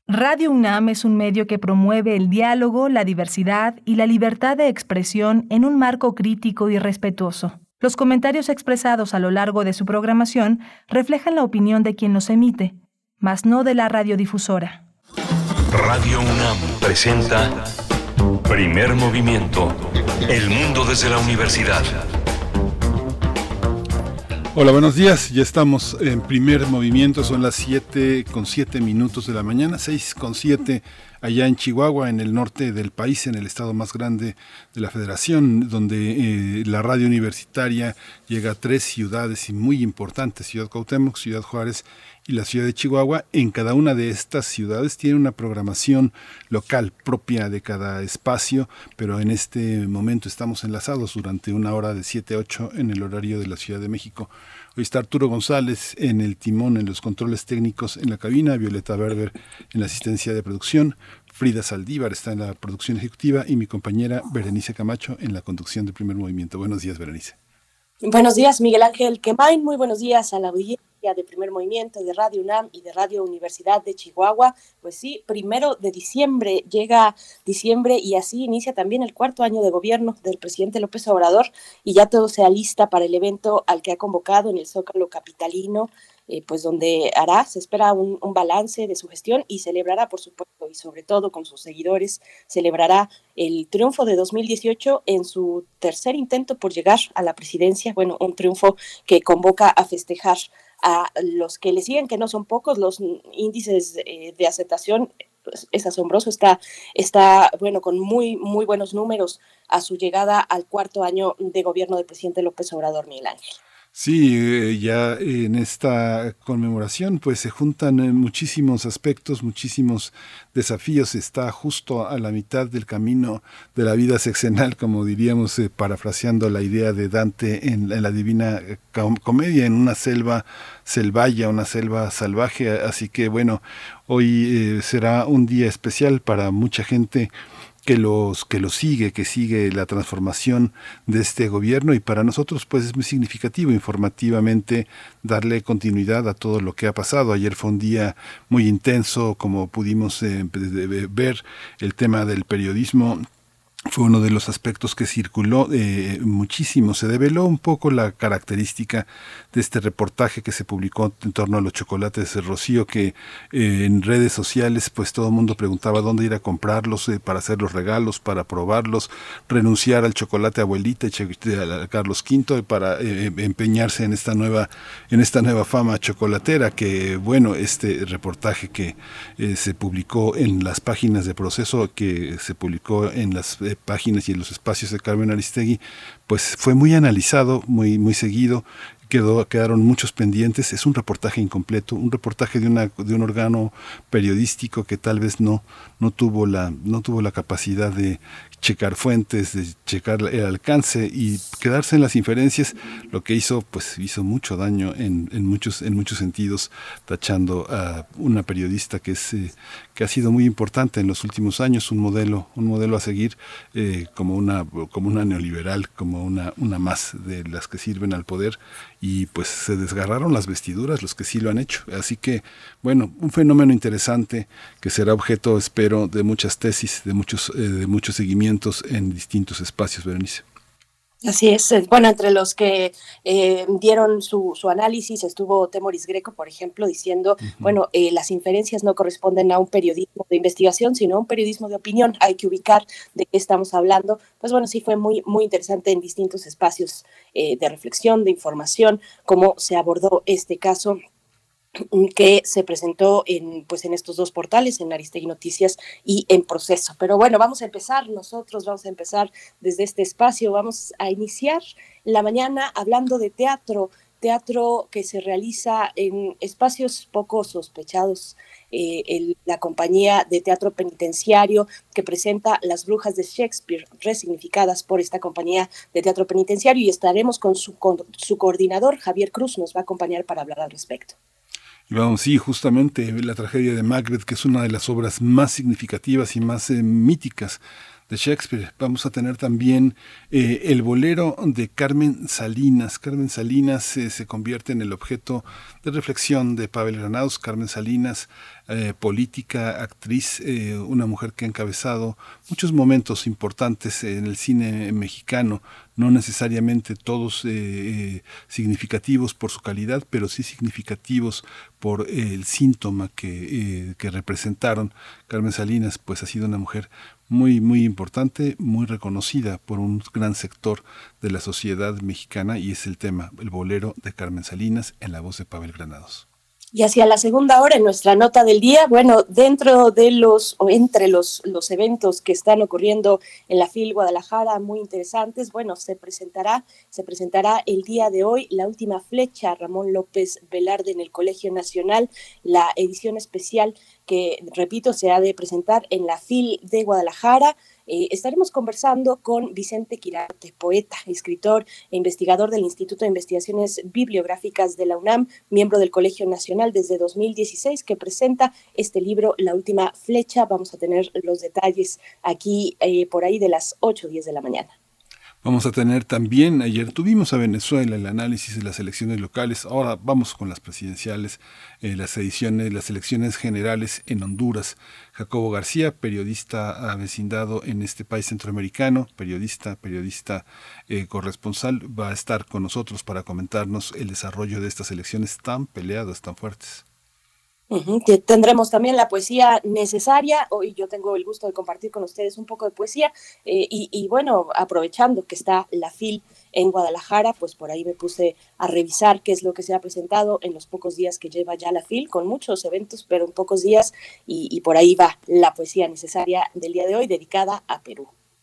Radio UNAM es un medio que promueve el diálogo, la diversidad y la libertad de expresión en un marco crítico y respetuoso. Los comentarios expresados a lo largo de su programación reflejan la opinión de quien los emite, mas no de la radiodifusora. Radio UNAM presenta Primer Movimiento. El mundo desde la universidad. Hola, buenos días. Ya estamos en Primer Movimiento. Son las 7:07 de la mañana, 6:07 allá en Chihuahua, en el norte del país, en el estado más grande de la Federación, donde la radio universitaria llega a 3 ciudades y muy importantes: Ciudad Cuauhtémoc, Ciudad Juárez y la ciudad de Chihuahua. En cada una de estas ciudades tiene una programación local propia de cada espacio, pero en este momento estamos enlazados durante una hora de 7 a 8 en el horario de la Ciudad de México. Hoy está Arturo González en el timón, en los controles técnicos en la cabina, Violeta Berber en la asistencia de producción, Frida Saldívar está en la producción ejecutiva y mi compañera Berenice Camacho en la conducción de Primer Movimiento. Buenos días, Berenice. Buenos días, Miguel Ángel Quemain. Muy buenos días a la audiencia de Primer Movimiento, de Radio UNAM y de Radio Universidad de Chihuahua. Pues sí, 1 de diciembre, llega diciembre y así inicia también el 4º año de gobierno del presidente López Obrador, y ya todo se alista para el evento al que ha convocado en el Zócalo capitalino, pues donde se espera un balance de su gestión y celebrará, por supuesto, y sobre todo con sus seguidores, celebrará el triunfo de 2018 en su tercer intento por llegar a la presidencia. Bueno, un triunfo que convoca a festejar a los que le siguen, que no son pocos. Los índices de aceptación, pues, es asombroso, está bueno, con muy, muy buenos números a su llegada al 4º año de gobierno del presidente López Obrador, Miguel Ángel. Sí, ya en esta conmemoración pues se juntan muchísimos aspectos, muchísimos desafíos. Está justo a la mitad del camino de la vida sexenal, como diríamos, parafraseando la idea de Dante en la Divina Comedia, en una selva selvaya, una selva salvaje. Así que bueno, hoy será un día especial para mucha gente que sigue la transformación de este gobierno, y para nosotros pues es muy significativo informativamente darle continuidad a todo lo que ha pasado. Ayer fue un día muy intenso, como pudimos ver. El tema del periodismo fue uno de los aspectos que circuló muchísimo. Se develó un poco la característica de este reportaje que se publicó en torno a los chocolates de Rocío, que en redes sociales pues todo el mundo preguntaba dónde ir a comprarlos para hacer los regalos, para probarlos, renunciar al chocolate abuelita a Carlos V para empeñarse en esta nueva fama chocolatera. Que bueno, este reportaje que se publicó en las páginas de Proceso, que se publicó en las páginas y en los espacios de Carmen Aristegui, pues fue muy analizado, muy seguido. Quedaron muchos pendientes. Es un reportaje incompleto, un reportaje de un órgano periodístico que tal vez no tuvo la capacidad de checar fuentes, de checar el alcance y quedarse en las inferencias, lo que hizo mucho daño en muchos sentidos, tachando a una periodista que ha sido muy importante en los últimos años, un modelo a seguir, como una neoliberal, como una más de las que sirven al poder. Y pues se desgarraron las vestiduras los que sí lo han hecho. Así que, bueno, un fenómeno interesante que será objeto, espero, de muchas tesis, de muchos seguimientos en distintos espacios, Berenice. Así es. Bueno, entre los que dieron su análisis estuvo Temoris Greco, por ejemplo, diciendo, bueno, las inferencias no corresponden a un periodismo de investigación, sino a un periodismo de opinión. Hay que ubicar de qué estamos hablando. Pues bueno, sí fue muy, muy interesante en distintos espacios de reflexión, de información, cómo se abordó este caso que se presentó en estos dos portales, en Aristegui Noticias y en Proceso. Pero bueno, vamos a empezar desde este espacio. Vamos a iniciar la mañana hablando de teatro que se realiza en espacios poco sospechados. La compañía de teatro penitenciario que presenta Las Brujas de Shakespeare, resignificadas por esta compañía de teatro penitenciario, y estaremos con su coordinador, Javier Cruz, nos va a acompañar para hablar al respecto. Y vamos, sí, justamente la tragedia de Macbeth, que es una de las obras más significativas y más míticas de Shakespeare. Vamos a tener también el bolero de Carmen Salinas. Carmen Salinas se convierte en el objeto de reflexión de Pavel Granados. Carmen Salinas política, actriz, una mujer que ha encabezado muchos momentos importantes en el cine mexicano, no necesariamente todos significativos por su calidad, pero sí significativos por el síntoma que representaron. Carmen Salinas pues ha sido una mujer muy, muy importante, muy reconocida por un gran sector de la sociedad mexicana, y es el tema, el bolero de Carmen Salinas, en la voz de Pavel Granados. Y hacia la segunda hora, en nuestra nota del día, bueno, dentro de o entre los eventos que están ocurriendo en la FIL Guadalajara, muy interesantes, bueno, se presentará el día de hoy la última flecha Ramón López Velarde en el Colegio Nacional, la edición especial que, repito, se ha de presentar en la FIL de Guadalajara. Estaremos conversando con Vicente Quirarte, poeta, escritor e investigador del Instituto de Investigaciones Bibliográficas de la UNAM, miembro del Colegio Nacional desde 2016, que presenta este libro, La Última Flecha. Vamos a tener los detalles aquí por ahí de las 8:10 de la mañana. Vamos a tener también, ayer tuvimos a Venezuela, el análisis de las elecciones locales, ahora vamos con las presidenciales, las elecciones generales en Honduras. Jacobo García, periodista avecindado en este país centroamericano, periodista corresponsal, va a estar con nosotros para comentarnos el desarrollo de estas elecciones tan peleadas, tan fuertes. Tendremos también la poesía necesaria. Hoy yo tengo el gusto de compartir con ustedes un poco de poesía y bueno, aprovechando que está la FIL en Guadalajara, pues por ahí me puse a revisar qué es lo que se ha presentado en los pocos días que lleva ya la FIL, con muchos eventos, pero en pocos días, y por ahí va la poesía necesaria del día de hoy, dedicada a Perú.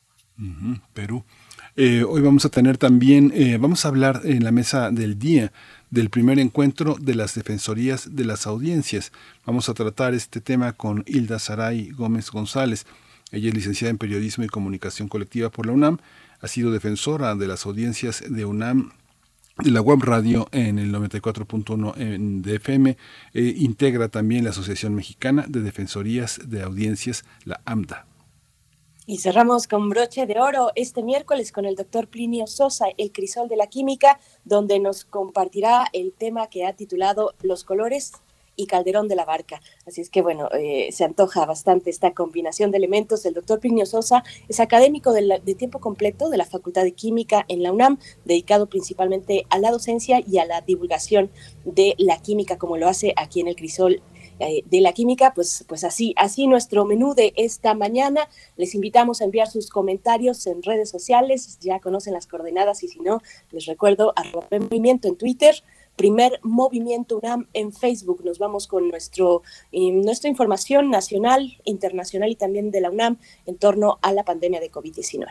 Perú. Hoy vamos a tener también, vamos a hablar en la mesa del día del primer encuentro de las defensorías de las audiencias. Vamos a tratar este tema con Hilda Saray Gómez González. Ella es licenciada en Periodismo y Comunicación Colectiva por la UNAM, ha sido defensora de las audiencias de UNAM, de la web radio en el 94.1 de FM, integra también la Asociación Mexicana de Defensorías de Audiencias, la AMDA. Y cerramos con broche de oro este miércoles con el doctor Plinio Sosa, el crisol de la química, donde nos compartirá el tema que ha titulado Los colores y Calderón de la Barca. Así es que bueno, se antoja bastante esta combinación de elementos. El doctor Plinio Sosa es académico de tiempo completo de la Facultad de Química en la UNAM, dedicado principalmente a la docencia y a la divulgación de la química, como lo hace aquí en el crisol de la química. Pues así nuestro menú de esta mañana. Les invitamos a enviar sus comentarios en redes sociales, ya conocen las coordenadas, y si no, les recuerdo @movimiento en Twitter, Primer Movimiento UNAM en Facebook. Nos vamos con nuestra información nacional, internacional y también de la UNAM en torno a la pandemia de COVID-19.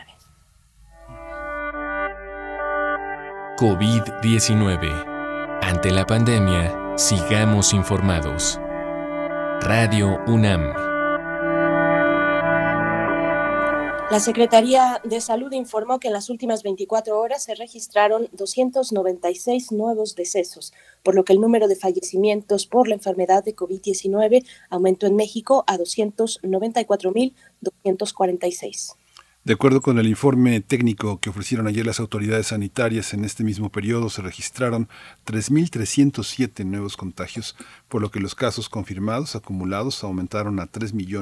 COVID-19. Ante la pandemia, sigamos informados. Radio UNAM. La Secretaría de Salud informó que en las últimas 24 horas se registraron 296 nuevos decesos, por lo que el número de fallecimientos por la enfermedad de COVID-19 aumentó en México a 294.246. De acuerdo con el informe técnico que ofrecieron ayer las autoridades sanitarias, en este mismo periodo se registraron 3.307 nuevos contagios, por lo que los casos confirmados acumulados aumentaron a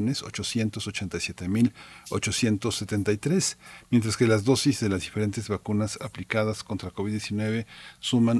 3.887.873, mientras que las dosis de las diferentes vacunas aplicadas contra COVID-19 suman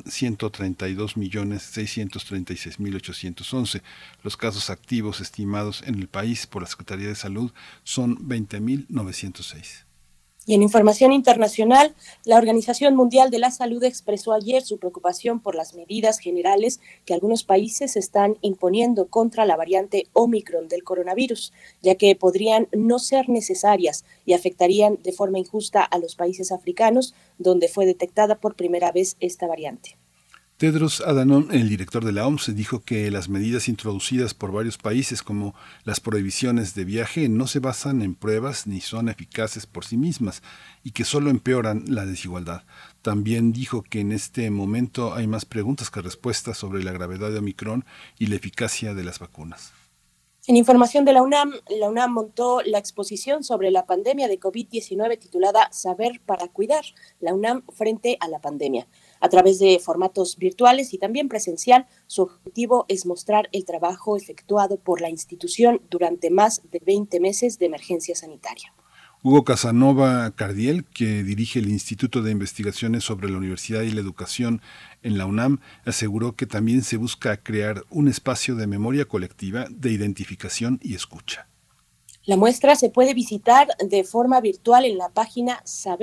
132.636.811. Los casos activos estimados en el país por la Secretaría de Salud son 20.906. Y en información internacional, la Organización Mundial de la Salud expresó ayer su preocupación por las medidas generales que algunos países están imponiendo contra la variante Omicron del coronavirus, ya que podrían no ser necesarias y afectarían de forma injusta a los países africanos, donde fue detectada por primera vez esta variante. Tedros Adhanom, el director de la OMS, dijo que las medidas introducidas por varios países, como las prohibiciones de viaje, no se basan en pruebas ni son eficaces por sí mismas y que solo empeoran la desigualdad. También dijo que en este momento hay más preguntas que respuestas sobre la gravedad de Omicron y la eficacia de las vacunas. En información de la UNAM montó la exposición sobre la pandemia de COVID-19 titulada Saber para Cuidar, la UNAM frente a la pandemia. a través de formatos virtuales y también presencial. Su objetivo es mostrar el trabajo efectuado por la institución durante más de 20 meses de emergencia sanitaria. Hugo Casanova Cardiel, que dirige el Instituto de Investigaciones sobre la Universidad y la Educación en la UNAM, aseguró que también se busca crear un espacio de memoria colectiva, de identificación y escucha. La muestra se puede visitar de forma virtual en la página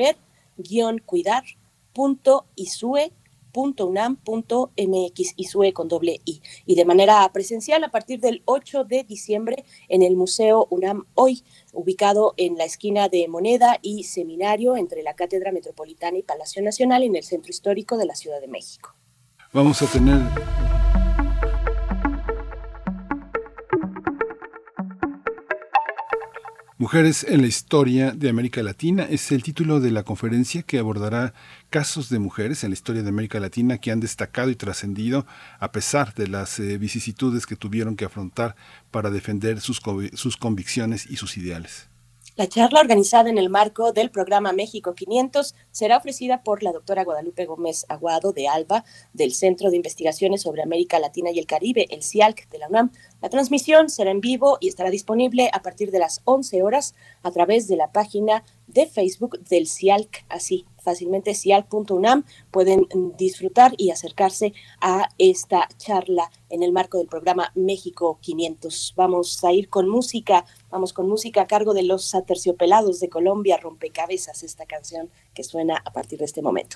saber-cuidar.isue.unam.mx, ISUE con doble I, y de manera presencial a partir del 8 de diciembre en el Museo UNAM Hoy, ubicado en la esquina de Moneda y Seminario entre la Cátedra Metropolitana y Palacio Nacional en el Centro Histórico de la Ciudad de México. Vamos a tener... Mujeres en la historia de América Latina es el título de la conferencia que abordará casos de mujeres en la historia de América Latina que han destacado y trascendido a pesar de las vicisitudes que tuvieron que afrontar para defender sus convicciones y sus ideales. La charla, organizada en el marco del programa México 500, será ofrecida por la doctora Guadalupe Gómez Aguado de ALBA, del Centro de Investigaciones sobre América Latina y el Caribe, el CIALC de la UNAM. La transmisión será en vivo y estará disponible a partir de las 11 horas a través de la página de Facebook del CIALC, así fácilmente cialc.unam. Pueden disfrutar y acercarse a esta charla en el marco del programa México 500. Vamos a ir con música, a cargo de los Aterciopelados de Colombia, Rompecabezas, esta canción que suena a partir de este momento.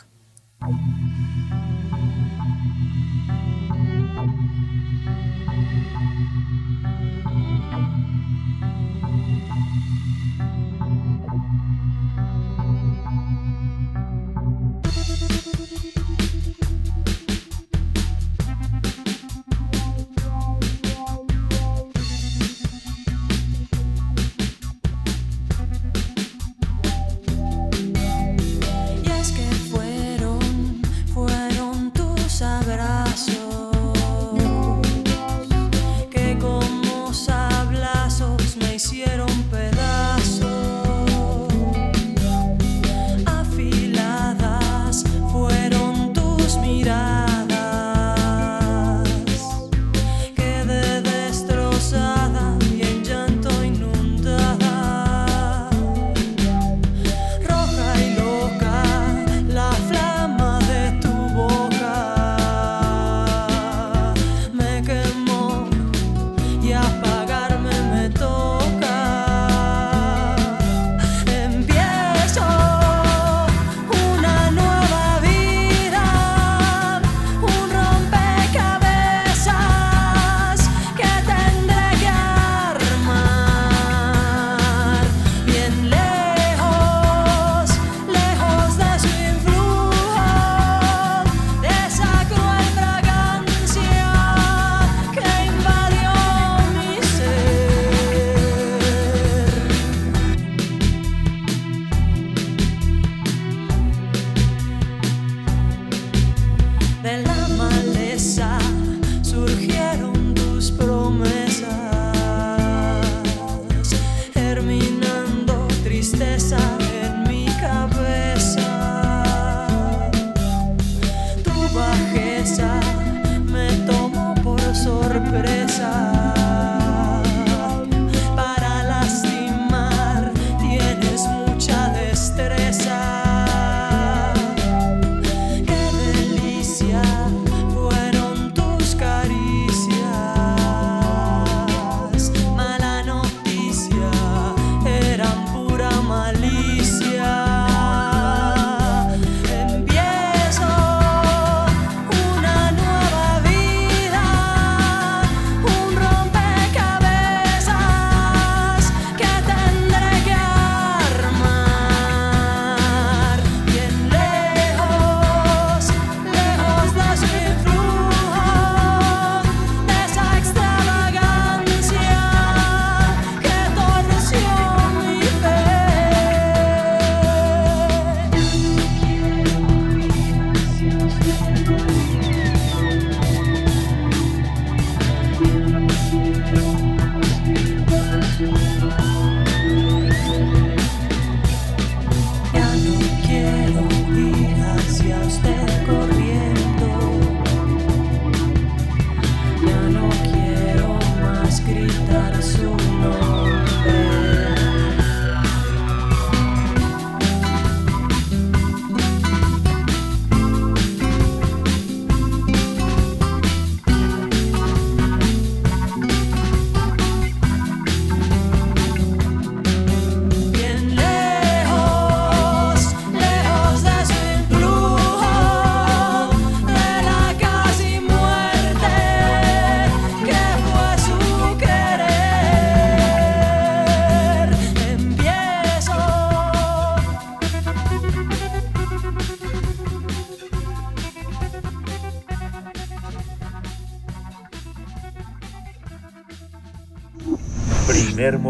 Y es que fueron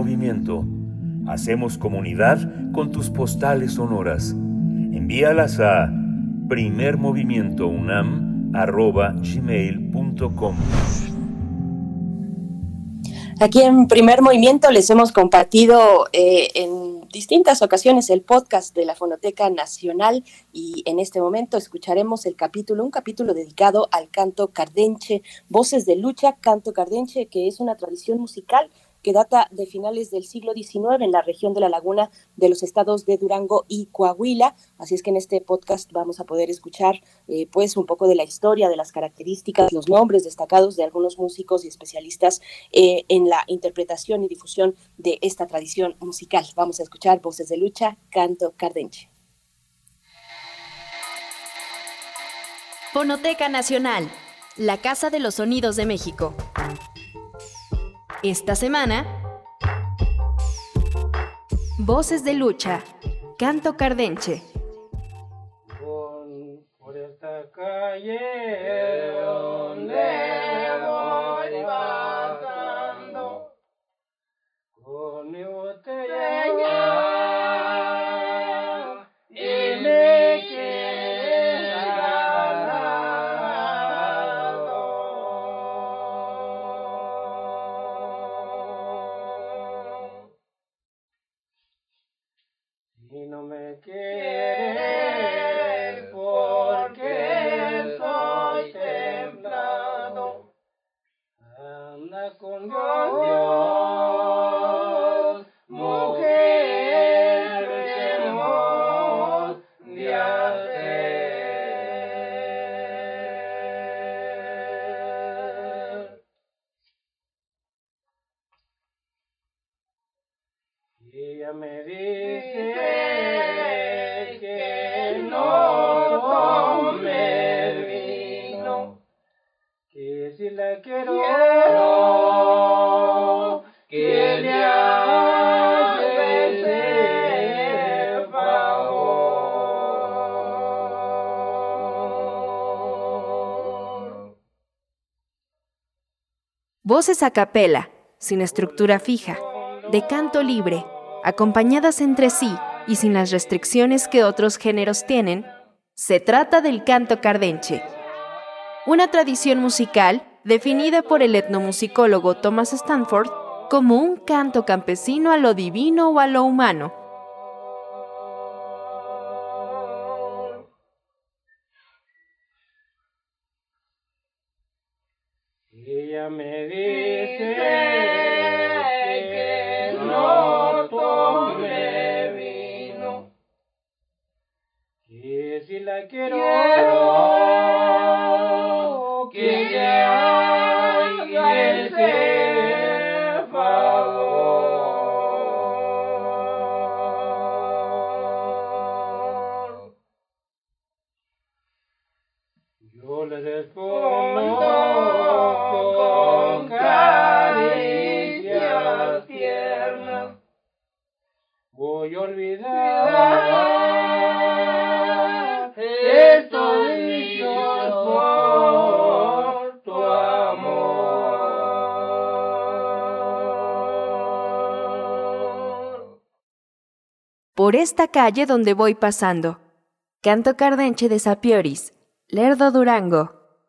movimiento. Hacemos comunidad con tus postales sonoras. Envíalas a primermovimientounam@gmail.com. Aquí en Primer Movimiento les hemos compartido en distintas ocasiones el podcast de la Fonoteca Nacional y en este momento escucharemos un capítulo dedicado al canto cardenche, Voces de Lucha, canto cardenche, que es una tradición musical que data de finales del siglo XIX en la región de la Laguna de los estados de Durango y Coahuila. Así es que en este podcast vamos a poder escuchar pues un poco de la historia, de las características, los nombres destacados de algunos músicos y especialistas en la interpretación y difusión de esta tradición musical. Vamos a escuchar Voces de Lucha, canto cardenche. Fonoteca Nacional, la Casa de los Sonidos de México. Esta semana, Voces de Lucha, canto cardenche. Por esta calle donde voy pasando, con mi botella y me queda lado. Y no me quieres porque soy templado. Anda con Dios, mujer, dejemos de hacer. Y ella me dice que no tome vino, que si la quiero, que le haga ese favor. Voces a capela, sin estructura fija, de canto libre, acompañadas entre sí y sin las restricciones que otros géneros tienen, se trata del canto cardenche. Una tradición musical definida por el etnomusicólogo Thomas Stanford como un canto campesino a lo divino o a lo humano. Ella me dice que no tome vino, que si la quiero, que le haga ese favor. Yo le respondo con caricias tiernas. Voy a olvidar estos vicios por tu amor. Por esta calle donde voy pasando, canto cardenche de Sapioris, Lerdo, Durango.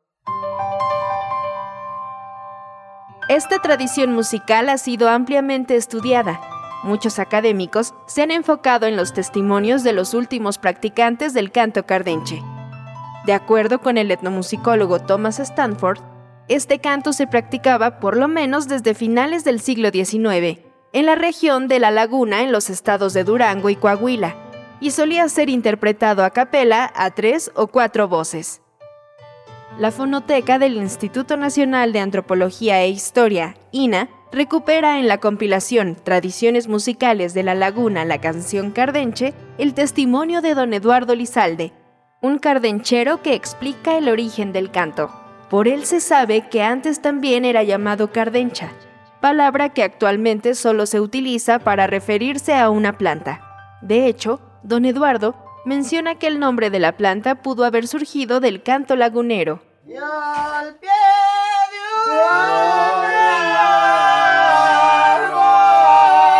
Esta tradición musical ha sido ampliamente estudiada. Muchos académicos se han enfocado en los testimonios de los últimos practicantes del canto cardenche. De acuerdo con el etnomusicólogo Thomas Stanford, este canto se practicaba por lo menos desde finales del siglo XIX, en la región de La Laguna en los estados de Durango y Coahuila, y solía ser interpretado a capela a 3 o 4 voces. La fonoteca del Instituto Nacional de Antropología e Historia, INA, recupera en la compilación Tradiciones Musicales de La Laguna, la canción cardenche, el testimonio de don Eduardo Lizalde, un cardenchero que explica el origen del canto. Por él se sabe que antes también era llamado cardencha, palabra que actualmente solo se utiliza para referirse a una planta. De hecho, don Eduardo menciona que el nombre de la planta pudo haber surgido del canto lagunero. Y al pie de un árbol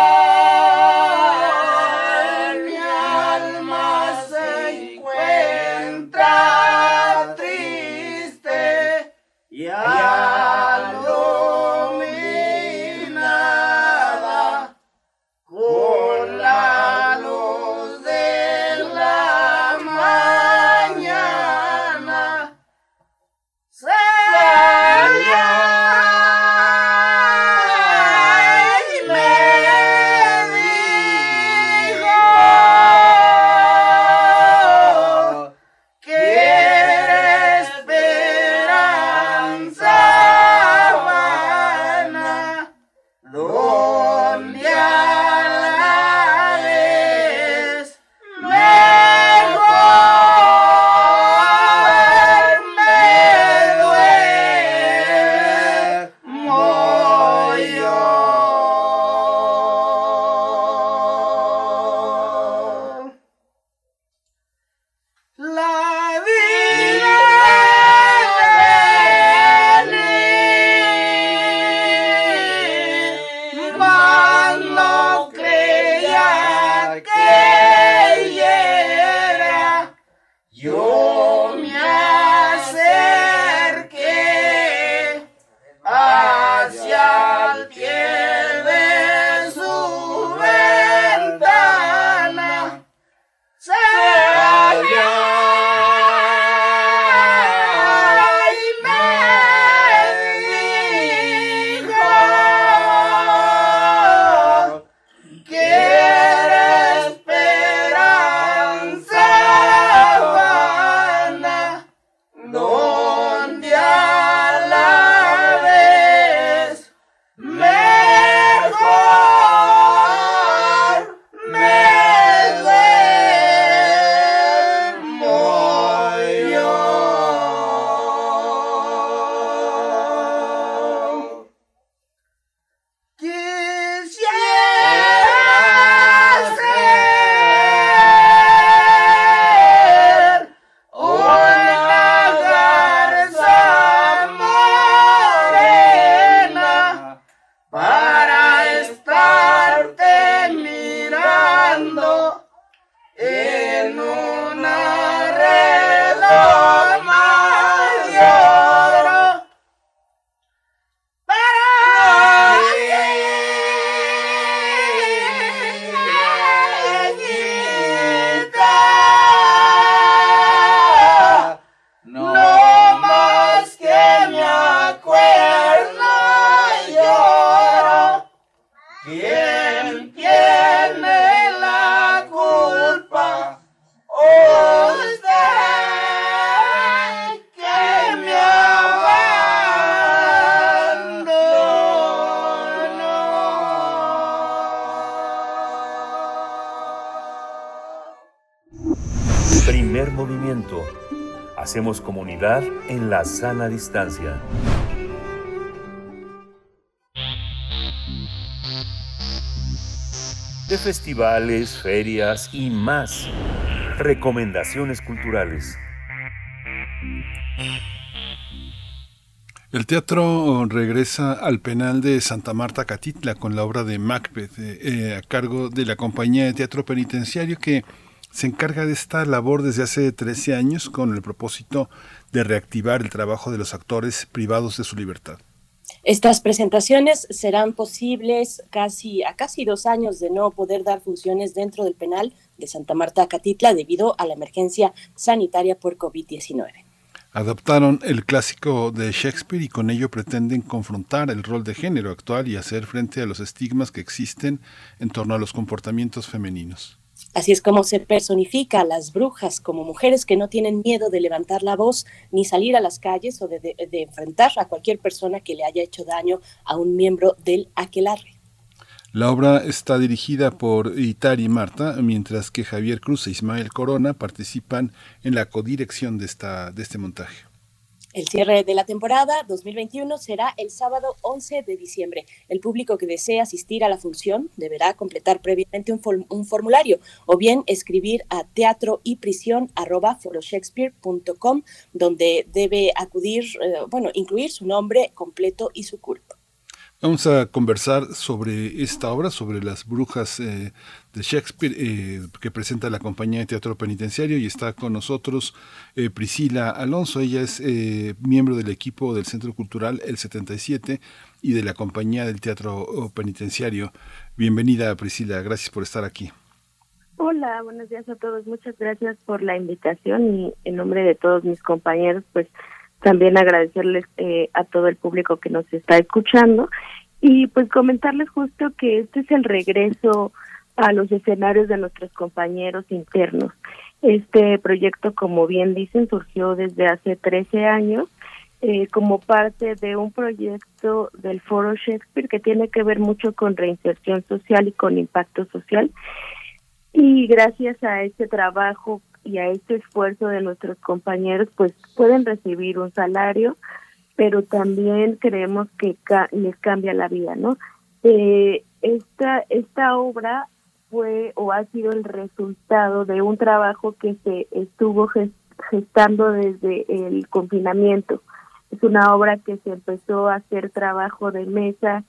Primer movimiento. Hacemos comunidad en la sana distancia. De festivales, ferias y más. Recomendaciones culturales. El teatro regresa al penal de Santa Marta Catitla con la obra de Macbeth, a cargo de la compañía de teatro penitenciario que se encarga de esta labor desde hace 13 años con el propósito de reactivar el trabajo de los actores privados de su libertad. Estas presentaciones serán posibles a casi 2 años de no poder dar funciones dentro del penal de Santa Marta Catitla debido a la emergencia sanitaria por COVID-19. Adaptaron el clásico de Shakespeare y con ello pretenden confrontar el rol de género actual y hacer frente a los estigmas que existen en torno a los comportamientos femeninos. Así es como se personifica a las brujas como mujeres que no tienen miedo de levantar la voz ni salir a las calles o de enfrentar a cualquier persona que le haya hecho daño a un miembro del aquelarre. La obra está dirigida por Itari Marta, mientras que Javier Cruz e Ismael Corona participan en la codirección de este montaje. El cierre de la temporada 2021 será el sábado 11 de diciembre. El público que desee asistir a la función deberá completar previamente un formulario o bien escribir a teatroyprisión@foroshakespeare.com, donde debe incluir su nombre completo y su culpa. Vamos a conversar sobre esta obra, sobre las brujas de Shakespeare, que presenta la compañía de teatro penitenciario, y está con nosotros Priscila Alonso. Ella es miembro del equipo del Centro Cultural El 77 y de la compañía del teatro penitenciario. Bienvenida, Priscila, gracias por estar aquí. Hola, buenos días a todos. Muchas gracias por la invitación y en nombre de todos mis compañeros, pues también agradecerles a todo el público que nos está escuchando y pues comentarles justo que este es el regreso a los escenarios de nuestros compañeros internos. Este proyecto, como bien dicen, surgió desde hace 13 años como parte de un proyecto del Foro Shakespeare que tiene que ver mucho con reinserción social y con impacto social. Y gracias a este trabajo y a este esfuerzo de nuestros compañeros, pues pueden recibir un salario, pero también creemos que les cambia la vida, ¿no? Esta obra fue o ha sido el resultado de un trabajo que se estuvo gestando desde el confinamiento. Es una obra que se empezó a hacer trabajo de mesa,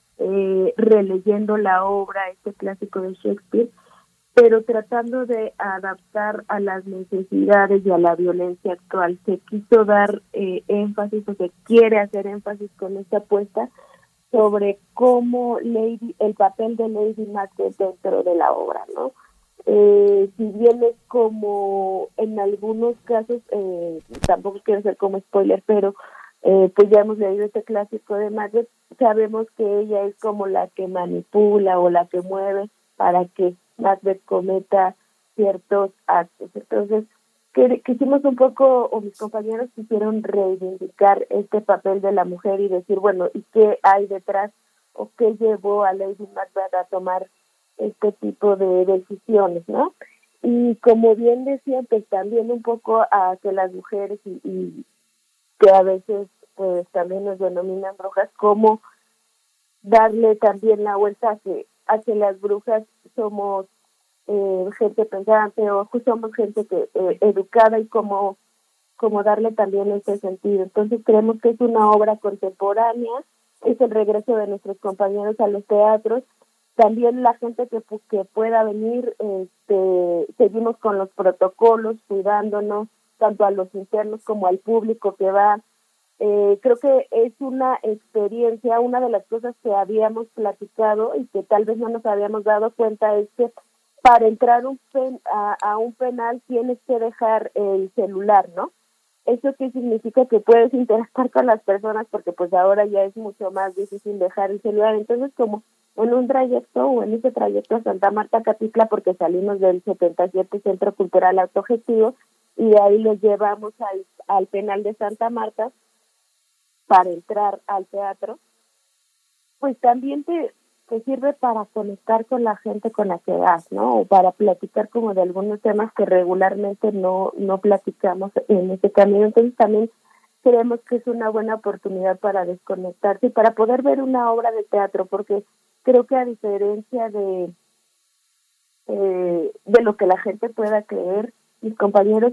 releyendo la obra, este clásico de Shakespeare, pero tratando de adaptar a las necesidades y a la violencia actual. Se quiso dar énfasis, o se quiere hacer énfasis con esta apuesta sobre cómo el papel de Lady Macbeth dentro de la obra, ¿no? Si bien es como en algunos casos, tampoco quiero ser como spoiler, pero pues ya hemos leído este clásico de Macbeth, sabemos que ella es como la que manipula o la que mueve para que Macbeth cometa ciertos actos. Entonces, quisimos un poco, o mis compañeros quisieron reivindicar este papel de la mujer y decir, bueno, ¿y qué hay detrás? ¿O qué llevó a Lady Macbeth a tomar este tipo de decisiones, ¿no? Y como bien decían, pues también un poco a que las mujeres y que a veces pues también nos denominan brujas, como darle también la vuelta a que las brujas somos gente pensante o somos gente que educada, y como darle también ese sentido. Entonces creemos que es una obra contemporánea, es el regreso de nuestros compañeros a los teatros, también la gente que pueda venir, seguimos con los protocolos, cuidándonos tanto a los internos como al público que va. Creo que es una experiencia, una de las cosas que habíamos platicado y que tal vez no nos habíamos dado cuenta es que para entrar a un penal tienes que dejar el celular, ¿no? ¿Eso qué significa? Que puedes interactuar con las personas, porque pues ahora ya es mucho más difícil dejar el celular. Entonces, como en un trayecto o en ese trayecto a Santa Marta Catitla, porque salimos del 77 Centro Cultural Autogestivo y de ahí los llevamos al penal de Santa Marta para entrar al teatro, pues también te sirve para conectar con la gente con la que vas, ¿no? O para platicar como de algunos temas que regularmente no platicamos en ese camino. Entonces también creemos que es una buena oportunidad para desconectarse y para poder ver una obra de teatro, porque creo que a diferencia de lo que la gente pueda creer, mis compañeros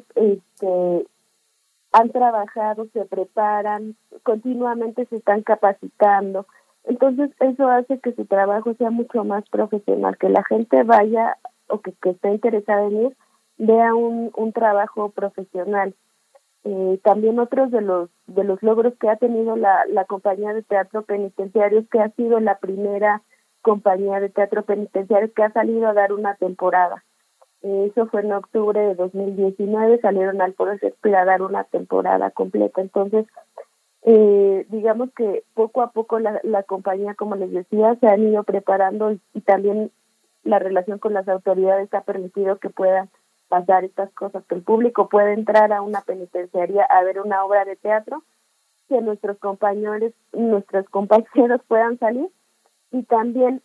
han trabajado, se preparan, continuamente se están capacitando. Entonces eso hace que su trabajo sea mucho más profesional, que la gente vaya o que esté interesada en ir, vea un trabajo profesional. También otros de los logros que ha tenido la compañía de teatro penitenciario es que ha sido la primera compañía de teatro penitenciario que ha salido a dar una temporada. Eso fue en octubre de 2019, salieron al Foro Shakespeare a dar una temporada completa. Entonces, digamos que poco a poco la compañía, como les decía, se han ido preparando y también la relación con las autoridades ha permitido que puedan pasar estas cosas, que el público pueda entrar a una penitenciaría a ver una obra de teatro, que nuestros compañeros puedan salir y también,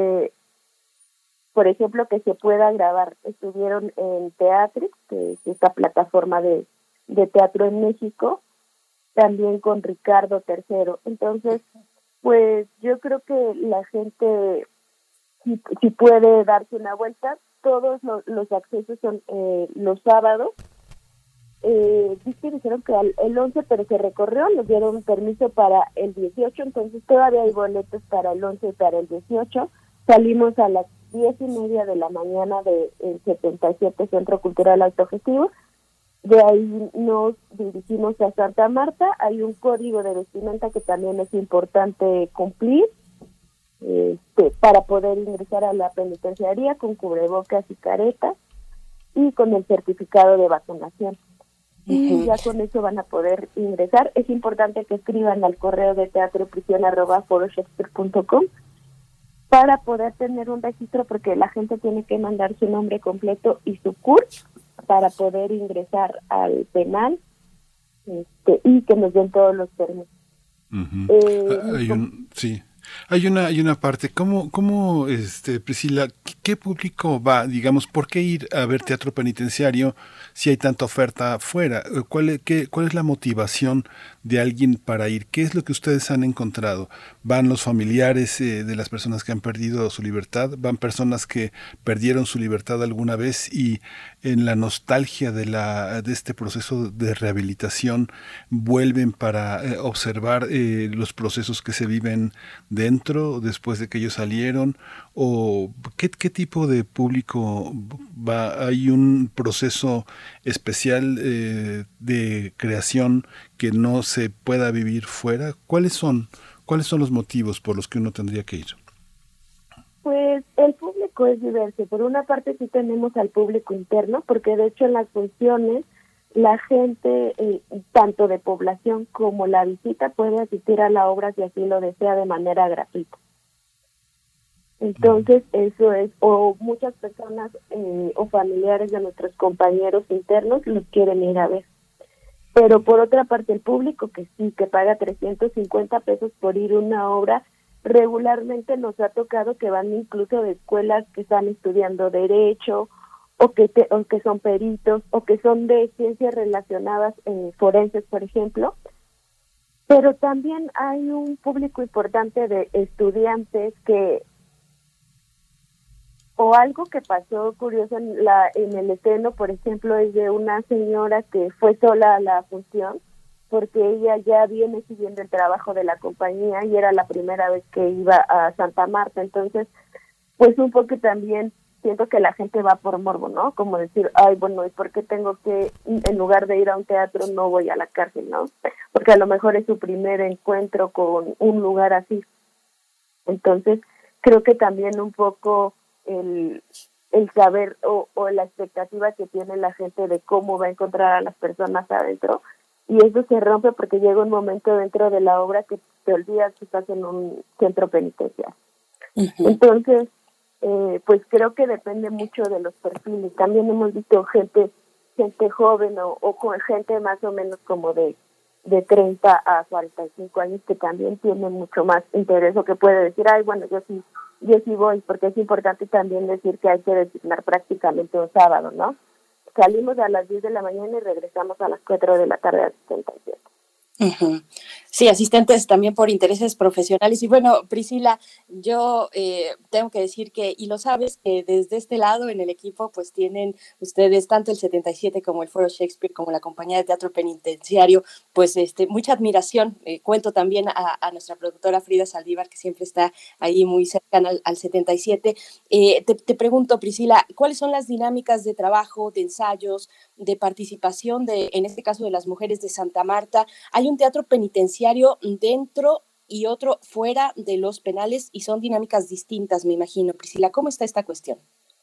por ejemplo, que se pueda grabar. Estuvieron en Teatrix, que es esta plataforma de teatro en México, también con Ricardo III. Entonces, pues yo creo que la gente si puede darse una vuelta. Todos los accesos son los sábados. Dijeron que el 11, pero se recorrió, nos dieron permiso para el 18, entonces todavía hay boletos para el 11 y para el 18. Salimos a las 10:30 de la mañana del 77 Centro Cultural Autogestivo. De ahí nos dirigimos a Santa Marta. Hay un código de vestimenta que también es importante cumplir para poder ingresar a la penitenciaría, con cubrebocas y caretas y con el certificado de vacunación. Y ya con eso van a poder ingresar. Es importante que escriban al correo de teatroprisión@foroshakespeare.com para poder tener un registro, porque la gente tiene que mandar su nombre completo y su CURP para poder ingresar al penal y que nos den todos los permisos. Hay una parte, ¿cómo Priscila, qué público va? Digamos, ¿por qué ir a ver teatro penitenciario si hay tanta oferta afuera? ¿Cuál es la motivación de alguien para ir? ¿Qué es lo que ustedes han encontrado? ¿Van los familiares de las personas que han perdido su libertad? ¿Van personas que perdieron su libertad alguna vez y en la nostalgia de este proceso de rehabilitación vuelven para observar los procesos que se viven dentro después de que ellos salieron? ¿O qué tipo de público va? ¿Hay un proceso especial de creación que no se pueda vivir fuera? ¿Cuáles son los motivos por los que uno tendría que ir? Pues el público es diverso. Por una parte sí tenemos al público interno, porque de hecho en las funciones la gente, tanto de población como la visita, puede asistir a la obra si así lo desea de manera gratuita. Entonces eso es, o muchas personas o familiares de nuestros compañeros internos los quieren ir a ver. Pero por otra parte el público que sí, que paga 350 pesos por ir a una obra, regularmente nos ha tocado que van incluso de escuelas que están estudiando derecho, o que son peritos, o que son de ciencias relacionadas forenses, por ejemplo. Pero también hay un público importante de estudiantes o algo que pasó curioso en el estreno, por ejemplo, es de una señora que fue sola a la función, porque ella ya viene siguiendo el trabajo de la compañía y era la primera vez que iba a Santa Marta. Entonces, pues un poco también siento que la gente va por morbo, ¿no? Como decir, ay, bueno, ¿y por qué tengo que, en lugar de ir a un teatro, no voy a la cárcel, ¿no? Porque a lo mejor es su primer encuentro con un lugar así. Entonces, creo que también un poco el saber o la expectativa que tiene la gente de cómo va a encontrar a las personas adentro, y eso se rompe porque llega un momento dentro de la obra que te olvidas que estás en un centro penitenciario. Entonces, pues creo que depende mucho de los perfiles. También hemos visto gente joven o con gente más o menos como de 30 a 45 años que también tiene mucho más interés, o que puede decir, ay, bueno, yo sí yo sí voy, porque es importante también decir que hay que designar prácticamente un sábado, ¿no? Salimos a las 10 de la mañana y regresamos a las 4 de la tarde al 77. Uh-huh. Sí, asistentes también por intereses profesionales. Y bueno, Priscila, yo tengo que decir que, y lo sabes, que desde este lado en el equipo pues tienen ustedes tanto el 77 como el Foro Shakespeare, como la Compañía de Teatro Penitenciario, pues mucha admiración. Cuento también a nuestra productora Frida Saldívar, que siempre está ahí muy cercana al 77. Te pregunto, Priscila, ¿cuáles son las dinámicas de trabajo, de ensayos, de participación en este caso de las mujeres de Santa Marta? Hay un teatro penitenciario dentro y otro fuera de los penales y son dinámicas distintas, me imagino. Priscila, ¿cómo está esta cuestión?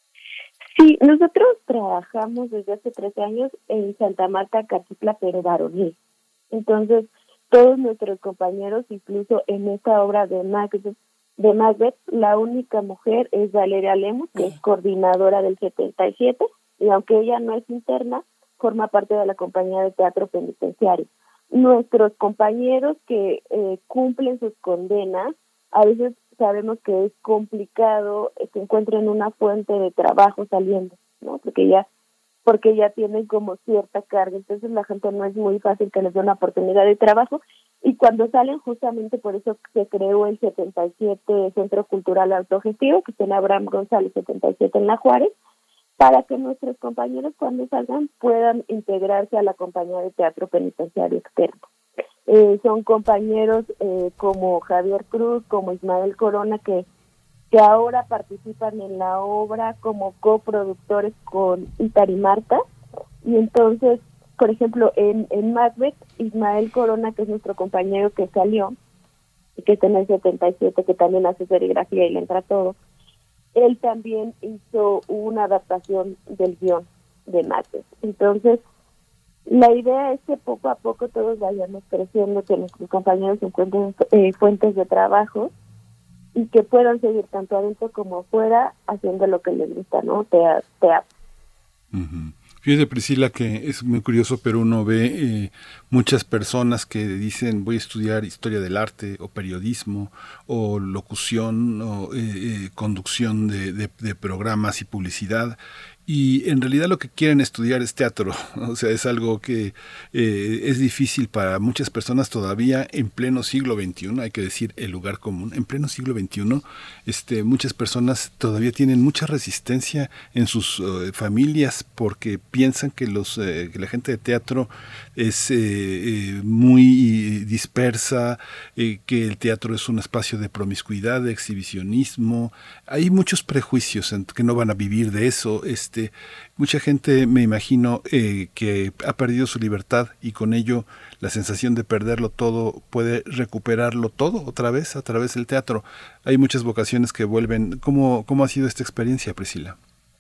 Sí, nosotros trabajamos desde hace 13 años en Santa Marta, Catitla, pero varonil. Entonces, todos nuestros compañeros, incluso en esta obra de Macbeth, la única mujer es Valeria Lemus, que es coordinadora del 77, y aunque ella no es interna, forma parte de la compañía de teatro penitenciario. Nuestros compañeros que cumplen sus condenas, a veces sabemos que es complicado que encuentren una fuente de trabajo saliendo, ¿no? Porque ya tienen como cierta carga, entonces la gente no es muy fácil que les dé una oportunidad de trabajo, y cuando salen, justamente por eso se creó el 77 Centro Cultural Autogestivo, que tiene Abraham González 77 en La Juárez, para que nuestros compañeros cuando salgan puedan integrarse a la compañía de teatro penitenciario externo. Son compañeros como Javier Cruz, como Ismael Corona, que ahora participan en la obra como coproductores con Itar y Marta. Y entonces, por ejemplo, en Macbeth, Ismael Corona, que es nuestro compañero que salió, que está en el 77, que también hace serigrafía y le entra todo, él también hizo una adaptación del guión de Macbeth. Entonces, la idea es que poco a poco todos vayamos creciendo, que nuestros compañeros encuentren fuentes de trabajo y que puedan seguir tanto adentro como afuera haciendo lo que les gusta, ¿no? Teatro. Uh-huh. Fíjate, Priscila, que es muy curioso, pero uno ve muchas personas que dicen voy a estudiar historia del arte o periodismo o locución o conducción de programas y publicidad. Y en realidad lo que quieren estudiar es teatro, o sea, es algo que es difícil para muchas personas todavía en pleno siglo XXI, hay que decir el lugar común, en pleno siglo XXI, muchas personas todavía tienen mucha resistencia en sus familias porque piensan que que la gente de teatro es muy dispersa, que el teatro es un espacio de promiscuidad, de exhibicionismo. Hay muchos prejuicios que no van a vivir de eso. Mucha gente, me imagino, que ha perdido su libertad y con ello la sensación de perderlo todo puede recuperarlo todo otra vez a través del teatro. Hay muchas vocaciones que vuelven. ¿Cómo ha sido esta experiencia, Priscila?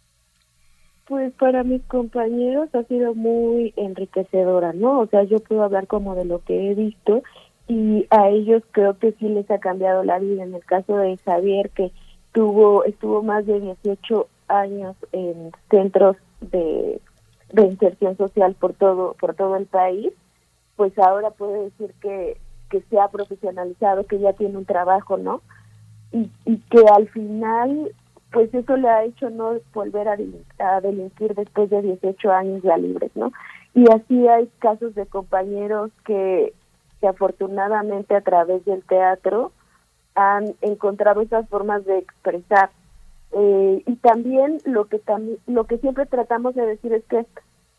Pues para mis compañeros ha sido muy enriquecedora, ¿no? O sea, yo puedo hablar como de lo que he visto y a ellos creo que sí les ha cambiado la vida. En el caso de Javier, que estuvo más de 18 años en centros de inserción social por todo el país, pues ahora puede decir que se ha profesionalizado, que ya tiene un trabajo, ¿no? Y que al final pues eso le ha hecho no volver a delinquir después de 18 años ya libres, ¿no? Y así hay casos de compañeros que afortunadamente a través del teatro han encontrado esas formas de expresar. Y también lo que siempre tratamos de decir es que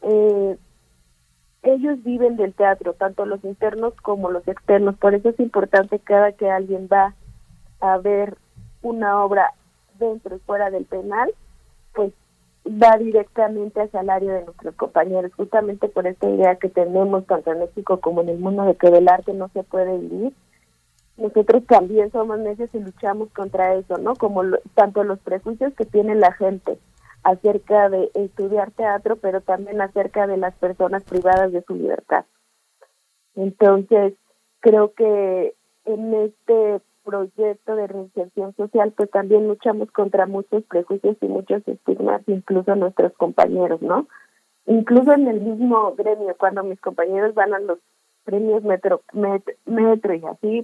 ellos viven del teatro, tanto los internos como los externos. Por eso es importante cada que alguien va a ver una obra dentro y fuera del penal, pues va directamente al salario de nuestros compañeros, justamente por esta idea que tenemos tanto en México como en el mundo de que del arte no se puede vivir. Nosotros también somos necios y luchamos contra eso, ¿no? Como tanto los prejuicios que tiene la gente acerca de estudiar teatro, pero también acerca de las personas privadas de su libertad. Entonces, creo que en este proyecto de reinserción social, pues también luchamos contra muchos prejuicios y muchos estigmas, incluso nuestros compañeros, ¿no? Incluso en el mismo gremio, cuando mis compañeros van a los premios Metro y así, pues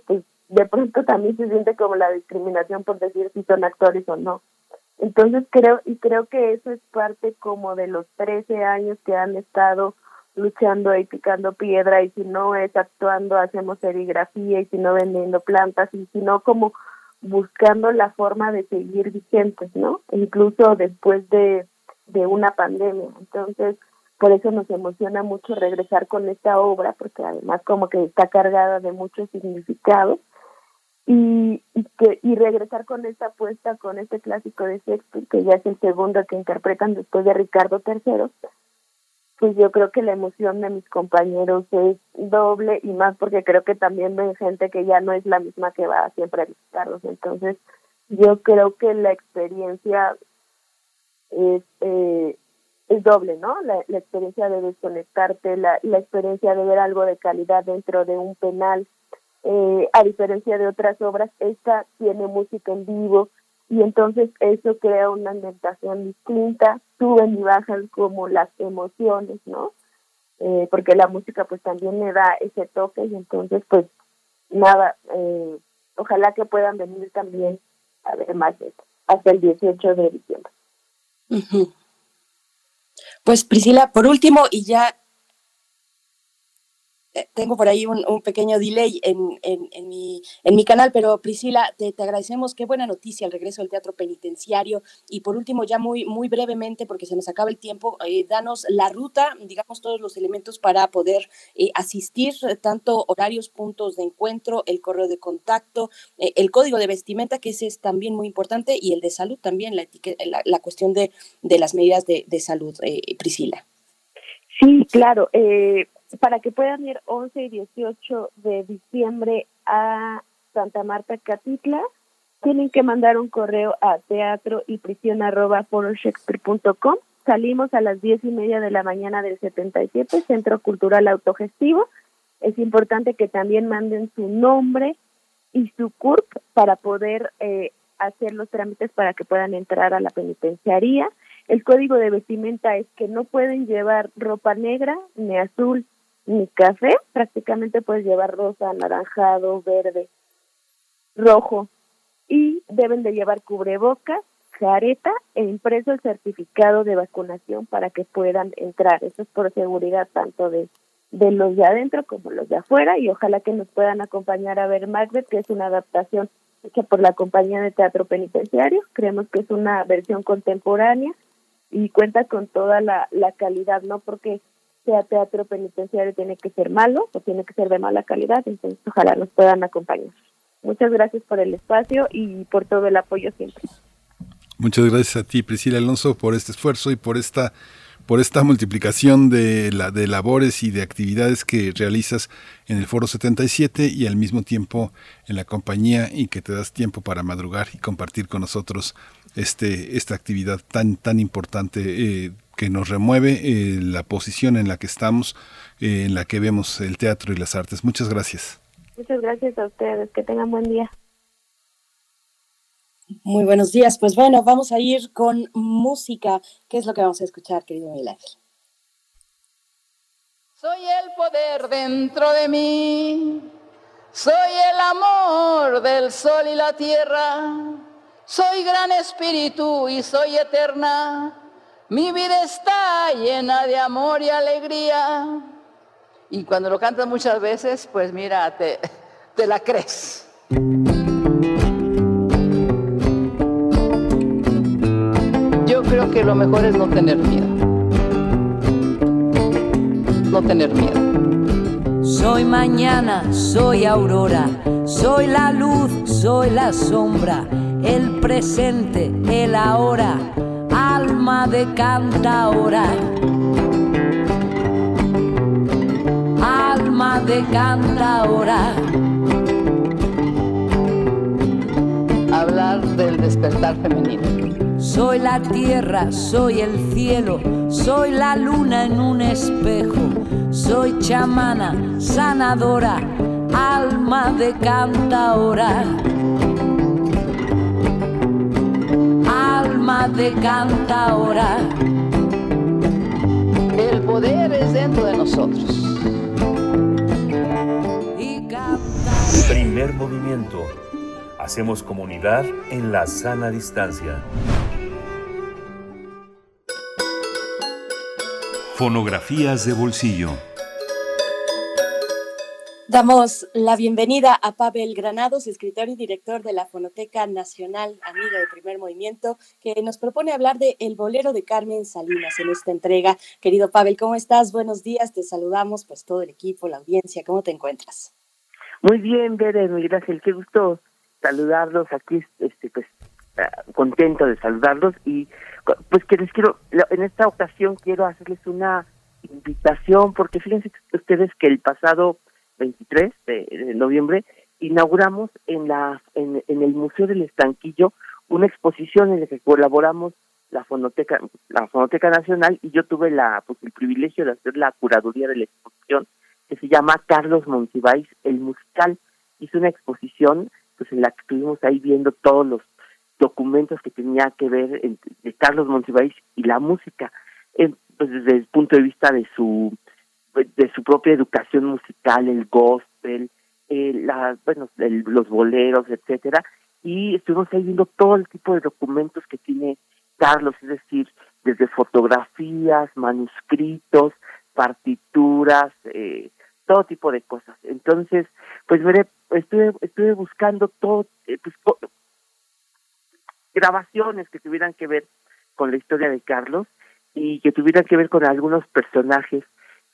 de pronto también se siente como la discriminación por decir si son actores o no. Entonces creo que eso es parte como de los 13 años que han estado luchando y picando piedra, y si no es actuando hacemos serigrafía, y si no vendiendo plantas, y si no como buscando la forma de seguir vigentes, ¿no? Incluso después de una pandemia. Entonces, por eso nos emociona mucho regresar con esta obra, porque además como que está cargada de muchos significados, y regresar con esta apuesta, con este clásico de Shakespeare, que ya es el segundo que interpretan después de Ricardo III, pues yo creo que la emoción de mis compañeros es doble, y más porque creo que también ven gente que ya no es la misma que va siempre a visitarlos. Entonces yo creo que la experiencia es doble, ¿no? La experiencia de desconectarte, la experiencia de ver algo de calidad dentro de un penal, a diferencia de otras obras, esta tiene música en vivo, y entonces eso crea una ambientación distinta, suben y bajan como las emociones, ¿no? Porque la música pues también le da ese toque, y entonces pues nada, ojalá que puedan venir también a ver más de esto, hasta el 18 de diciembre. Uh-huh. Pues Priscila, por último, y ya tengo por ahí un pequeño delay en mi canal, pero Priscila, te agradecemos, qué buena noticia el regreso del Teatro Penitenciario. Y por último, ya muy brevemente, porque se nos acaba el tiempo, danos la ruta, digamos todos los elementos para poder asistir, tanto horarios, puntos de encuentro, el correo de contacto, el código de vestimenta, que ese es también muy importante, y el de salud también, la cuestión de las medidas de salud, Priscila. Sí, claro, para que puedan ir 11 y 18 de diciembre a Santa Marta, Catitla, tienen que mandar un correo a teatroyprisión@foroshakespeare.com. Salimos a las 10:30 de la mañana del 77, Centro Cultural Autogestivo. Es importante que también manden su nombre y su CURP para poder hacer los trámites para que puedan entrar a la penitenciaría. El código de vestimenta es que no pueden llevar ropa negra, ni azul, ni café. Prácticamente puedes llevar rosa, anaranjado, verde, rojo, y deben de llevar cubrebocas, careta e impreso el certificado de vacunación para que puedan entrar. Eso es por seguridad tanto de los de adentro como los de afuera, y ojalá que nos puedan acompañar a ver Macbeth, que es una adaptación hecha por la Compañía de Teatro Penitenciario. Creemos que es una versión contemporánea y cuenta con toda la calidad, no porque sea teatro penitenciario tiene que ser malo o tiene que ser de mala calidad. Entonces ojalá nos puedan acompañar. Muchas gracias por el espacio y por todo el apoyo siempre. Muchas gracias a ti, Priscila Alonso, por este esfuerzo y por esta multiplicación de labores y de actividades que realizas en el Foro 77 y al mismo tiempo en la compañía, y que te das tiempo para madrugar y compartir con nosotros esta actividad tan importante que nos remueve la posición en la que estamos, en la que vemos el teatro y las artes. Muchas gracias. Muchas gracias a ustedes. Que tengan buen día. Muy buenos días. Pues bueno, vamos a ir con música. ¿Qué es lo que vamos a escuchar, querido Miguel Ángel? Soy el poder dentro de mí, soy el amor del sol y la tierra, soy gran espíritu y soy eterna, mi vida está llena de amor y alegría. Y cuando lo cantas muchas veces, pues mira, te la crees. Yo creo que lo mejor es no tener miedo. No tener miedo. Soy mañana, soy aurora, soy la luz, soy la sombra, el presente, el ahora, alma de cantaora. Alma de cantaora. Hablar del despertar femenino. Soy la tierra, soy el cielo, soy la luna en un espejo, soy chamana, sanadora, alma de cantaora. Alma de cantaora. El poder es dentro de nosotros. Y canta. Primer movimiento. Hacemos comunidad en la sana distancia. Fonografías de bolsillo. Damos la bienvenida a Pavel Granados, escritor y director de la Fonoteca Nacional, amigo de Primer Movimiento, que nos propone hablar de El Bolero de Carmen Salinas en esta entrega. Querido Pavel, ¿cómo estás? Buenos días, te saludamos, pues todo el equipo, la audiencia, ¿cómo te encuentras? Muy bien, Beren, muy gracias, qué gusto saludarlos aquí, contento de saludarlos y pues que les quiero, en esta ocasión quiero hacerles una invitación, porque fíjense ustedes que el pasado 23 de noviembre inauguramos en el Museo del Estanquillo una exposición en la que colaboramos la Fonoteca Nacional, y yo tuve el privilegio de hacer la curaduría de la exposición, que se llama Carlos Monsiváis, el musical. Hizo una exposición pues en la que estuvimos ahí viendo todos los documentos que tenía que ver de Carlos Monsiváis y la música, pues desde el punto de vista de su propia educación musical, el gospel, los boleros, etcétera, y estuvimos ahí viendo todo el tipo de documentos que tiene Carlos, es decir, desde fotografías, manuscritos, partituras, todo tipo de cosas. Entonces, pues estuve buscando todo, grabaciones que tuvieran que ver con la historia de Carlos y que tuvieran que ver con algunos personajes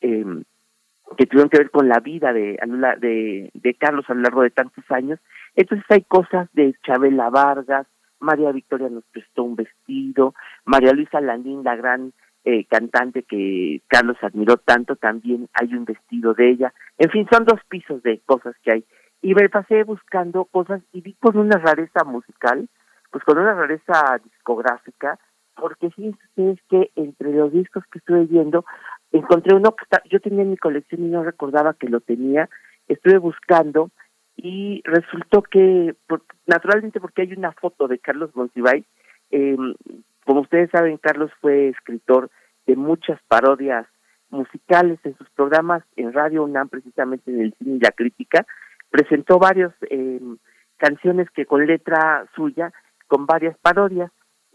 que tuvieron que ver con la vida de Carlos a lo largo de tantos años. Entonces hay cosas de Chabela Vargas, María Victoria nos prestó un vestido, María Luisa Landín, la gran cantante que Carlos admiró tanto, también hay un vestido de ella. En fin, son 2 pisos de cosas que hay. Y me pasé buscando cosas y vi con una rareza musical, pues con una rareza discográfica, porque fíjense ustedes que entre los discos que estuve viendo, encontré uno que yo tenía en mi colección y no recordaba que lo tenía. Estuve buscando y resultó que, naturalmente porque hay una foto de Carlos Monsiváis, como ustedes saben, Carlos fue escritor de muchas parodias musicales en sus programas en Radio UNAM, precisamente en el cine y la crítica. Presentó varias canciones que con letra suya, con varias parodias.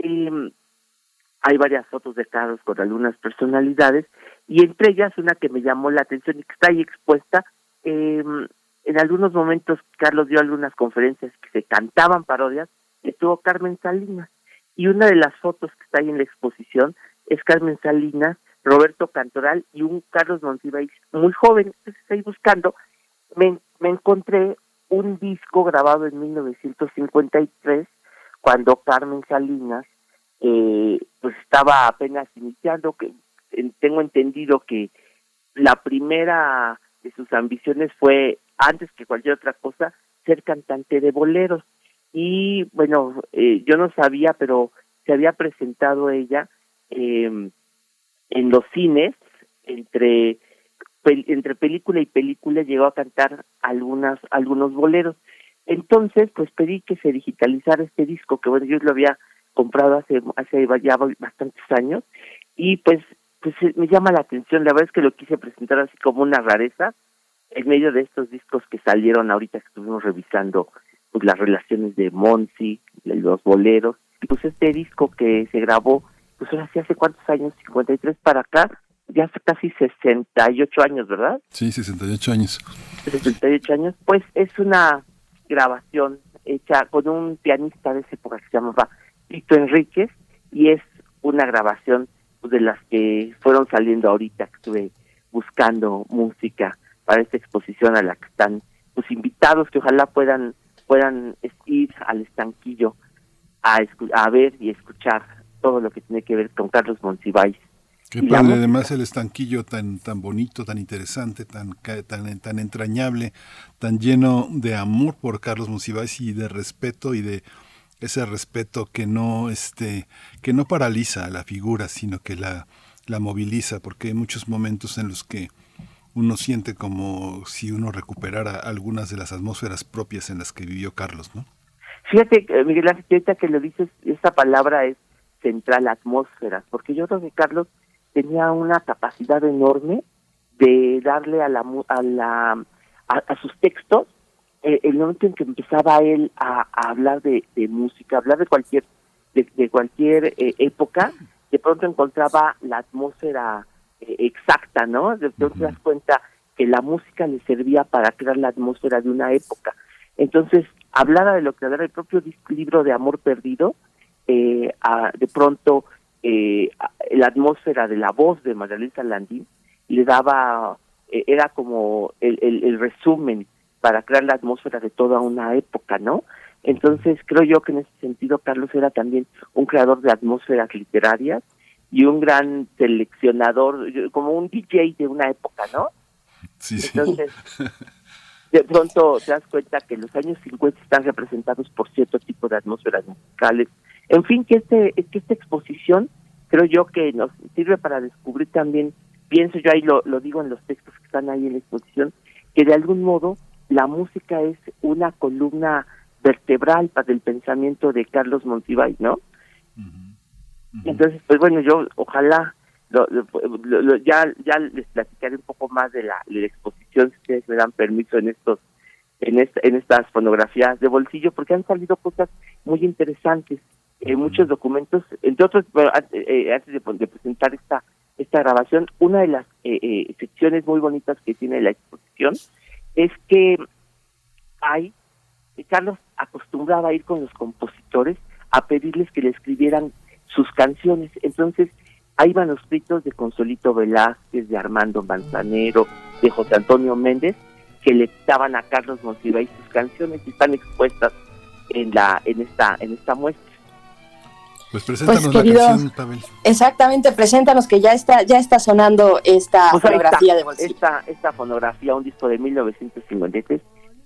Hay varias fotos de Carlos con algunas personalidades, y entre ellas una que me llamó la atención y que está ahí expuesta. En algunos momentos Carlos dio algunas conferencias que se cantaban parodias, estuvo Carmen Salinas, y una de las fotos que está ahí en la exposición es Carmen Salinas, Roberto Cantoral y un Carlos Monsiváis muy joven. Entonces ahí buscando me encontré un disco grabado en 1953, cuando Carmen Salinas pues estaba apenas iniciando, que tengo entendido que la primera de sus ambiciones fue, antes que cualquier otra cosa, ser cantante de boleros. Y bueno, yo no sabía, pero se había presentado ella en los cines, entre película y película llegó a cantar algunos boleros. Entonces, pues pedí que se digitalizara este disco, que bueno, yo lo había comprado hace ya bastantes años, y pues me llama la atención. La verdad es que lo quise presentar así como una rareza en medio de estos discos que salieron ahorita, que estuvimos revisando pues las relaciones de Monsi, los boleros, y pues este disco que se grabó, pues ahora sí, ¿hace cuántos años? 53 para acá, ya hace casi 68 años, ¿verdad? Sí, 68 años. 68 años, pues es una grabación hecha con un pianista de esa época que se llamaba Tito Enríquez, y es una grabación pues, de las que fueron saliendo ahorita, que estuve buscando música para esta exposición a la que están pues invitados, que ojalá puedan ir al Estanquillo a ver y escuchar todo lo que tiene que ver con Carlos Monsiváis. Qué padre, además el Estanquillo tan bonito, tan interesante, tan entrañable, tan lleno de amor por Carlos Monsiváis y de respeto, y de ese respeto que no paraliza a la figura, sino que la moviliza, porque hay muchos momentos en los que uno siente como si uno recuperara algunas de las atmósferas propias en las que vivió Carlos, ¿no? Fíjate, Miguel Ángel, ahorita que lo dices, esa palabra es central, atmósferas, porque yo creo que Carlos tenía una capacidad enorme de darle a sus textos el momento en que empezaba él a hablar de música, hablar de cualquier época, de pronto encontraba la atmósfera exacta, ¿no? De pronto te das cuenta que la música le servía para crear la atmósfera de una época. Entonces, hablaba de lo que era el propio libro de Amor Perdido, de pronto la atmósfera de la voz de María Luisa Landín le daba, era como el resumen para crear la atmósfera de toda una época, ¿no? Entonces, creo yo que en ese sentido Carlos era también un creador de atmósferas literarias y un gran seleccionador, como un DJ de una época, ¿no? Sí, sí. Entonces, de pronto te das cuenta que los años 50 están representados por cierto tipo de atmósferas musicales. En fin, que esta exposición creo yo que nos sirve para descubrir también, pienso yo ahí lo digo en los textos que están ahí en la exposición, que de algún modo la música es una columna vertebral para el pensamiento de Carlos Monsiváis, ¿no? Entonces, pues bueno, yo ojalá ya les platicaré un poco más de la exposición, si ustedes me dan permiso en estas fonografías de bolsillo, porque han salido cosas muy interesantes, muchos documentos, entre otros, antes de presentar esta grabación, una de las secciones muy bonitas que tiene la exposición es que Carlos acostumbraba a ir con los compositores a pedirles que le escribieran sus canciones. Entonces hay manuscritos de Consuelito Velázquez, de Armando Manzanero, de José Antonio Méndez, que le daban a Carlos Monsiváis sus canciones y están expuestas en esta muestra. Pues preséntanos la canción, Pavel. Exactamente, preséntanos, que ya está sonando esta fonografía de bolsillo. Esta fonografía, un disco de 1953,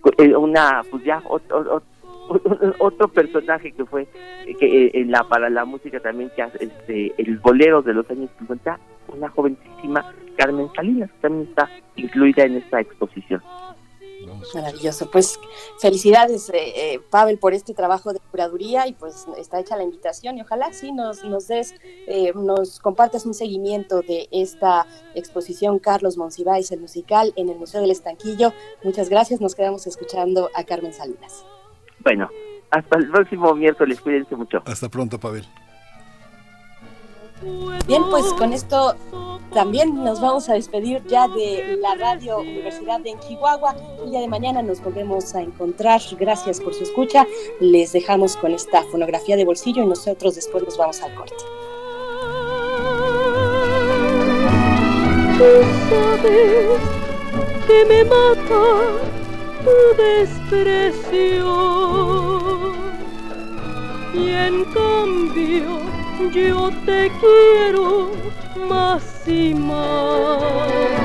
otro personaje que fue para la música también, que hace el bolero de los años 50, una jovencísima Carmen Salinas, que también está incluida en esta exposición. Maravilloso, pues felicidades Pavel por este trabajo de curaduría, y pues está hecha la invitación y ojalá sí nos compartas un seguimiento de esta exposición Carlos Monsiváis, el musical, en el Museo del Estanquillo. Muchas gracias, nos quedamos escuchando a Carmen Salinas. Bueno, hasta el próximo miércoles, cuídense mucho. Hasta pronto, Pavel. Bien, pues con esto también nos vamos a despedir ya de la Radio Universidad de Chihuahua. El día de mañana nos volvemos a encontrar. Gracias por su escucha. Les dejamos con esta fonografía de bolsillo y nosotros después nos vamos al corte. Tú sabes que me mata tu desprecio y en cambio yo te quiero más y más.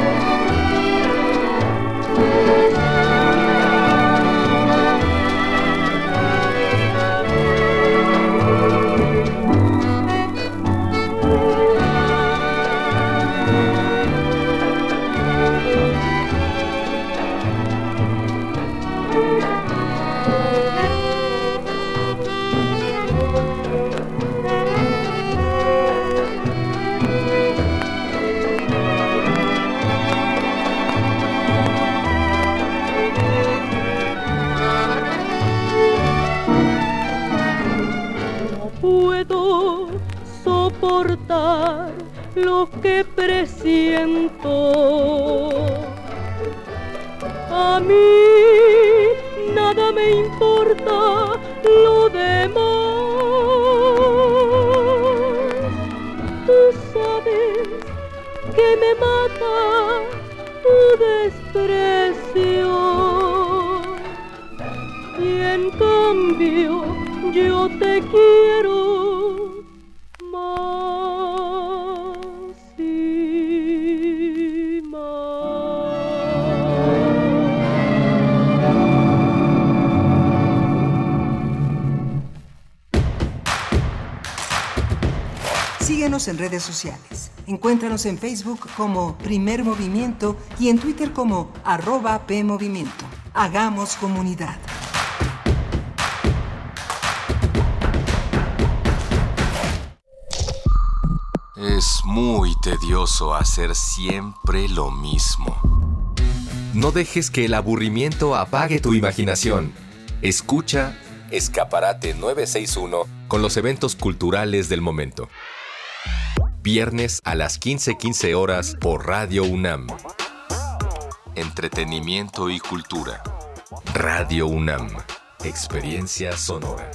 Puedo soportar lo que presiento. A mí nada me importa lo demás. Tú sabes que me mata tu desprecio y en cambio yo te quiero más y más. Síguenos en redes sociales. Encuéntranos en Facebook como Primer Movimiento y en Twitter como @PMovimiento. Hagamos comunidad. Es muy tedioso hacer siempre lo mismo. No dejes que el aburrimiento apague tu imaginación. Escucha Escaparate 961 con los eventos culturales del momento. Viernes a las 15:15 horas por Radio UNAM. Entretenimiento y cultura. Radio UNAM. Experiencia sonora.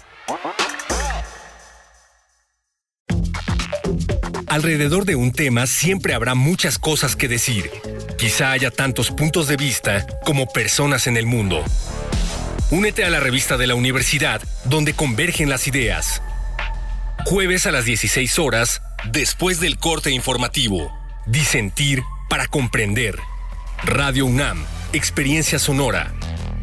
Alrededor de un tema siempre habrá muchas cosas que decir. Quizá haya tantos puntos de vista como personas en el mundo. Únete a la revista de la universidad, donde convergen las ideas. Jueves a las 16 horas, después del corte informativo. Disentir para comprender. Radio UNAM, Experiencia sonora.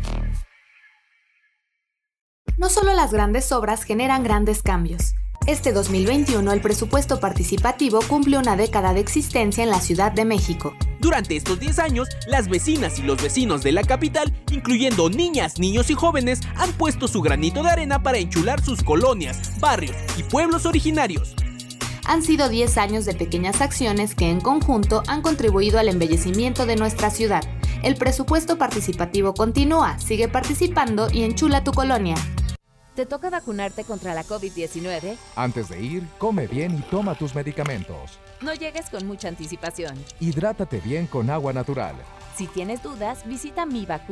No solo las grandes obras generan grandes cambios. Este 2021 el presupuesto participativo cumple una década de existencia en la Ciudad de México. Durante estos 10 años, las vecinas y los vecinos de la capital, incluyendo niñas, niños y jóvenes, han puesto su granito de arena para enchular sus colonias, barrios y pueblos originarios. Han sido 10 años de pequeñas acciones que en conjunto han contribuido al embellecimiento de nuestra ciudad. El presupuesto participativo continúa, sigue participando y enchula tu colonia. ¿Te toca vacunarte contra la COVID-19? Antes de ir, come bien y toma tus medicamentos. No llegues con mucha anticipación. Hidrátate bien con agua natural. Si tienes dudas, visita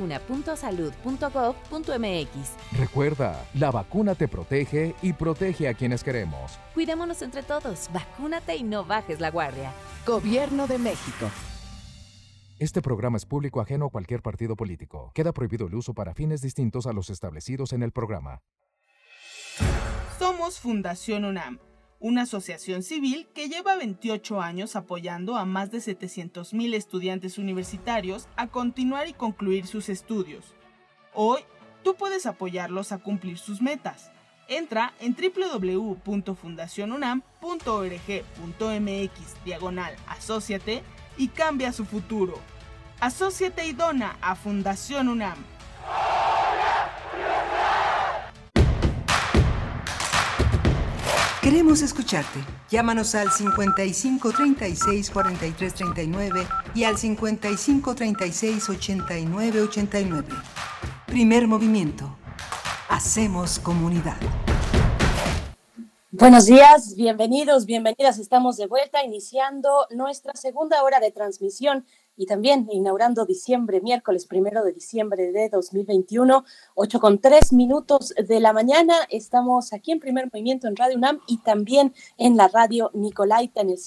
mivacuna.salud.gov.mx. Recuerda, la vacuna te protege y protege a quienes queremos. Cuidémonos entre todos, vacúnate y no bajes la guardia. Gobierno de México. Este programa es público ajeno a cualquier partido político. Queda prohibido el uso para fines distintos a los establecidos en el programa. Somos Fundación UNAM, una asociación civil que lleva 28 años apoyando a más de 700,000 estudiantes universitarios a continuar y concluir sus estudios. Hoy, tú puedes apoyarlos a cumplir sus metas. Entra en www.fundacionunam.org.mx/asóciate y cambia su futuro. Asóciate y dona a Fundación UNAM. Queremos escucharte. Llámanos al 55 36 43 39 y al 55 36 89 89. Primer movimiento. Hacemos comunidad. Buenos días, bienvenidos, bienvenidas. Estamos de vuelta iniciando nuestra segunda hora de transmisión y también inaugurando diciembre, miércoles 1 de diciembre de 2021, 8:03 de la mañana. Estamos aquí en Primer Movimiento en Radio UNAM y también en la radio Nicolaita en el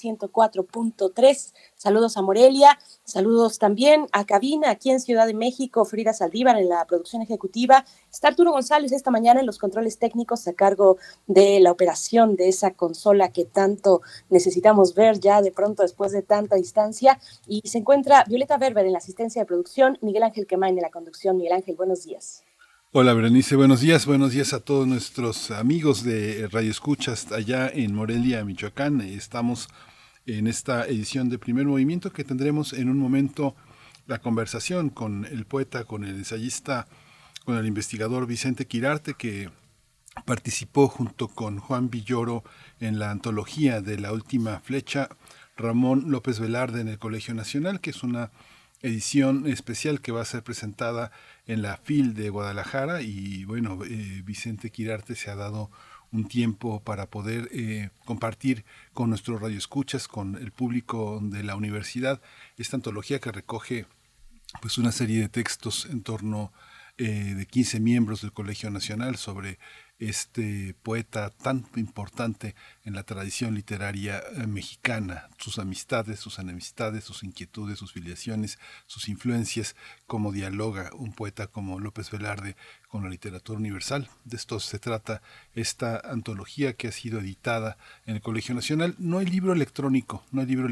104.3. Saludos a Morelia, saludos también a cabina aquí en Ciudad de México, Frida Saldívar en la producción ejecutiva. Está Arturo González esta mañana en los controles técnicos a cargo de la operación de esa consola que tanto necesitamos ver ya de pronto después de tanta distancia. Y se encuentra Violeta Berber en la asistencia de producción, Miguel Ángel Quemain en la conducción. Miguel Ángel, buenos días. Hola Berenice, buenos días a todos nuestros amigos de Radio Escuchas allá en Morelia, Michoacán. Estamos en esta edición de Primer Movimiento que tendremos en un momento la conversación con el poeta, con el ensayista, con el investigador Vicente Quirarte, que participó junto con Juan Villoro en la antología de La Última Flecha, Ramón López Velarde en el Colegio Nacional, que es una edición especial que va a ser presentada en la FIL de Guadalajara. Y bueno, Vicente Quirarte se ha dado un tiempo para poder compartir con nuestros radioescuchas, con el público de la universidad, esta antología que recoge pues una serie de textos en torno de 15 miembros del Colegio Nacional sobre este poeta tan importante en la tradición literaria mexicana, sus amistades, sus enemistades, sus inquietudes, sus filiaciones, sus influencias, cómo dialoga un poeta como López Velarde con la literatura universal. De esto se trata esta antología que ha sido editada en el Colegio Nacional. No hay libro electrónico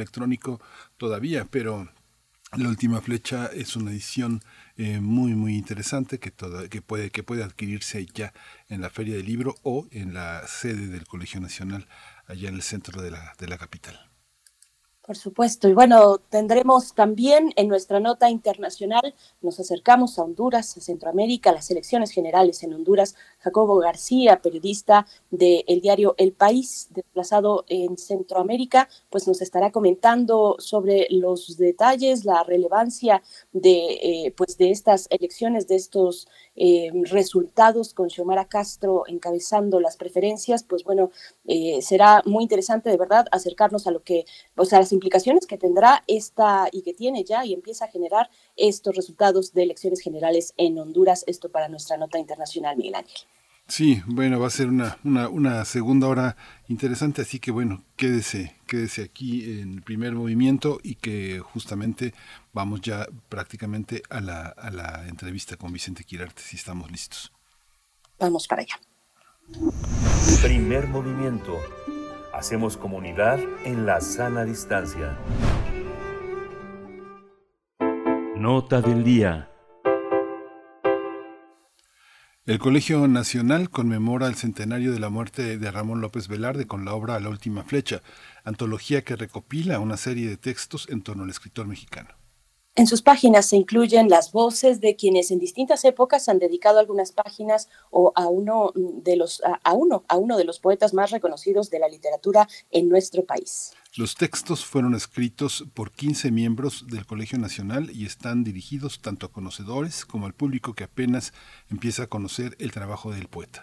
todavía, pero La Última Flecha es una edición muy interesante que puede adquirirse ya en la Feria del Libro o en la sede del Colegio Nacional allá en el centro de la capital. Por supuesto, y bueno, tendremos también en nuestra nota internacional, nos acercamos a Honduras, a Centroamérica, las elecciones generales en Honduras. Jacobo García, periodista del diario El País, desplazado en Centroamérica, pues nos estará comentando sobre los detalles, la relevancia de estas elecciones, de estos resultados, con Xiomara Castro encabezando las preferencias. Pues bueno, será muy interesante de verdad acercarnos a las implicaciones que tendrá y que tiene ya y empieza a generar estos resultados de elecciones generales en Honduras. Esto para nuestra nota internacional, Miguel Ángel. Sí, bueno, va a ser una segunda hora interesante, así que bueno, quédese aquí en Primer Movimiento y que justamente vamos ya prácticamente a la entrevista con Vicente Quirarte, si estamos listos. Vamos para allá. Primer Movimiento. Hacemos comunidad en la sana distancia. Nota del día. El Colegio Nacional conmemora el centenario de la muerte de Ramón López Velarde con la obra La Última Flecha, antología que recopila una serie de textos en torno al escritor mexicano. En sus páginas se incluyen las voces de quienes en distintas épocas han dedicado algunas páginas o a uno de los poetas más reconocidos de la literatura en nuestro país. Los textos fueron escritos por 15 miembros del Colegio Nacional y están dirigidos tanto a conocedores como al público que apenas empieza a conocer el trabajo del poeta.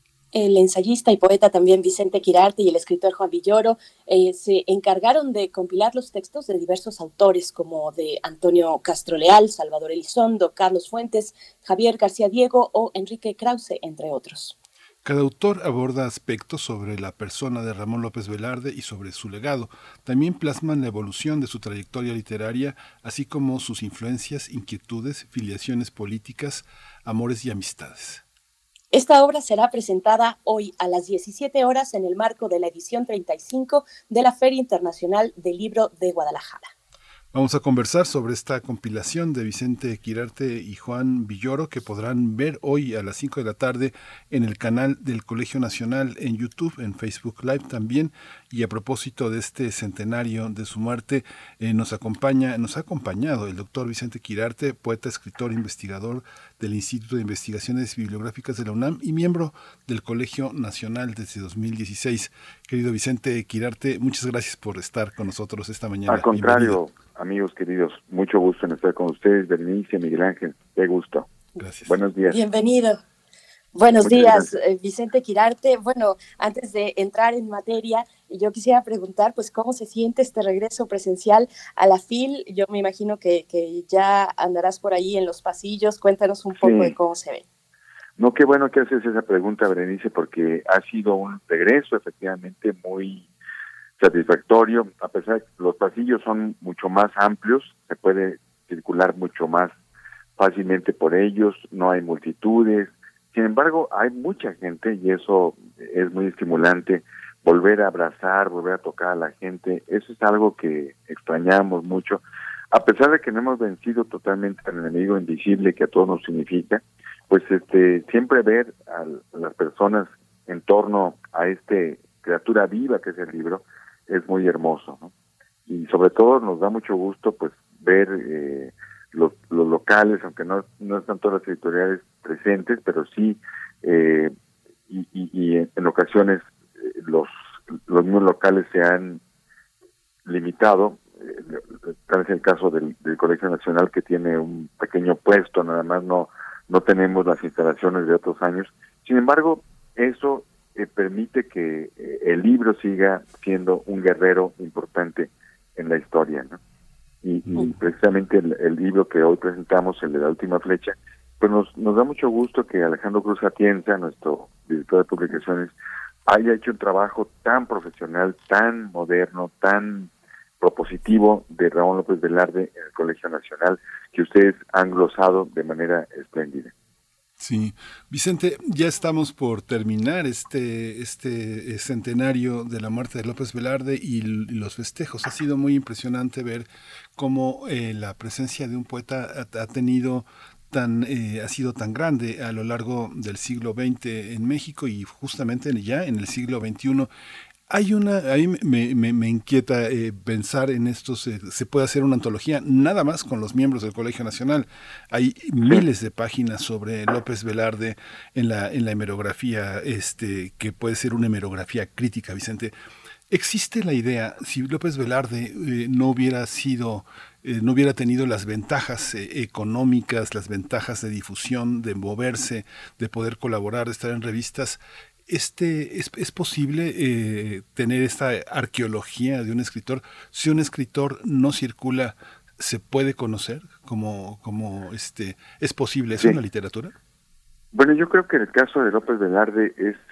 El ensayista y poeta también Vicente Quirarte y el escritor Juan Villoro se encargaron de compilar los textos de diversos autores como de Antonio Castro Leal, Salvador Elizondo, Carlos Fuentes, Javier García Diego o Enrique Krause, entre otros. Cada autor aborda aspectos sobre la persona de Ramón López Velarde y sobre su legado. También plasman la evolución de su trayectoria literaria, así como sus influencias, inquietudes, filiaciones políticas, amores y amistades. Esta obra será presentada hoy a las 17 horas en el marco de la edición 35 de la Feria Internacional del Libro de Guadalajara. Vamos a conversar sobre esta compilación de Vicente Quirarte y Juan Villoro que podrán ver hoy a las 5 de la tarde en el canal del Colegio Nacional en YouTube, en Facebook Live también. Y a propósito de este centenario de su muerte, nos ha acompañado el doctor Vicente Quirarte, poeta, escritor, investigador del Instituto de Investigaciones Bibliográficas de la UNAM y miembro del Colegio Nacional desde 2016. Querido Vicente Quirarte, muchas gracias por estar con nosotros esta mañana. Al contrario, amigos queridos, mucho gusto en estar con ustedes, Berenice, Miguel Ángel, qué gusto. Gracias. Buenos días. Bienvenido. Buenos Muchas días, gracias. Vicente Quirarte. Bueno, antes de entrar en materia, yo quisiera preguntar, pues, ¿cómo se siente este regreso presencial a la FIL? Yo me imagino que ya andarás por ahí en los pasillos. Cuéntanos un poco de cómo se ve. No, qué bueno que haces esa pregunta, Berenice, porque ha sido un regreso efectivamente muy satisfactorio, a pesar de que los pasillos son mucho más amplios, se puede circular mucho más fácilmente por ellos, no hay multitudes. Sin embargo, hay mucha gente y eso es muy estimulante, volver a abrazar, volver a tocar a la gente. Eso es algo que extrañamos mucho, a pesar de que no hemos vencido totalmente al enemigo invisible que a todos nos significa. Pues siempre ver a las personas en torno a criatura viva que es el libro es muy hermoso, ¿no? Y sobre todo nos da mucho gusto pues ver los locales, aunque no están todas las editoriales presentes, pero sí y en ocasiones los mismos locales se han limitado. Tal es el caso del Colegio Nacional, que tiene un pequeño puesto, nada más no tenemos las instalaciones de otros años. Sin embargo, eso permite que el libro siga siendo un guerrero importante en la historia, ¿no? Y precisamente el libro que hoy presentamos, el de La Última Flecha, pues nos da mucho gusto que Alejandro Cruz Atienza, nuestro director de publicaciones, haya hecho un trabajo tan profesional, tan moderno, tan propositivo de Ramón López Velarde en el Colegio Nacional, que ustedes han glosado de manera espléndida. Sí, Vicente, ya estamos por terminar este centenario de la muerte de López Velarde y los festejos. Ha sido muy impresionante ver cómo la presencia de un poeta ha sido tan grande a lo largo del siglo XX en México y justamente ya en el siglo XXI. Ahí me inquieta pensar en estos, se puede hacer una antología nada más con los miembros del Colegio Nacional. Hay miles de páginas sobre López Velarde en la hemerografía, que puede ser una hemerografía crítica, Vicente. ¿Existe la idea, si López Velarde no hubiera tenido las ventajas económicas, las ventajas de difusión, de moverse, de poder colaborar, de estar en revistas, es posible tener esta arqueología de un escritor? Si un escritor no circula, ¿se puede conocer? ¿Es posible eso en la literatura? Bueno, yo creo que el caso de López Velarde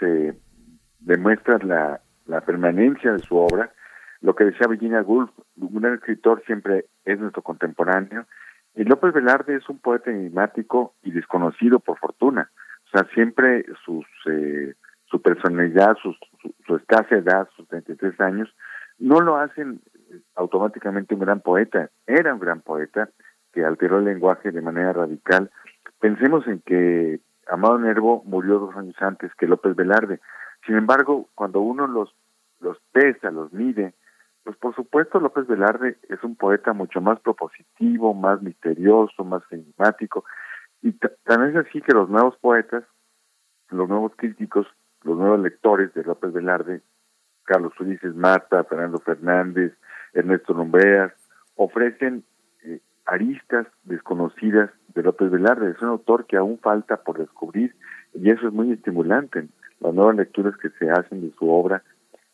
demuestra la permanencia de su obra. Lo que decía Virginia Woolf, un escritor siempre es nuestro contemporáneo, y López Velarde es un poeta enigmático y desconocido por fortuna. O sea, siempre su personalidad, su escasa edad, sus 33 años, no lo hacen automáticamente un gran poeta. Era un gran poeta que alteró el lenguaje de manera radical. Pensemos en que Amado Nervo murió 2 años antes que López Velarde. Sin embargo, cuando uno los pesa, los mide, pues por supuesto López Velarde es un poeta mucho más propositivo, más misterioso, más enigmático, y tan es así que los nuevos poetas, los nuevos críticos, los nuevos lectores de López Velarde, Carlos Ulises Mata, Fernando Fernández, Ernesto Lumbreras, ofrecen aristas desconocidas de López Velarde. Es un autor que aún falta por descubrir, y eso es muy estimulante, las nuevas lecturas que se hacen de su obra.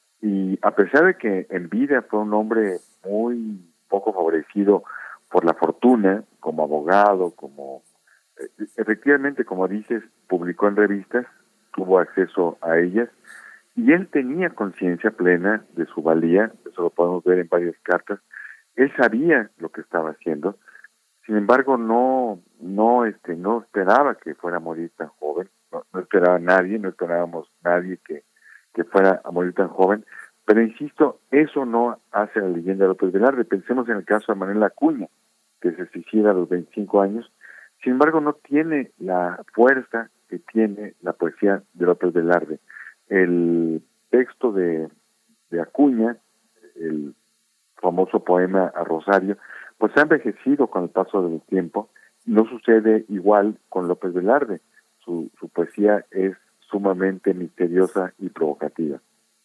Y a pesar de que en vida fue un hombre muy poco favorecido por la fortuna, como abogado, efectivamente, como dices, publicó en revistas, tuvo acceso a ellas, y él tenía conciencia plena de su valía. Eso lo podemos ver en varias cartas. Él sabía lo que estaba haciendo. Sin embargo, no esperaba que fuera a morir tan joven. No esperaba nadie, no esperábamos nadie que fuera a morir tan joven. Pero insisto, eso no hace la leyenda de López Velarde. Pensemos en el caso de Manuel Acuña, que se suicida a los 25 años. Sin embargo, no tiene la fuerza que tiene la poesía de López Velarde. El texto de Acuña, el famoso poema a Rosario, pues ha envejecido con el paso del tiempo. No sucede igual con López Velarde. Su poesía es sumamente misteriosa y provocativa.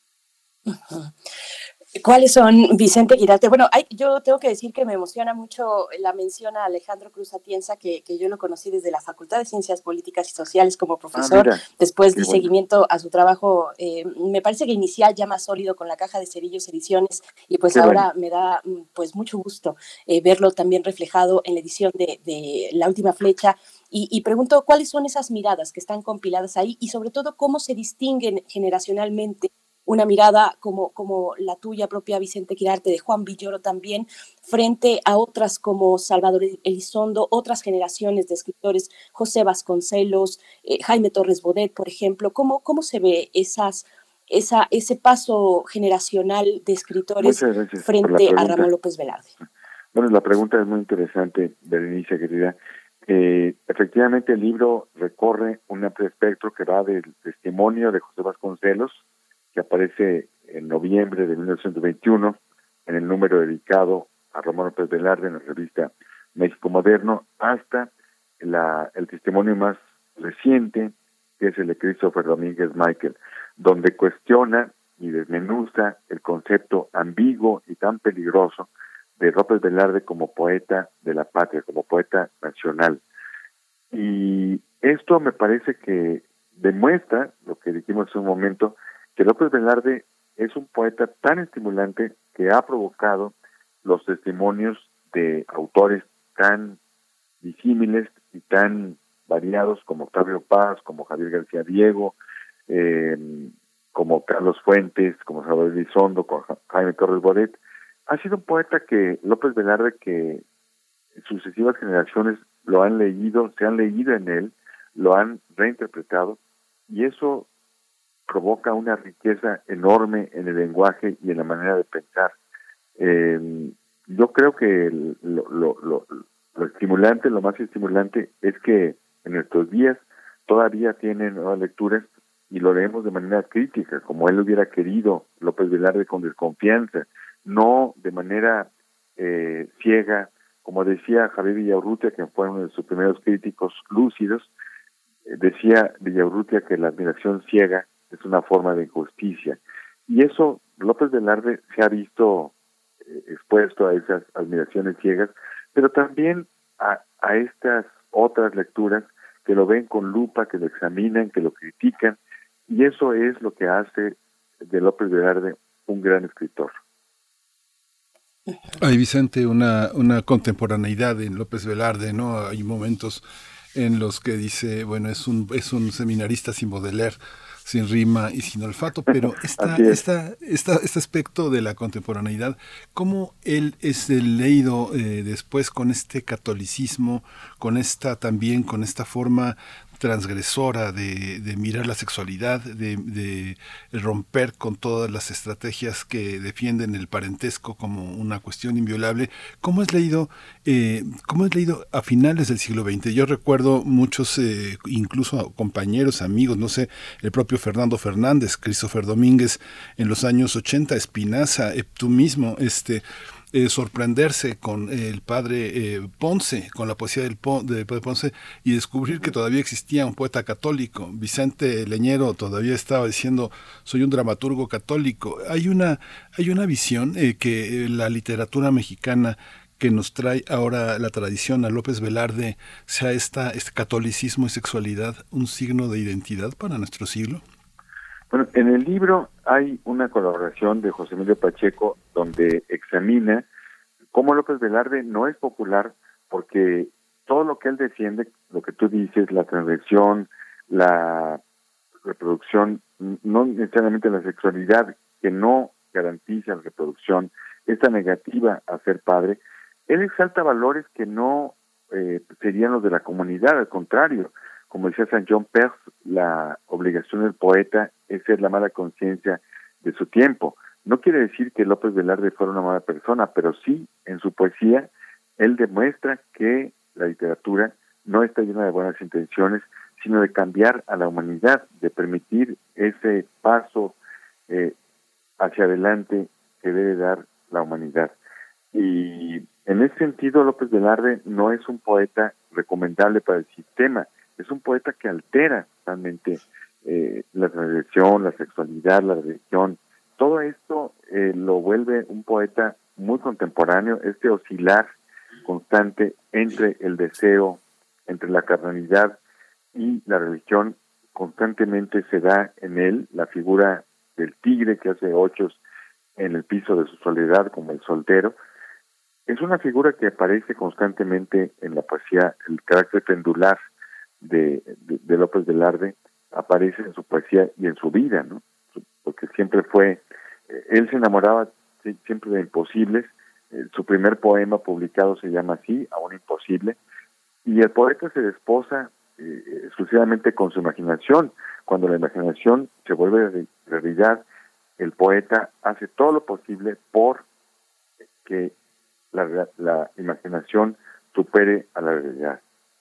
¿Cuáles son, Vicente Girarte? Bueno, yo tengo que decir que me emociona mucho la mención a Alejandro Cruz Atienza, que yo lo conocí desde la Facultad de Ciencias Políticas y Sociales como profesor. Después di seguimiento a su trabajo, me parece que inicial, ya más sólido, con la Caja de Cerillos Ediciones, y pues ahora me da pues mucho gusto verlo también reflejado en la edición de La Última Flecha. Y pregunto, ¿cuáles son esas miradas que están compiladas ahí? Y sobre todo, ¿cómo se distinguen generacionalmente una mirada como la tuya propia, Vicente Girarte, de Juan Villoro también, frente a otras como Salvador Elizondo, otras generaciones de escritores, José Vasconcelos, Jaime Torres Bodet, por ejemplo? ¿Cómo se ve ese paso generacional de escritores frente a Ramón López Velarde? Bueno, la pregunta es muy interesante, Berenice, querida. Efectivamente, el libro recorre un amplio espectro que va del testimonio de José Vasconcelos, que aparece en noviembre de 1921 en el número dedicado a Ramón López Velarde en la revista México Moderno, hasta el testimonio más reciente, que es el de Christopher Domínguez Michael, donde cuestiona y desmenuza el concepto ambiguo y tan peligroso de López Velarde como poeta de la patria, como poeta nacional. Y esto me parece que demuestra lo que dijimos hace un momento, que López Velarde es un poeta tan estimulante que ha provocado los testimonios de autores tan disímiles y tan variados como Octavio Paz, como Javier García Diego, como Carlos Fuentes, como Salvador Elizondo, como Jaime Torres Bodet. Ha sido un poeta que López Velarde, que sucesivas generaciones lo han leído, se han leído en él, lo han reinterpretado, y eso provoca una riqueza enorme en el lenguaje y en la manera de pensar. Yo creo que lo estimulante, lo más estimulante, es que en nuestros días todavía tienen nuevas lecturas y lo leemos de manera crítica, como él hubiera querido, López Velarde, con desconfianza, no de manera ciega, como decía Javier Villaurrutia, que fue uno de sus primeros críticos lúcidos. Decía Villaurrutia que la admiración ciega es una forma de injusticia, y eso López Velarde se ha visto expuesto a esas admiraciones ciegas, pero también a estas otras lecturas que lo ven con lupa, que lo examinan, que lo critican, y eso es lo que hace de López Velarde un gran escritor. Hay, Vicente, una contemporaneidad en López Velarde, ¿no? Hay momentos en los que dice, bueno, es un seminarista sin Baudelaire, sin rima y sin olfato, pero este aspecto de la contemporaneidad, ¿cómo él es leído después con este catolicismo, con esta forma transgresora de mirar la sexualidad, de romper con todas las estrategias que defienden el parentesco como una cuestión inviolable? ¿Cómo es leído a finales del siglo XX? Yo recuerdo muchos, incluso compañeros, amigos, no sé, el propio Fernando Fernández, Christopher Domínguez en los años 80, Espinaza, tú mismo, sorprenderse con el padre Ponce, con la poesía del padre Ponce, y descubrir que todavía existía un poeta católico. Vicente Leñero todavía estaba diciendo, soy un dramaturgo católico. Hay una visión que la literatura mexicana que nos trae ahora la tradición a López Velarde, sea este catolicismo y sexualidad un signo de identidad para nuestro siglo. Bueno, en el libro hay una colaboración de José Emilio Pacheco donde examina cómo López Velarde no es popular porque todo lo que él defiende, lo que tú dices, la transgresión, la reproducción, no necesariamente la sexualidad, que no garantiza la reproducción, esta negativa a ser padre, él exalta valores que no serían los de la comunidad, al contrario. Como decía Saint John Perse, la obligación del poeta es ser la mala conciencia de su tiempo. No quiere decir que López Velarde fuera una mala persona, pero sí, en su poesía, él demuestra que la literatura no está llena de buenas intenciones, sino de cambiar a la humanidad, de permitir ese paso hacia adelante que debe dar la humanidad. Y en ese sentido, López Velarde no es un poeta recomendable para el sistema, es un poeta que altera totalmente la transgresión, la sexualidad, la religión. Todo esto lo vuelve un poeta muy contemporáneo, este oscilar constante entre el deseo, entre la carnalidad y la religión. Constantemente se da en él la figura del tigre que hace ochos en el piso de su soledad como el soltero. Es una figura que aparece constantemente en la poesía, el carácter pendular de López Velarde aparece en su poesía y en su vida, ¿no? Porque siempre él se enamoraba siempre de imposibles. Su primer poema publicado se llama así, Aún imposible, y el poeta se desposa exclusivamente con su imaginación. Cuando la imaginación se vuelve realidad, el poeta hace todo lo posible por que la imaginación supere a la realidad.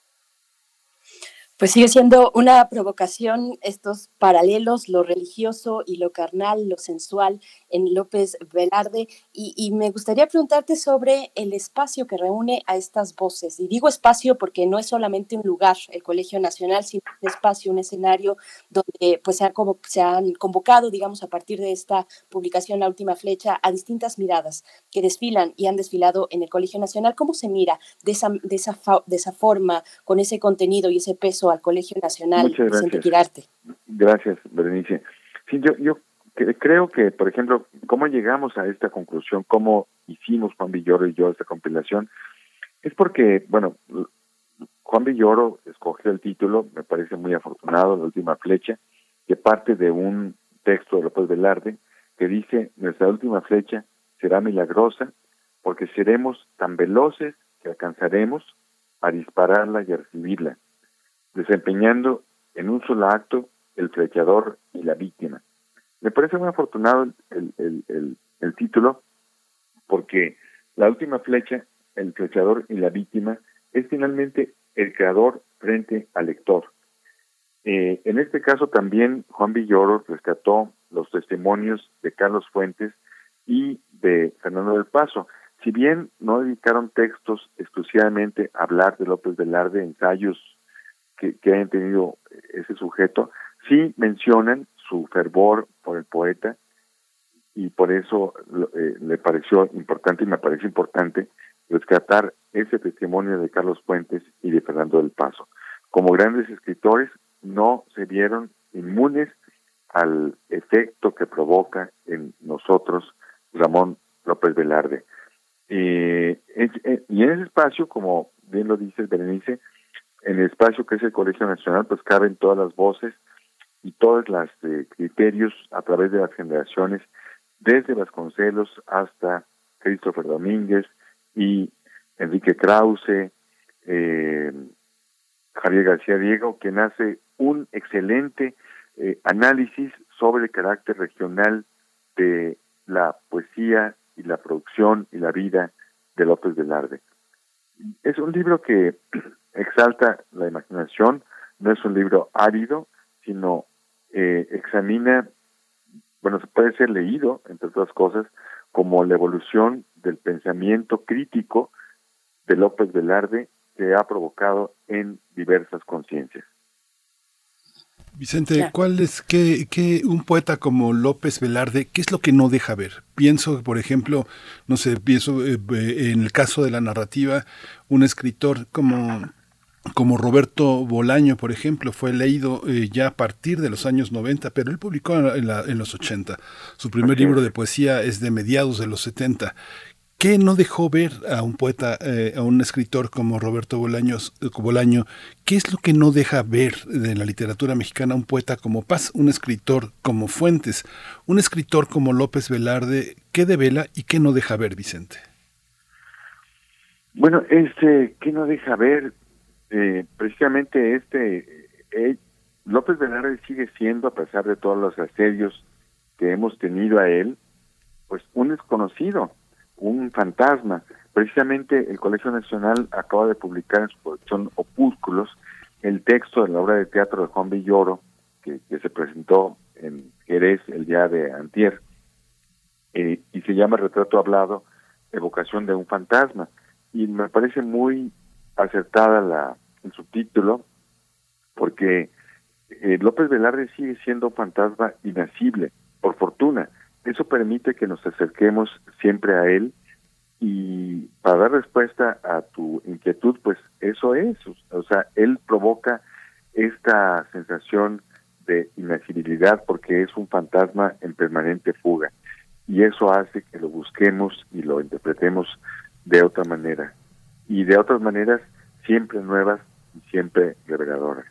Pues sigue siendo una provocación estos paralelos, lo religioso y lo carnal, lo sensual en López Velarde, y me gustaría preguntarte sobre el espacio que reúne a estas voces. Y digo espacio porque no es solamente un lugar, el Colegio Nacional, sino un espacio, un escenario donde pues se han convocado, digamos, a partir de esta publicación La Última Flecha, a distintas miradas que desfilan y han desfilado en el Colegio Nacional. ¿Cómo se mira de esa forma, con ese contenido y ese peso al Colegio Nacional? Muchas gracias. Vicente Quirarte. Gracias, Berenice. Sí, yo creo que, por ejemplo, cómo llegamos a esta conclusión, cómo hicimos Juan Villoro y yo esta compilación, es porque, bueno, Juan Villoro escogió el título, me parece muy afortunado, La Última Flecha, que parte de un texto de López Velarde que dice: nuestra última flecha será milagrosa porque seremos tan veloces que alcanzaremos a dispararla y a recibirla, desempeñando en un solo acto el flechador y la víctima. Me parece muy afortunado el título, porque la última flecha, el flechador y la víctima, es finalmente el creador frente al lector. En este caso también Juan Villoro rescató los testimonios de Carlos Fuentes y de Fernando del Paso. Si bien no dedicaron textos exclusivamente a hablar de López Velarde, ensayos que hayan tenido ese sujeto, sí mencionan su fervor por el poeta, y por eso le pareció importante y me parece importante rescatar ese testimonio de Carlos Fuentes y de Fernando del Paso. Como grandes escritores, no se vieron inmunes al efecto que provoca en nosotros Ramón López Velarde. Y en ese espacio, como bien lo dice Berenice, en el espacio que es el Colegio Nacional, pues caben todas las voces y todos los criterios a través de las generaciones, desde Vasconcelos hasta Christopher Domínguez y Enrique Krause, Javier García Diego, quien hace un excelente análisis sobre el carácter regional de la poesía y la producción y la vida de López Velarde. Es un libro que exalta la imaginación, no es un libro árido, sino examina, bueno, se puede ser leído, entre otras cosas, como la evolución del pensamiento crítico de López Velarde que ha provocado en diversas conciencias. Vicente, ¿cuál es que un poeta como López Velarde, qué es lo que no deja ver? Pienso, por ejemplo, no sé, en el caso de la narrativa, un escritor como Roberto Bolaño, por ejemplo, fue leído ya a partir de los años 90, pero él publicó en los 80. Su primer libro de poesía es de mediados de los 70. ¿Qué no dejó ver a un poeta, a un escritor como Roberto Bolaño? ¿Qué es lo que no deja ver de la literatura mexicana un poeta como Paz, un escritor como Fuentes, un escritor como López Velarde? ¿Qué devela y qué no deja ver, Vicente? Bueno, ¿qué no deja ver? Precisamente López Velarde sigue siendo, a pesar de todos los asedios que hemos tenido a él, pues un desconocido, un fantasma. Precisamente el Colegio Nacional acaba de publicar en su colección Opúsculos el texto de la obra de teatro de Juan Villoro, que se presentó en Jerez el día de antier, y se llama Retrato Hablado, evocación de un fantasma. Y me parece muy acertada el subtítulo, porque López Velarde sigue siendo un fantasma inacible, por fortuna. Eso permite que nos acerquemos siempre a él, y para dar respuesta a tu inquietud, pues eso es, o sea, él provoca esta sensación de inacibilidad porque es un fantasma en permanente fuga, y eso hace que lo busquemos y lo interpretemos de otra manera, y de otras maneras siempre nuevas y siempre reveladoras.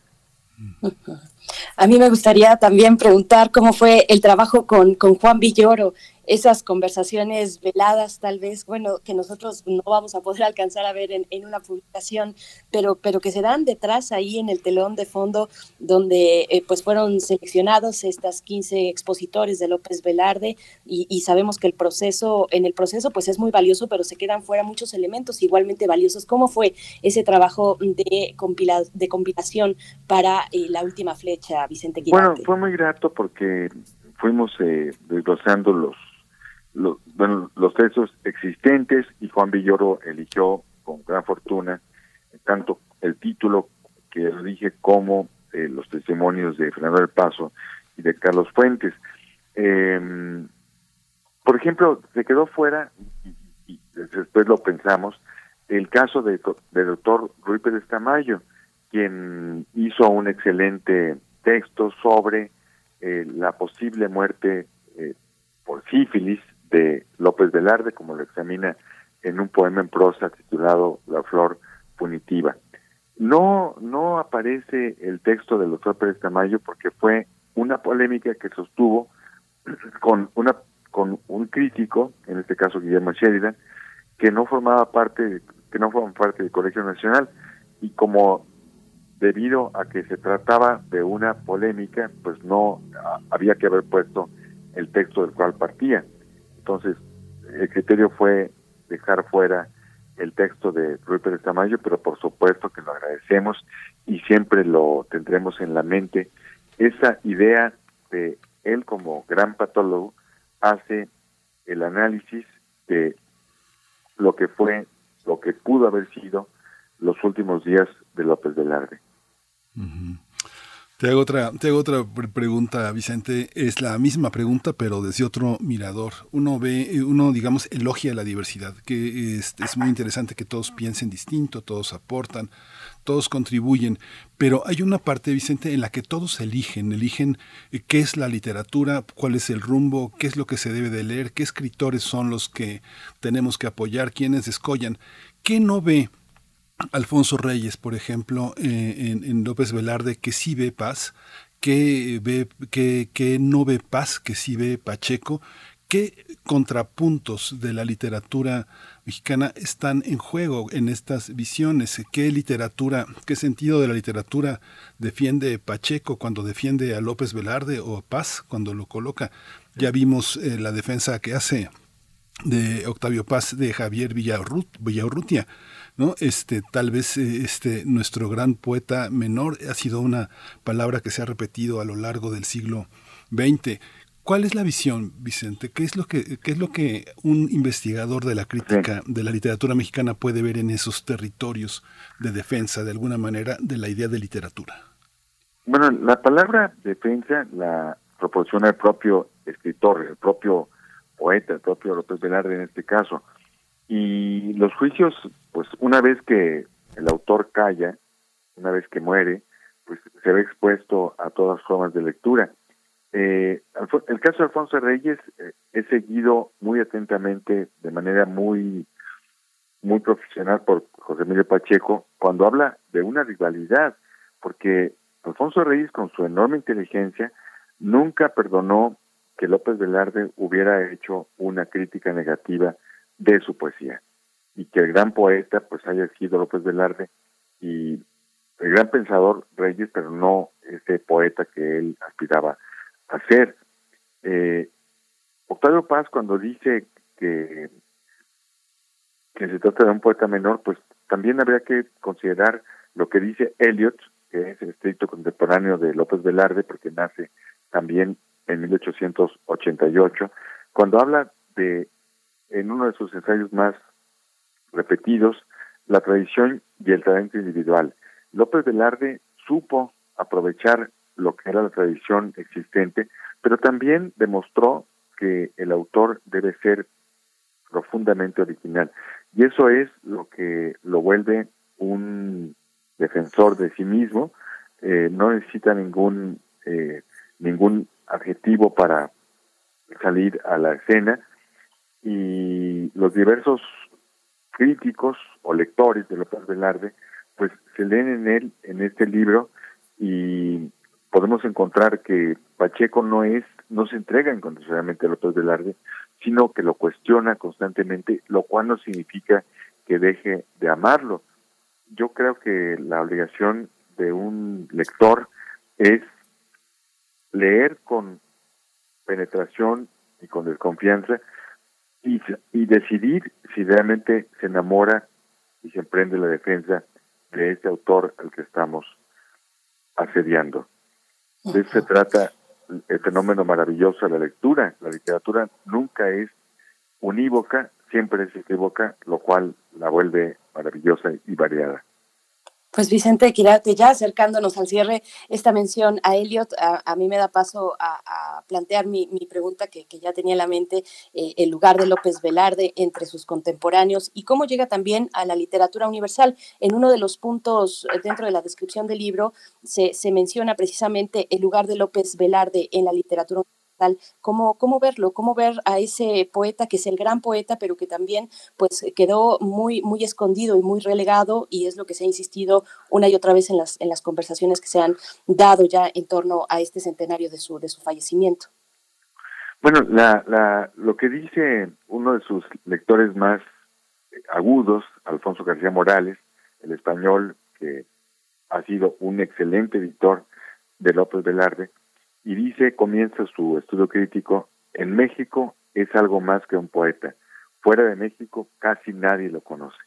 A mí me gustaría también preguntar cómo fue el trabajo con Juan Villoro, esas conversaciones veladas tal vez, bueno, que nosotros no vamos a poder alcanzar a ver en una publicación, pero que se dan detrás ahí en el telón de fondo, donde pues fueron seleccionados estas 15 expositores de López Velarde, y sabemos que en el proceso pues es muy valioso, pero se quedan fuera muchos elementos igualmente valiosos. ¿Cómo fue ese trabajo de compilación para La Última Flecha, Vicente Guirarte? Bueno, fue muy grato porque fuimos desglosando los textos existentes, y Juan Villoro eligió con gran fortuna tanto el título que lo dije como los testimonios de Fernando del Paso y de Carlos Fuentes. Por ejemplo, se quedó fuera, y después lo pensamos, el caso del doctor Ruy Pérez Tamayo, quien hizo un excelente texto sobre la posible muerte por sífilis de López Velarde, como lo examina en un poema en prosa titulado La Flor Punitiva. No aparece el texto del doctor Pérez Tamayo porque fue una polémica que sostuvo con un crítico, en este caso Guillermo Sheridan, que no forman parte del Colegio Nacional, y como debido a que se trataba de una polémica, pues no había que haber puesto el texto del cual partía. Entonces, el criterio fue dejar fuera el texto de Rui Pérez Tamayo, pero por supuesto que lo agradecemos y siempre lo tendremos en la mente. Esa idea de él como gran patólogo hace el análisis de lo que fue, lo que pudo haber sido los últimos días de López Velarde. Uh-huh. Te hago otra pregunta, Vicente. Es la misma pregunta, pero desde otro mirador. Uno digamos, elogia la diversidad, que es muy interesante que todos piensen distinto, todos aportan, todos contribuyen, pero hay una parte, Vicente, en la que todos eligen qué es la literatura, cuál es el rumbo, qué es lo que se debe de leer, qué escritores son los que tenemos que apoyar, quiénes descollan. ¿Qué no ve Alfonso Reyes, por ejemplo, en López Velarde, que sí ve paz, que no ve paz, que sí ve Pacheco? ¿Qué contrapuntos de la literatura mexicana están en juego en estas visiones? ¿Qué sentido de la literatura defiende Pacheco cuando defiende a López Velarde, o Paz cuando lo coloca? Ya vimos la defensa que hace de Octavio Paz de Javier Villaurrutia, ¿no? Tal vez nuestro gran poeta menor ha sido una palabra que se ha repetido a lo largo del siglo XX. ¿Cuál es la visión, Vicente? ¿Qué es lo que un investigador de la crítica de la literatura mexicana puede ver en esos territorios de defensa, de alguna manera, de la idea de literatura? Bueno, la palabra defensa la proporciona el propio escritor, el propio poeta, el propio López Velarde en este caso. Y los juicios, pues una vez que el autor calla, una vez que muere, pues se ve expuesto a todas formas de lectura. El caso de Alfonso Reyes es seguido muy atentamente, de manera muy profesional, por José Emilio Pacheco, cuando habla de una rivalidad, porque Alfonso Reyes, con su enorme inteligencia, nunca perdonó que López Velarde hubiera hecho una crítica negativa de su poesía, y que el gran poeta pues haya sido López Velarde, y el gran pensador Reyes, pero no ese poeta que él aspiraba a ser. Octavio Paz, cuando dice que se trata de un poeta menor, pues también habría que considerar lo que dice Eliot, que es el estricto contemporáneo de López Velarde, porque nace también en 1888, cuando habla de, en uno de sus ensayos más repetidos, la tradición y el talento individual. López Velarde supo aprovechar lo que era la tradición existente, pero también demostró que el autor debe ser profundamente original. Y eso es lo que lo vuelve un defensor de sí mismo. No necesita ningún adjetivo para salir a la escena, y los diversos críticos o lectores de López Velarde pues se leen en él, en este libro, y podemos encontrar que Pacheco no se entrega incondicionalmente a López Velarde, sino que lo cuestiona constantemente, lo cual no significa que deje de amarlo. Yo creo que la obligación de un lector es leer con penetración y con desconfianza, y decidir si realmente se enamora y se emprende la defensa de este autor al que estamos asediando. De eso se trata el fenómeno maravilloso de la lectura. La literatura nunca es unívoca, siempre es equívoca, lo cual la vuelve maravillosa y variada. Pues Vicente Quirarte, ya acercándonos al cierre, esta mención a Eliot a mí me da paso a plantear mi pregunta que ya tenía en la mente, el lugar de López Velarde entre sus contemporáneos y cómo llega también a la literatura universal. En uno de los puntos dentro de la descripción del libro se menciona precisamente el lugar de López Velarde en la literatura universal. ¿Cómo verlo? ¿Cómo ver a ese poeta que es el gran poeta, pero que también pues quedó muy escondido y muy relegado, y es lo que se ha insistido una y otra vez en las conversaciones que se han dado ya en torno a este centenario de su fallecimiento? Bueno, lo que dice uno de sus lectores más agudos, Alfonso García Morales, el español, que ha sido un excelente editor de López Velarde, y dice, comienza su estudio crítico: en México es algo más que un poeta, fuera de México casi nadie lo conoce.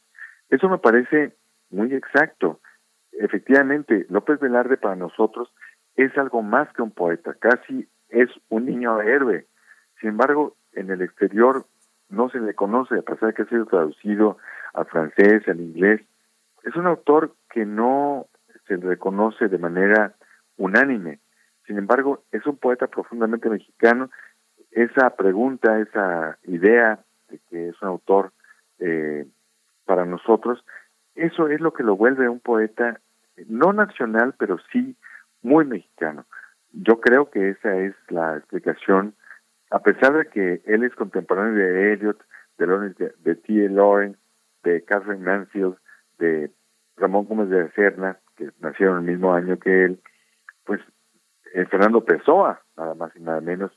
Eso me parece muy exacto. Efectivamente, López Velarde para nosotros es algo más que un poeta, casi es un niño héroe. Sin embargo, en el exterior no se le conoce, a pesar de que ha sido traducido al francés, al inglés. Es un autor que no se le reconoce de manera unánime. Sin embargo, es un poeta profundamente mexicano. Esa pregunta, esa idea de que es un autor para nosotros, eso es lo que lo vuelve un poeta no nacional, pero sí muy mexicano. Yo creo que esa es la explicación, a pesar de que él es contemporáneo de Eliot, de T.L. Lawrence, de Catherine Mansfield, de Ramón Gómez de la Serna, que nacieron el mismo año que él, pues Fernando Pessoa, nada más y nada menos,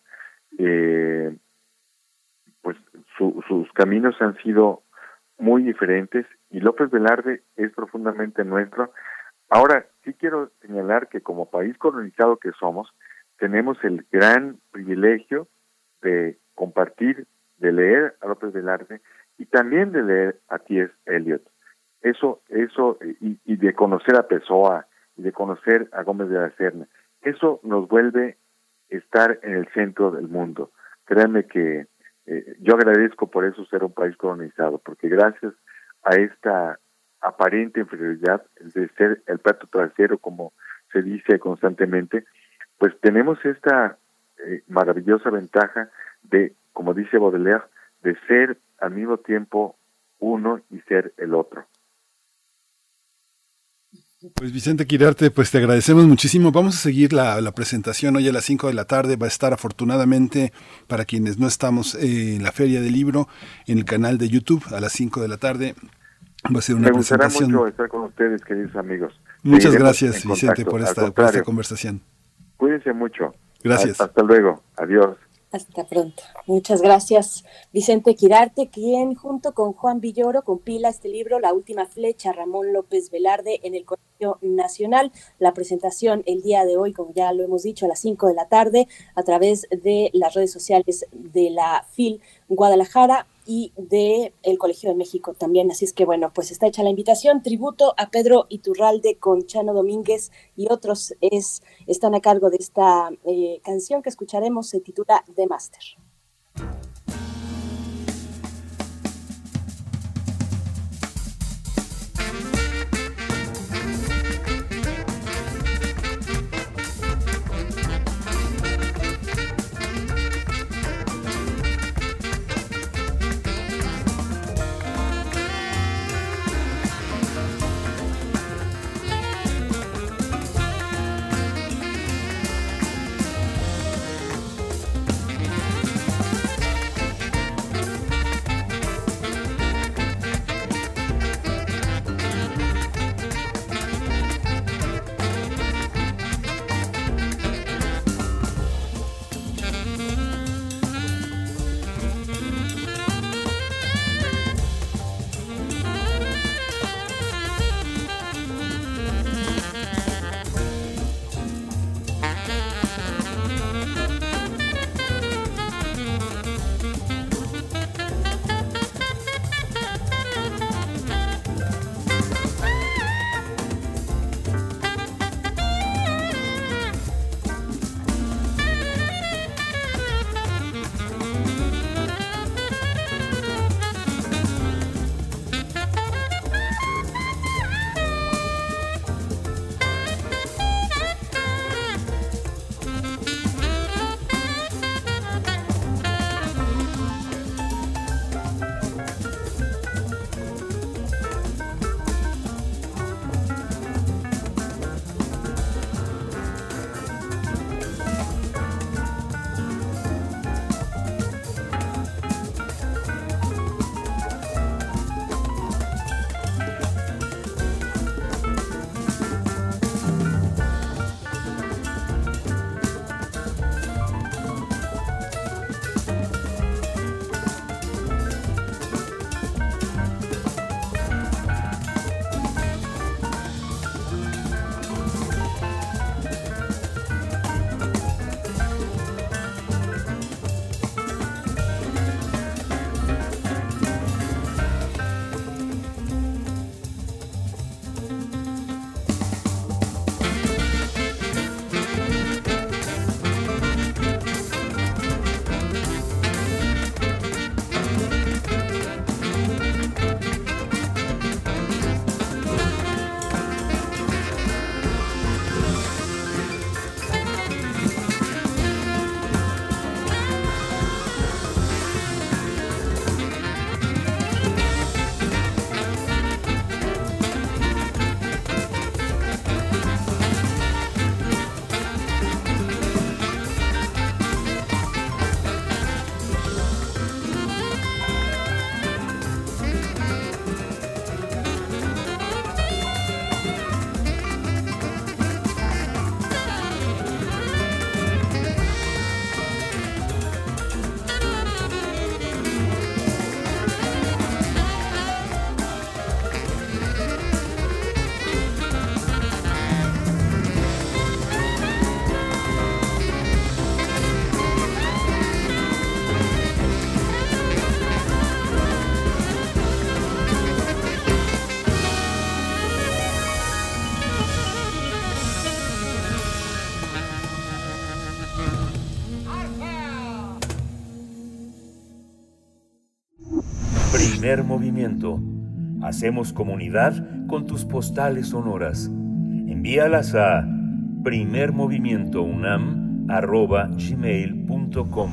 pues sus caminos han sido muy diferentes y López Velarde es profundamente nuestro. Ahora, sí quiero señalar que como país colonizado que somos, tenemos el gran privilegio de compartir, de leer a López Velarde y también de leer a T.S. Eliot. Eso y de conocer a Pessoa y de conocer a Gómez de la Serna. Eso nos vuelve estar en el centro del mundo. Créanme que yo agradezco por eso ser un país colonizado, porque gracias a esta aparente inferioridad de ser el plato trasero, como se dice constantemente, pues tenemos esta maravillosa ventaja de, como dice Baudelaire, de ser al mismo tiempo uno y ser el otro. Pues Vicente Quirarte, pues te agradecemos muchísimo. Vamos a seguir la presentación hoy a las 5 de la tarde. Va a estar afortunadamente para quienes no estamos en la Feria del Libro en el canal de YouTube a las 5 de la tarde. Va a ser una presentación. Me gustará mucho estar con ustedes, queridos amigos. Muchas gracias, Vicente, por esta conversación. Cuídense mucho. Gracias. Hasta luego. Adiós. Hasta pronto. Muchas gracias, Vicente Quirarte, quien junto con Juan Villoro compila este libro, La última flecha, Ramón López Velarde, en el Colegio Nacional. La presentación el día de hoy, como ya lo hemos dicho, a las 5 de la tarde, a través de las redes sociales de la FIL Guadalajara y de el Colegio de México también. Así es que bueno, pues está hecha la invitación. Tributo a Pedro Iturralde con Chano Domínguez y otros están a cargo de esta canción que escucharemos. Se titula The Master. Primer Movimiento. Hacemos comunidad con tus postales sonoras. Envíalas a primermovimientounam@gmail.com.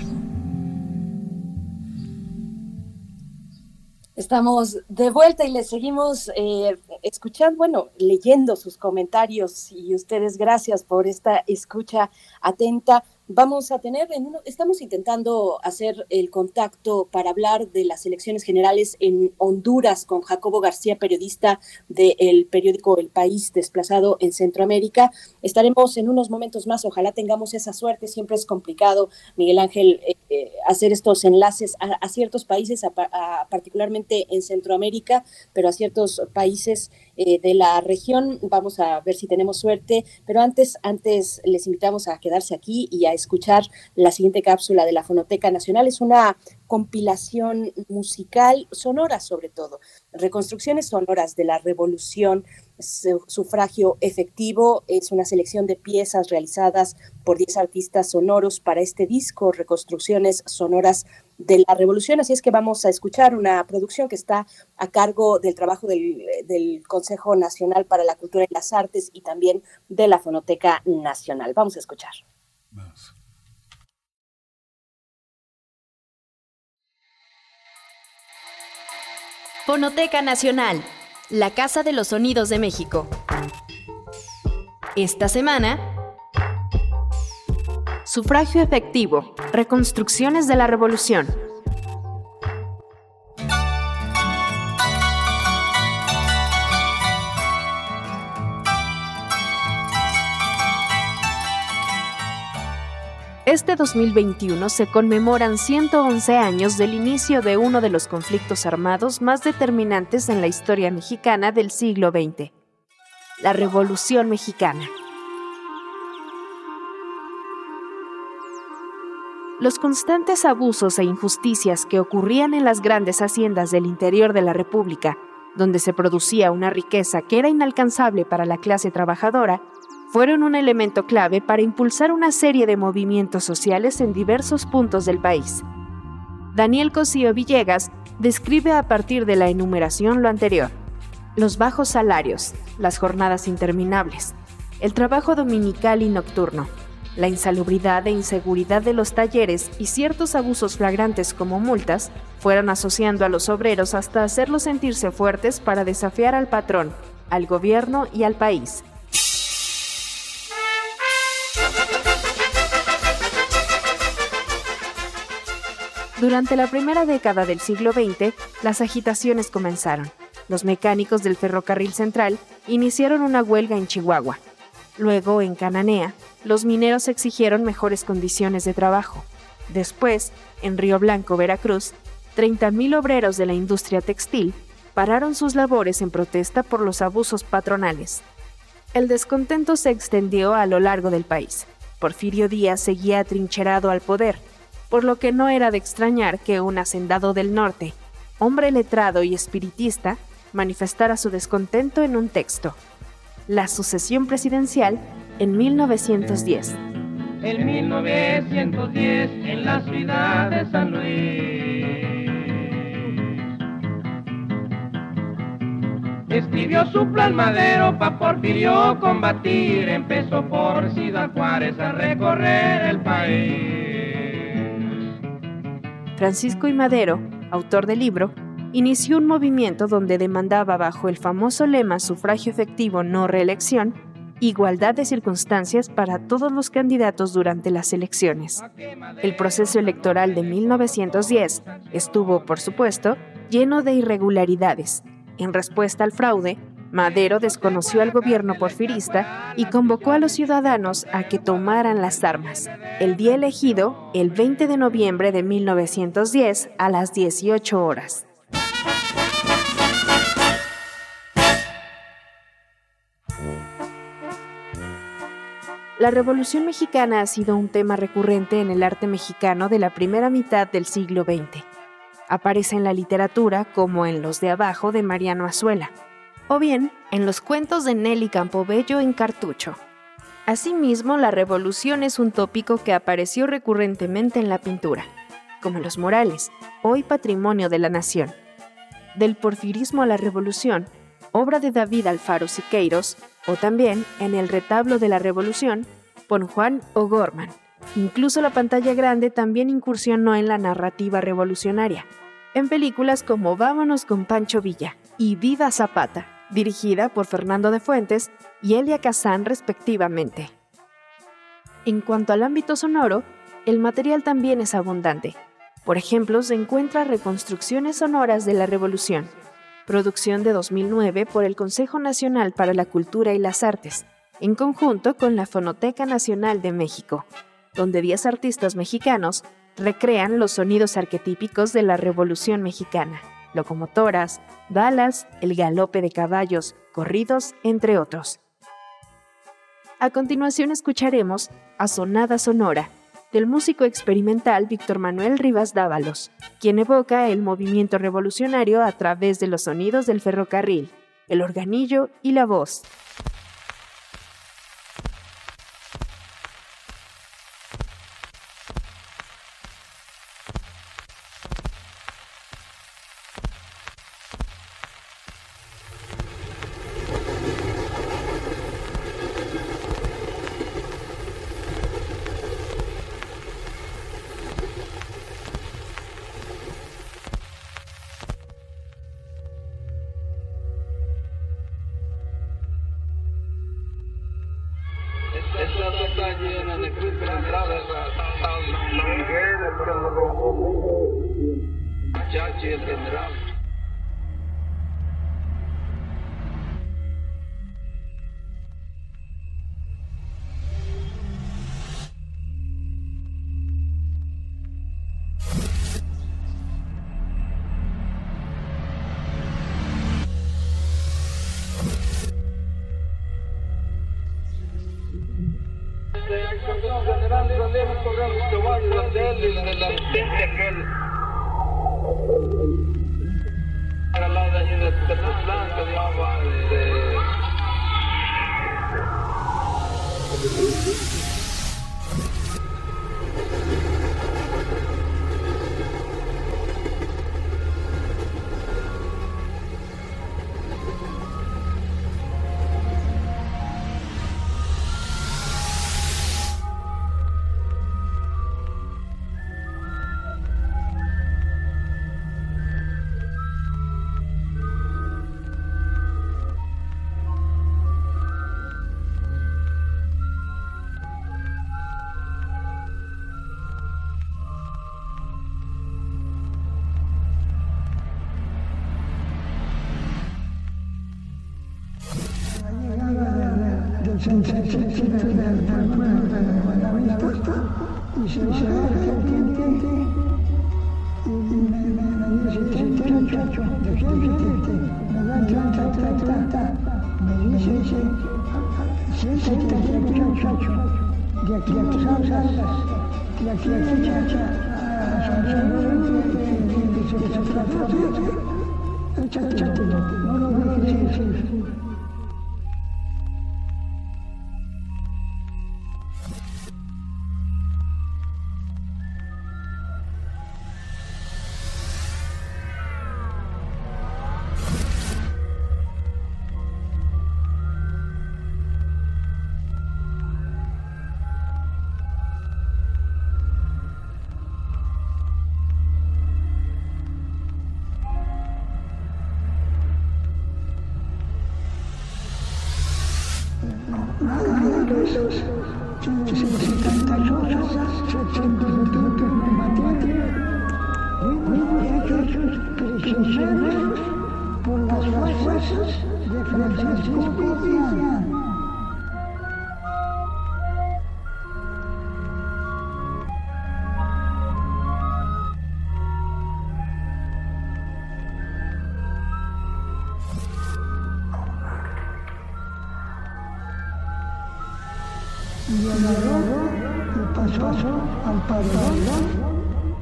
Estamos de vuelta y les seguimos escuchando, leyendo sus comentarios, y ustedes, gracias por esta escucha atenta. Vamos a tener, estamos intentando hacer el contacto para hablar de las elecciones generales en Honduras con Jacobo García, periodista del periódico El País, desplazado en Centroamérica. Estaremos en unos momentos más, ojalá tengamos esa suerte. Siempre es complicado, Miguel Ángel, hacer estos enlaces a ciertos países, particularmente en Centroamérica, pero a ciertos países de la región. Vamos a ver si tenemos suerte, pero antes les invitamos a quedarse aquí y a escuchar la siguiente cápsula de la Fonoteca Nacional. Es una compilación musical, sonora sobre todo, reconstrucciones sonoras de la Revolución, Sufragio Efectivo. Es una selección de piezas realizadas por 10 artistas sonoros para este disco, reconstrucciones sonoras de la Revolución. Así es que vamos a escuchar una producción que está a cargo del trabajo del Consejo Nacional para la Cultura y las Artes y también de la Fonoteca Nacional. Vamos a escuchar. Vamos. Fonoteca Nacional, la Casa de los Sonidos de México. Esta semana, Sufragio Efectivo, reconstrucciones de la Revolución. Este 2021 se conmemoran 111 años del inicio de uno de los conflictos armados más determinantes en la historia mexicana del siglo XX, la Revolución Mexicana. Los constantes abusos e injusticias que ocurrían en las grandes haciendas del interior de la República, donde se producía una riqueza que era inalcanzable para la clase trabajadora, fueron un elemento clave para impulsar una serie de movimientos sociales en diversos puntos del país. Daniel Cosío Villegas describe a partir de la enumeración lo anterior: los bajos salarios, las jornadas interminables, el trabajo dominical y nocturno, la insalubridad e inseguridad de los talleres y ciertos abusos flagrantes como multas, fueron asociando a los obreros hasta hacerlos sentirse fuertes para desafiar al patrón, al gobierno y al país. Durante la primera década del siglo XX, las agitaciones comenzaron. Los mecánicos del Ferrocarril Central iniciaron una huelga en Chihuahua. Luego, en Cananea, los mineros exigieron mejores condiciones de trabajo. Después, en Río Blanco, Veracruz, 30,000 obreros de la industria textil pararon sus labores en protesta por los abusos patronales. El descontento se extendió a lo largo del país. Porfirio Díaz seguía atrincherado al poder, por lo que no era de extrañar que un hacendado del norte, hombre letrado y espiritista, manifestara su descontento en un texto: La sucesión presidencial en 1910. En 1910, en la ciudad de San Luis, escribió su plan Madero pa' Porfirio combatir. Empezó por Ciudad Juárez a recorrer el país. Francisco I. Madero, autor del libro, inició un movimiento donde demandaba, bajo el famoso lema sufragio efectivo, no reelección, igualdad de circunstancias para todos los candidatos durante las elecciones. El proceso electoral de 1910 estuvo, por supuesto, lleno de irregularidades. En respuesta al fraude, Madero desconoció al gobierno porfirista y convocó a los ciudadanos a que tomaran las armas. El día elegido, el 20 de noviembre de 1910, a las 18 horas. La Revolución Mexicana ha sido un tema recurrente en el arte mexicano de la primera mitad del siglo XX. Aparece en la literatura como en Los de Abajo de Mariano Azuela, o bien en los cuentos de Nelly Campobello en Cartucho. Asimismo, la revolución es un tópico que apareció recurrentemente en la pintura, como los murales, hoy patrimonio de la nación, Del porfirismo a la revolución, obra de David Alfaro Siqueiros, o también en El retablo de la revolución, por Juan O'Gorman. Incluso la pantalla grande también incursionó en la narrativa revolucionaria, en películas como Vámonos con Pancho Villa y Viva Zapata, dirigida por Fernando de Fuentes y Elia Kazan respectivamente. En cuanto al ámbito sonoro, el material también es abundante. Por ejemplo, se encuentra Reconstrucciones sonoras de la Revolución, producción de 2009 por el Consejo Nacional para la Cultura y las Artes, en conjunto con la Fonoteca Nacional de México, donde 10 artistas mexicanos recrean los sonidos arquetípicos de la Revolución Mexicana, locomotoras, balas, el galope de caballos, corridos, entre otros. A continuación escucharemos Asonada Sonora, del músico experimental Víctor Manuel Rivas Dávalos, quien evoca el movimiento revolucionario a través de los sonidos del ferrocarril, el organillo y la voz. Por las fuerzas de Francisco Villa. Y agarró y pasó al paredón.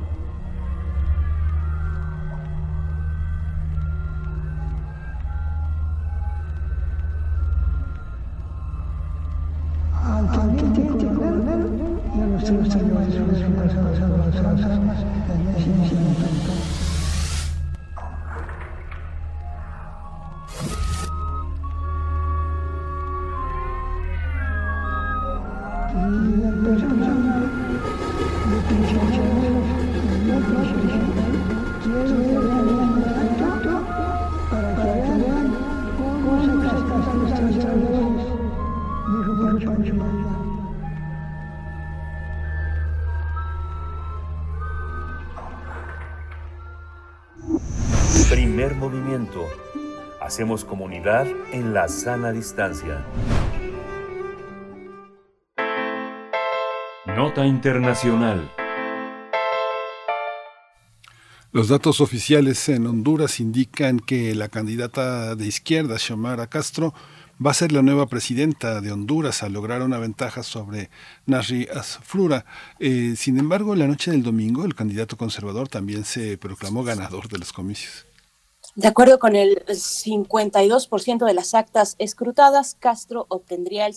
Al teniente coronel y a los tres señores de las armas. Primer movimiento. Hacemos comunidad en la sana distancia. Nota internacional. Los datos oficiales en Honduras indican que la candidata de izquierda, Xiomara Castro, va a ser la nueva presidenta de Honduras al lograr una ventaja sobre Nasri Asfrura. Sin embargo, en la noche del domingo, el candidato conservador también se proclamó ganador de los comicios. De acuerdo con el 52% de las actas escrutadas, Castro obtendría el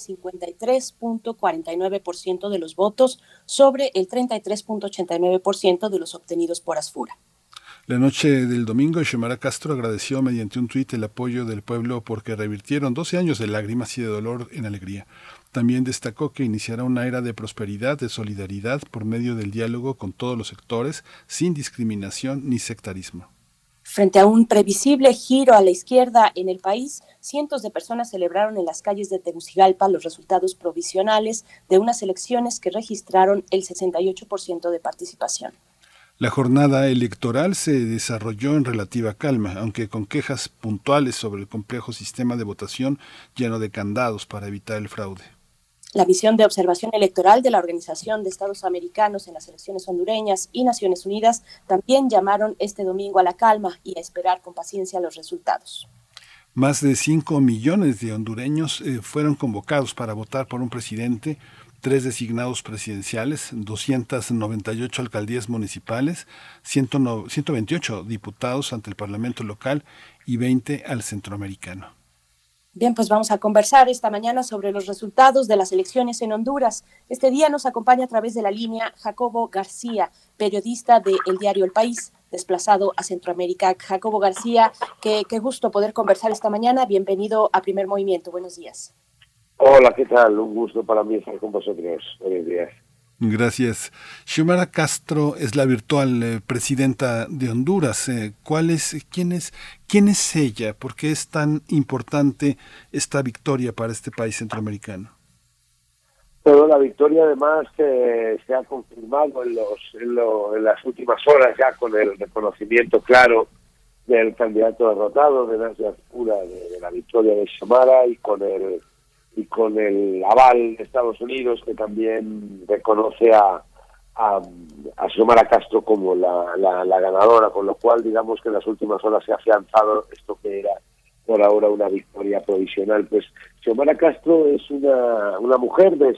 53.49% de los votos sobre el 33.89% de los obtenidos por Asfura. La noche del domingo, Xiomara Castro agradeció mediante un tuit el apoyo del pueblo porque revirtieron 12 años de lágrimas y de dolor en alegría. También destacó que iniciará una era de prosperidad, de solidaridad por medio del diálogo con todos los sectores, sin discriminación ni sectarismo. Frente a un previsible giro a la izquierda en el país, cientos de personas celebraron en las calles de Tegucigalpa los resultados provisionales de unas elecciones que registraron el 68% de participación. La jornada electoral se desarrolló en relativa calma, aunque con quejas puntuales sobre el complejo sistema de votación lleno de candados para evitar el fraude. La misión de observación electoral de la Organización de Estados Americanos en las elecciones hondureñas y Naciones Unidas también llamaron este domingo a la calma y a esperar con paciencia los resultados. Más de 5 millones de hondureños fueron convocados para votar por un presidente, 3 designados presidenciales, 298 alcaldías municipales, 128 diputados ante el Parlamento local y 20 al centroamericano. Bien, pues vamos a conversar esta mañana sobre los resultados de las elecciones en Honduras. Este día nos acompaña a través de la línea Jacobo García, periodista de El Diario El País, desplazado a Centroamérica. Jacobo García, qué gusto poder conversar esta mañana. Bienvenido a Primer Movimiento. Buenos días. Hola, ¿qué tal? Un gusto para mí estar con vosotros. Buenos días. Gracias. Xiomara Castro es la virtual presidenta de Honduras. ¿Quién es ella? ¿Por qué es tan importante esta victoria para este país centroamericano? Pero la victoria además se ha confirmado en las últimas horas ya con el reconocimiento claro del candidato derrotado, de Nasri Asfrura, de la victoria de Xiomara y con el aval de Estados Unidos, que también reconoce a Xiomara Castro como la ganadora, con lo cual digamos que en las últimas horas se ha afianzado esto que era por ahora una victoria provisional. Pues Xiomara Castro es una mujer de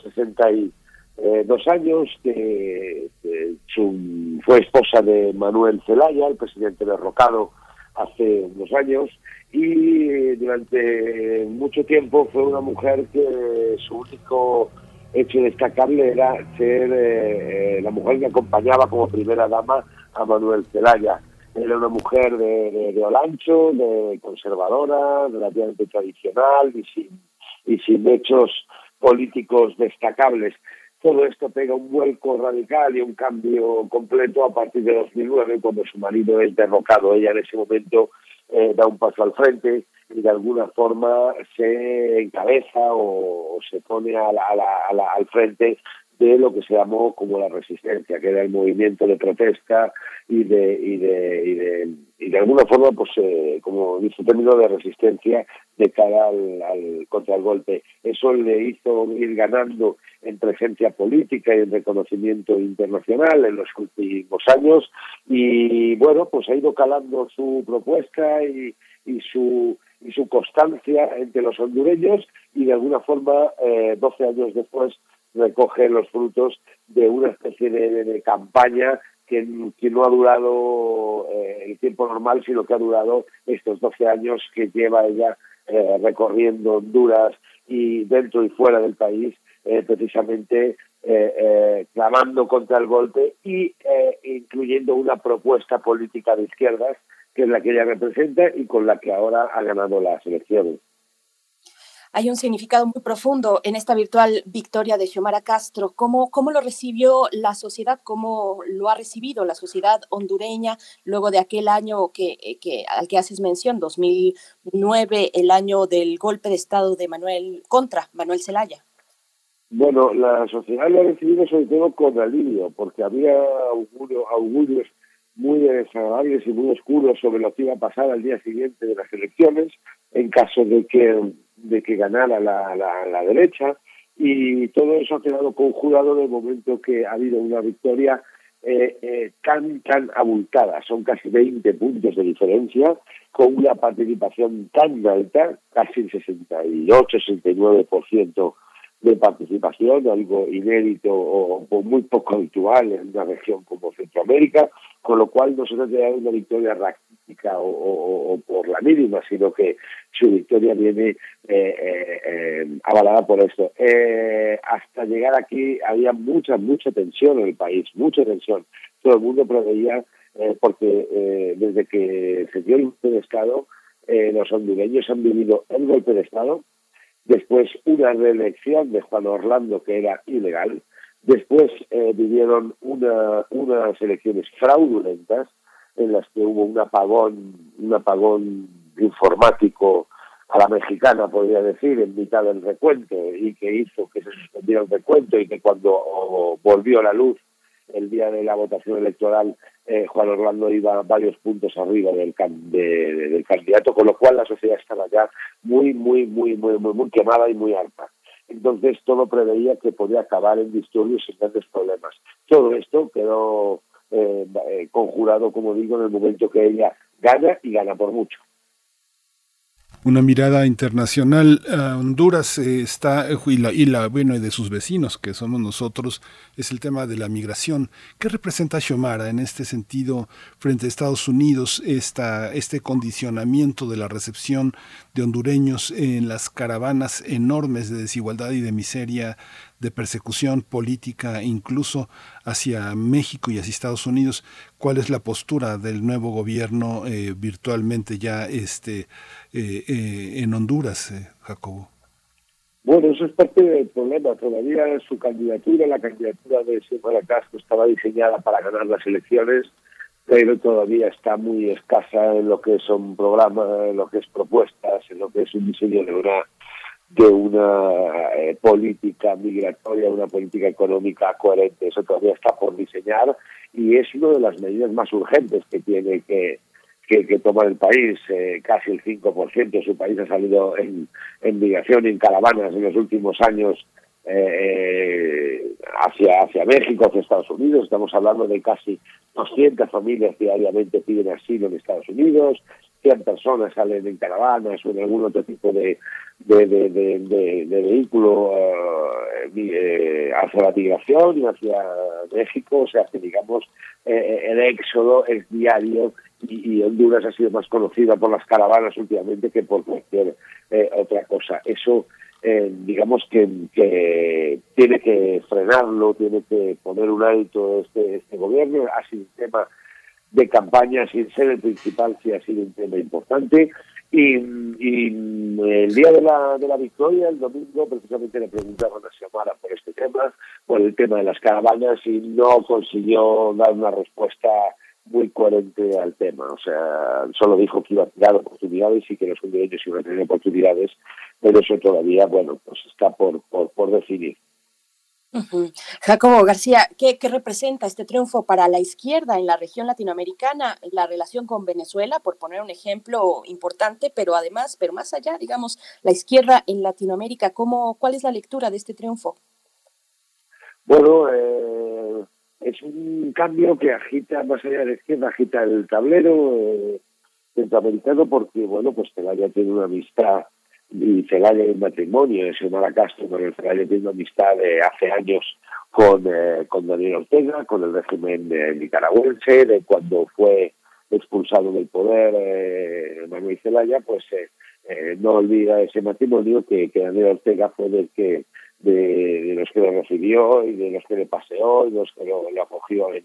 62 años que fue esposa de Manuel Zelaya, el presidente derrocado hace unos años, y durante mucho tiempo fue una mujer que su único hecho destacable era ser la mujer que acompañaba como primera dama a Manuel Zelaya. Era una mujer de Olancho, de conservadora, relativamente tradicional y sin hechos políticos destacables. Todo esto pega un vuelco radical y un cambio completo a partir de 2009, cuando su marido es derrocado. Ella en ese momento da un paso al frente y de alguna forma se encabeza o se pone al frente de lo que se llamó como la resistencia, que era el movimiento de protesta y de alguna forma, pues como dice el término, de resistencia de cara contra el golpe. Eso le hizo ir ganando en presencia política y en reconocimiento internacional en los últimos años, y bueno, pues ha ido calando su propuesta y su constancia entre los hondureños, y de alguna forma 12 años después recoge los frutos de una especie de campaña que no ha durado el tiempo normal, sino que ha durado estos 12 años que lleva ella recorriendo Honduras y dentro y fuera del país, precisamente clamando contra el golpe y incluyendo una propuesta política de izquierdas, que es la que ella representa y con la que ahora ha ganado las elecciones. hay un significado muy profundo en esta virtual victoria de Xiomara Castro. ¿Cómo lo recibió la sociedad? ¿Cómo lo ha recibido la sociedad hondureña luego de aquel año al que haces mención, 2009, el año del golpe de Estado de contra Manuel Zelaya? Bueno, la sociedad lo ha recibido sobre todo con alivio, porque había augurios muy desagradables y muy oscuros sobre lo que iba a pasar al día siguiente de las elecciones, en caso de que ganara la derecha, y todo eso ha quedado conjurado en el momento que ha habido una victoria tan abultada. Son casi 20 puntos de diferencia, con una participación tan alta, casi el 68-69% de participación, algo inédito o muy poco habitual en una región como Centroamérica, con lo cual no se trata de una victoria raquítica o por la mínima, sino que su victoria viene avalada por esto. Hasta llegar aquí había mucha tensión en el país, mucha tensión. Todo el mundo preveía, porque desde que se dio el golpe de Estado, los hondureños han vivido el golpe de Estado, después una reelección de Juan Orlando que era ilegal, después vivieron unas elecciones fraudulentas en las que hubo un apagón informático a la mexicana, podría decir, en mitad del recuento, y que hizo que se suspendiera el recuento, y que cuando volvió la luz el día de la votación electoral, Juan Orlando iba varios puntos arriba del candidato, con lo cual la sociedad estaba ya muy quemada y muy harta. Entonces todo preveía que podía acabar en disturbios sin grandes problemas. Todo esto quedó conjurado, como digo, en el momento que ella gana, y gana por mucho. Una mirada internacional a Honduras está y de sus vecinos, que somos nosotros, es el tema de la migración. ¿Qué representa Xiomara en este sentido frente a Estados Unidos, este condicionamiento de la recepción de hondureños en las caravanas enormes de desigualdad y de miseria, de persecución política, incluso hacia México y hacia Estados Unidos? ¿Cuál es la postura del nuevo gobierno virtualmente ya en Honduras, Jacobo? Bueno, eso es parte del problema. Todavía la candidatura de Xiomara Castro estaba diseñada para ganar las elecciones, pero todavía está muy escasa en lo que son programas, en lo que es propuestas, en lo que es un diseño de una política migratoria, una política económica coherente. Eso todavía está por diseñar, y es una de las medidas más urgentes que tiene que tomar el país. Casi el 5% de su país ha salido en migración y en caravanas en los últimos años hacia México, hacia Estados Unidos. Estamos hablando de casi 200 familias diariamente piden asilo en Estados Unidos, 100 personas salen en caravanas o en algún otro tipo de vehículo hacia la migración y hacia México. O sea, que digamos, el éxodo es diario, y Honduras ha sido más conocida por las caravanas últimamente que por cualquier otra cosa. Eso digamos que tiene que frenarlo, tiene que poner un alto este gobierno. Ha sido un tema de campaña, sin ser el principal, sí ha sido un tema importante. Y el día de la victoria, el domingo, precisamente le preguntaron a Xiomara por este tema, por el tema de las caravanas, y no consiguió dar una respuesta muy coherente al tema. O sea, solo dijo que iba a dar oportunidades y que los hondureños iban a tener oportunidades, pero eso todavía, bueno, pues está por definir. Uh-huh. Jacobo García, ¿qué representa este triunfo para la izquierda en la región latinoamericana, la relación con Venezuela, por poner un ejemplo importante, pero más allá, digamos, la izquierda en Latinoamérica? ¿Cuál es la lectura de este triunfo? Bueno, es un cambio que agita, más allá de la izquierda, agita el tablero centroamericano, porque, bueno, pues Zelaya tiene una amistad, y Zelaya en matrimonio, es Xiomara Castro, con el Zelaya tiene una amistad de hace años con Daniel Ortega, con el régimen nicaragüense, de cuando fue expulsado del poder Manuel Zelaya, pues no olvida ese matrimonio, que Daniel Ortega fue de los que lo recibió y de los que le paseó y de los que lo acogió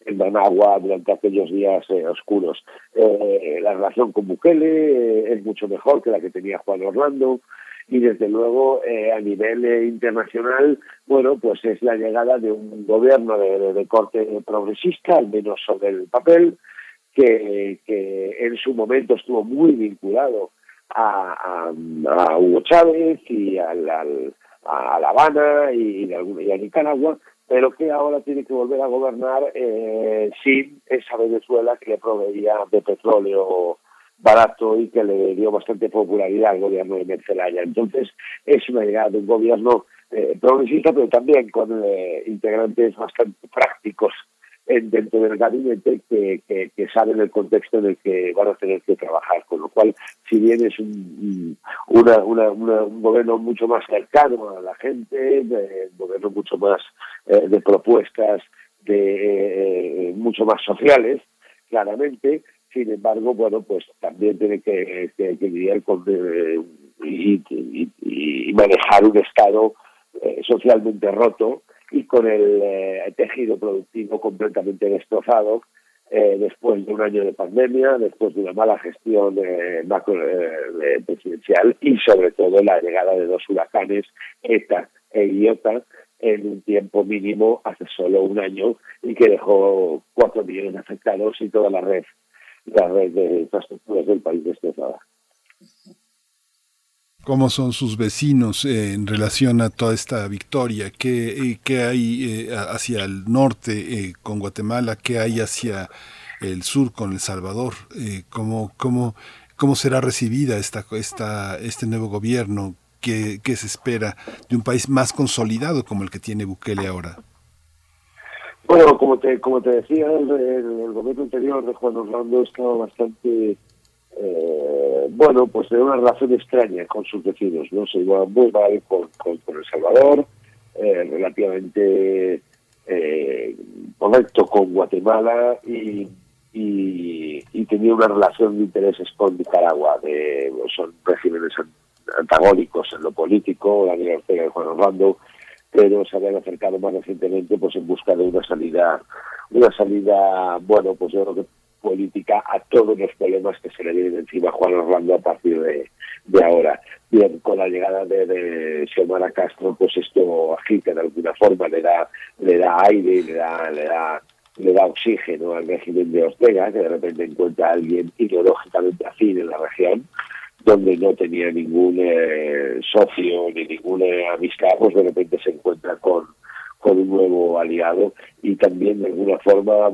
Managua durante aquellos días oscuros. La relación con Bukele es mucho mejor que la que tenía Juan Orlando, y desde luego a nivel internacional, bueno, pues es la llegada de un gobierno de corte progresista, al menos sobre el papel, que en su momento estuvo muy vinculado a Hugo Chávez y a La Habana y a Nicaragua, pero que ahora tiene que volver a gobernar sin esa Venezuela que le proveía de petróleo barato y que le dio bastante popularidad al gobierno de Mercelaya. Entonces es una llegada de un gobierno progresista, pero también con integrantes bastante prácticos dentro del gabinete que saben el contexto en el que van a tener que trabajar, con lo cual, si bien es un gobierno mucho más cercano a la gente, un gobierno mucho más de propuestas mucho más sociales, claramente. Sin embargo, bueno, pues también tiene que lidiar con y manejar un Estado socialmente roto y con el tejido productivo completamente destrozado después de un año de pandemia, después de una mala gestión presidencial y sobre todo la llegada de 2 huracanes, ETA e Iota, en un tiempo mínimo hace solo un año, y que dejó 4 millones de afectados y toda la red de infraestructuras del país destrozada. ¿Cómo son sus vecinos en relación a toda esta victoria? ¿Qué hay hacia el norte con Guatemala? ¿Qué hay hacia el sur con El Salvador? ¿Cómo será recibida este nuevo gobierno? ¿Qué se espera de un país más consolidado como el que tiene Bukele ahora? Bueno, como te decía, el gobierno anterior de Juan Orlando estaba bastante, pues tenía una relación extraña con sus vecinos, ¿no? Se iba muy mal con El Salvador, relativamente correcto con Guatemala y tenía una relación de intereses con Nicaragua. Son regímenes antagónicos en lo político, Daniel Ortega y Juan Orlando, pero se habían acercado más recientemente pues en busca de una salida, bueno, pues yo creo que política a todos los problemas que se le vienen encima a Juan Orlando a partir de ahora. Bien, con la llegada de Xiomara Castro, pues esto agita de alguna forma, le da aire y le da oxígeno al régimen de Ortega, que de repente encuentra a alguien ideológicamente afín en la región, donde no tenía ningún socio ni ninguna amistad, pues de repente se encuentra con un nuevo aliado, y también de alguna forma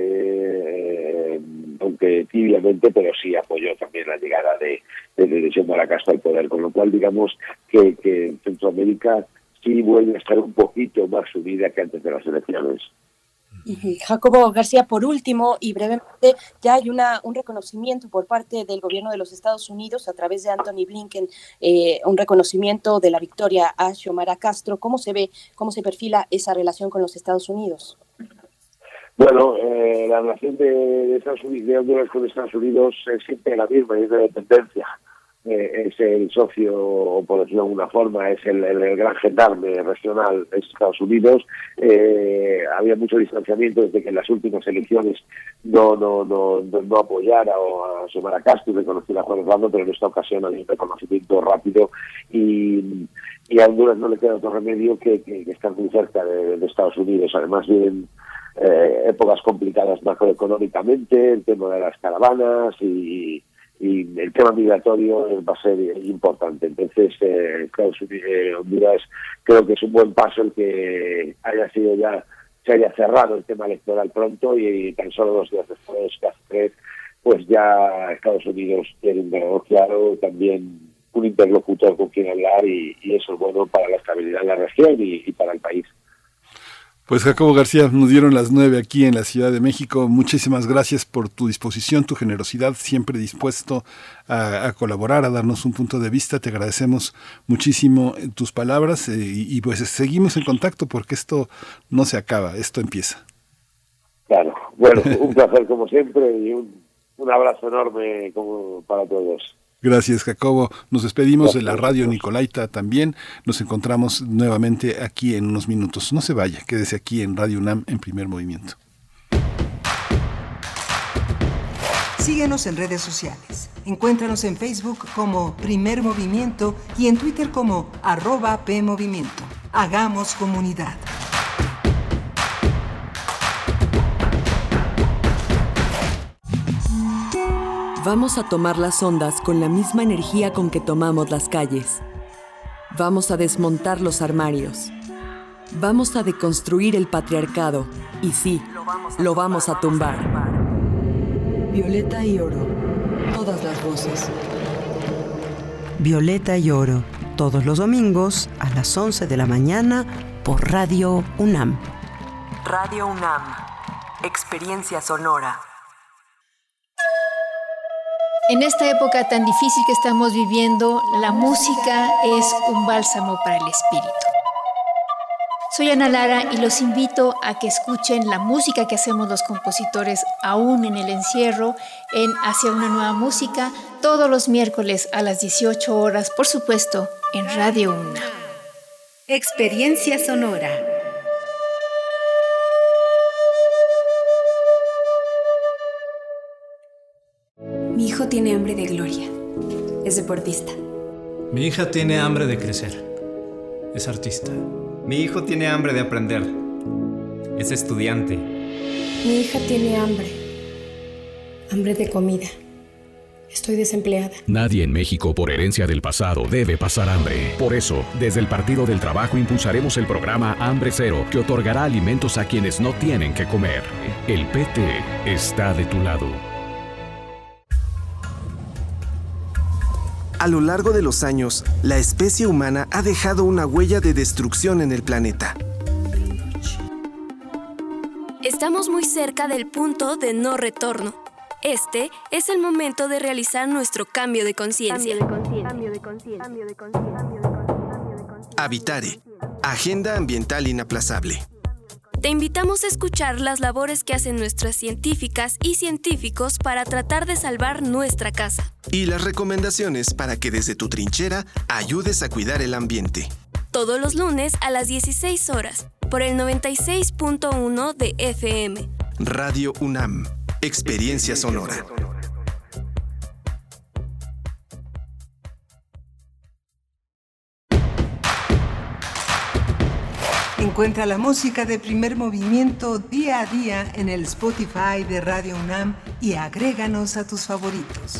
Bukele, aunque tibiamente, pero sí apoyó también la llegada de Xiomara Castro al poder, con lo cual digamos que Centroamérica sí vuelve a estar un poquito más unida que antes de las elecciones. Jacobo García, por último y brevemente, ya hay un reconocimiento por parte del gobierno de los Estados Unidos a través de Anthony Blinken, un reconocimiento de la victoria a Xiomara Castro. ¿Cómo se ve, cómo se perfila esa relación con los Estados Unidos? Bueno, la relación de Estados Unidos, de Honduras con Estados Unidos es siempre la misma, es de dependencia. Es el socio, o por decirlo de alguna forma, es el gran gendarme regional de Estados Unidos. Había mucho distanciamiento desde que en las últimas elecciones no apoyara a Xiomara Castro y reconociera a Juan Orlando, pero en esta ocasión hay un reconocimiento rápido y a Honduras no le queda otro remedio que estar muy cerca de Estados Unidos. Además vienen épocas complicadas macroeconómicamente, el tema de las caravanas y el tema migratorio va a ser importante. Entonces, Estados Unidos, Honduras, creo que es un buen paso el que se haya cerrado el tema electoral pronto, y tan solo 2 días después, casi 3, pues ya Estados Unidos tiene un ganador claro, también un interlocutor con quien hablar, y eso es bueno para la estabilidad de la región y para el país. Pues Jacobo García, nos dieron las 9 aquí en la Ciudad de México. Muchísimas gracias por tu disposición, tu generosidad, siempre dispuesto a colaborar, a darnos un punto de vista. Te agradecemos muchísimo tus palabras y pues seguimos en contacto porque esto no se acaba, esto empieza. Claro, bueno, un placer como siempre y un abrazo enorme como para todos. Gracias, Jacobo. Nos despedimos de la radio Nicolaita también. Nos encontramos nuevamente aquí en unos minutos. No se vaya, quédese aquí en Radio UNAM en Primer Movimiento. Síguenos en redes sociales. Encuéntranos en Facebook como Primer Movimiento y en Twitter como @PMovimiento. Hagamos comunidad. Vamos a tomar las ondas con la misma energía con que tomamos las calles. Vamos a desmontar los armarios. Vamos a deconstruir el patriarcado. Y sí, lo vamos a tumbar. Violeta y Oro. Todas las voces. Violeta y Oro. Todos los domingos a las 11 de la mañana por Radio UNAM. Radio UNAM. Experiencia sonora. En esta época tan difícil que estamos viviendo, la música es un bálsamo para el espíritu. Soy Ana Lara y los invito a que escuchen la música que hacemos los compositores aún en el encierro en Hacia una nueva música todos los miércoles a las 18 horas, por supuesto, en Radio UNAM. Experiencia sonora. Mi hijo tiene hambre de gloria. Es deportista. Mi hija tiene hambre de crecer. Es artista. Mi hijo tiene hambre de aprender. Es estudiante. Mi hija tiene hambre. Hambre de comida. Estoy desempleada. Nadie en México por herencia del pasado debe pasar hambre. Por eso, desde el Partido del Trabajo impulsaremos el programa Hambre Cero, que otorgará alimentos a quienes no tienen que comer. El PT está de tu lado. A lo largo de los años, la especie humana ha dejado una huella de destrucción en el planeta. Estamos muy cerca del punto de no retorno. Este es el momento de realizar nuestro cambio de conciencia. Habitare, Agenda Ambiental Inaplazable. Te invitamos a escuchar las labores que hacen nuestras científicas y científicos para tratar de salvar nuestra casa. Y las recomendaciones para que desde tu trinchera ayudes a cuidar el ambiente. Todos los lunes a las 16 horas, por el 96.1 de FM. Radio UNAM, Experiencia sonora. Encuentra la música de Primer Movimiento día a día en el Spotify de Radio UNAM y agréganos a tus favoritos.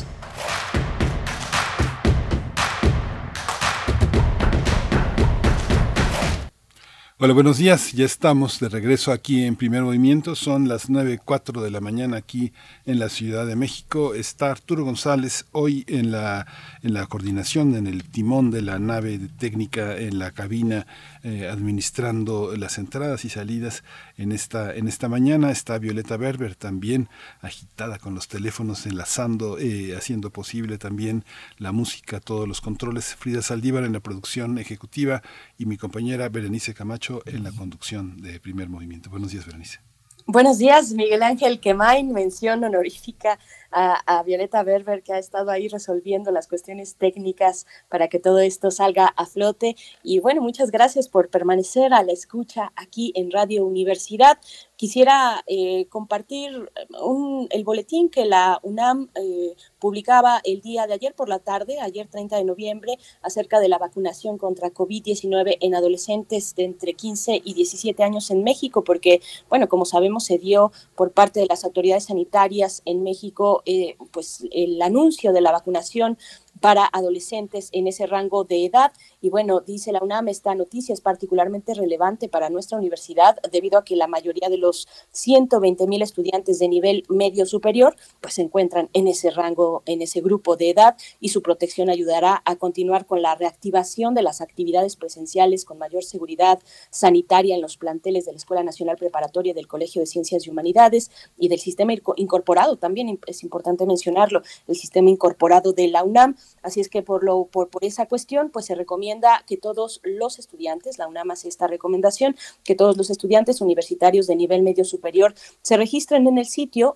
Hola, buenos días. Ya estamos de regreso aquí en Primer Movimiento. Son las 9:04 de la mañana aquí en la Ciudad de México. Está Arturo González hoy en la coordinación, en el timón de la nave técnica, en la cabina, administrando las entradas y salidas en esta mañana. Está Violeta Berber también agitada con los teléfonos, enlazando, haciendo posible también la música, todos los controles. Frida Saldívar en la producción ejecutiva y mi compañera Berenice Camacho en la conducción de Primer Movimiento. Buenos días, Berenice. Buenos días, Miguel Ángel Quemain, mención honorífica a Violeta Berber, que ha estado ahí resolviendo las cuestiones técnicas para que todo esto salga a flote. Y bueno, muchas gracias por permanecer a la escucha aquí en Radio Universidad. Quisiera compartir el boletín que la UNAM publicaba el día de ayer por la tarde, ayer 30 de noviembre, acerca de la vacunación contra COVID-19 en adolescentes de entre 15 y 17 años en México, porque, bueno, como sabemos, se dio por parte de las autoridades sanitarias en México pues el anuncio de la vacunación para adolescentes en ese rango de edad. Y bueno, dice la UNAM, esta noticia es particularmente relevante para nuestra universidad debido a que la mayoría de los 120,000 estudiantes de nivel medio superior pues se encuentran en ese rango, en ese grupo de edad, y su protección ayudará a continuar con la reactivación de las actividades presenciales con mayor seguridad sanitaria en los planteles de la Escuela Nacional Preparatoria del Colegio de Ciencias y Humanidades y del sistema incorporado, también es importante mencionarlo, el sistema incorporado de la UNAM. Así es que por esa cuestión, pues se recomienda que todos los estudiantes, la UNAM hace esta recomendación, que todos los estudiantes universitarios de nivel medio superior se registren en el sitio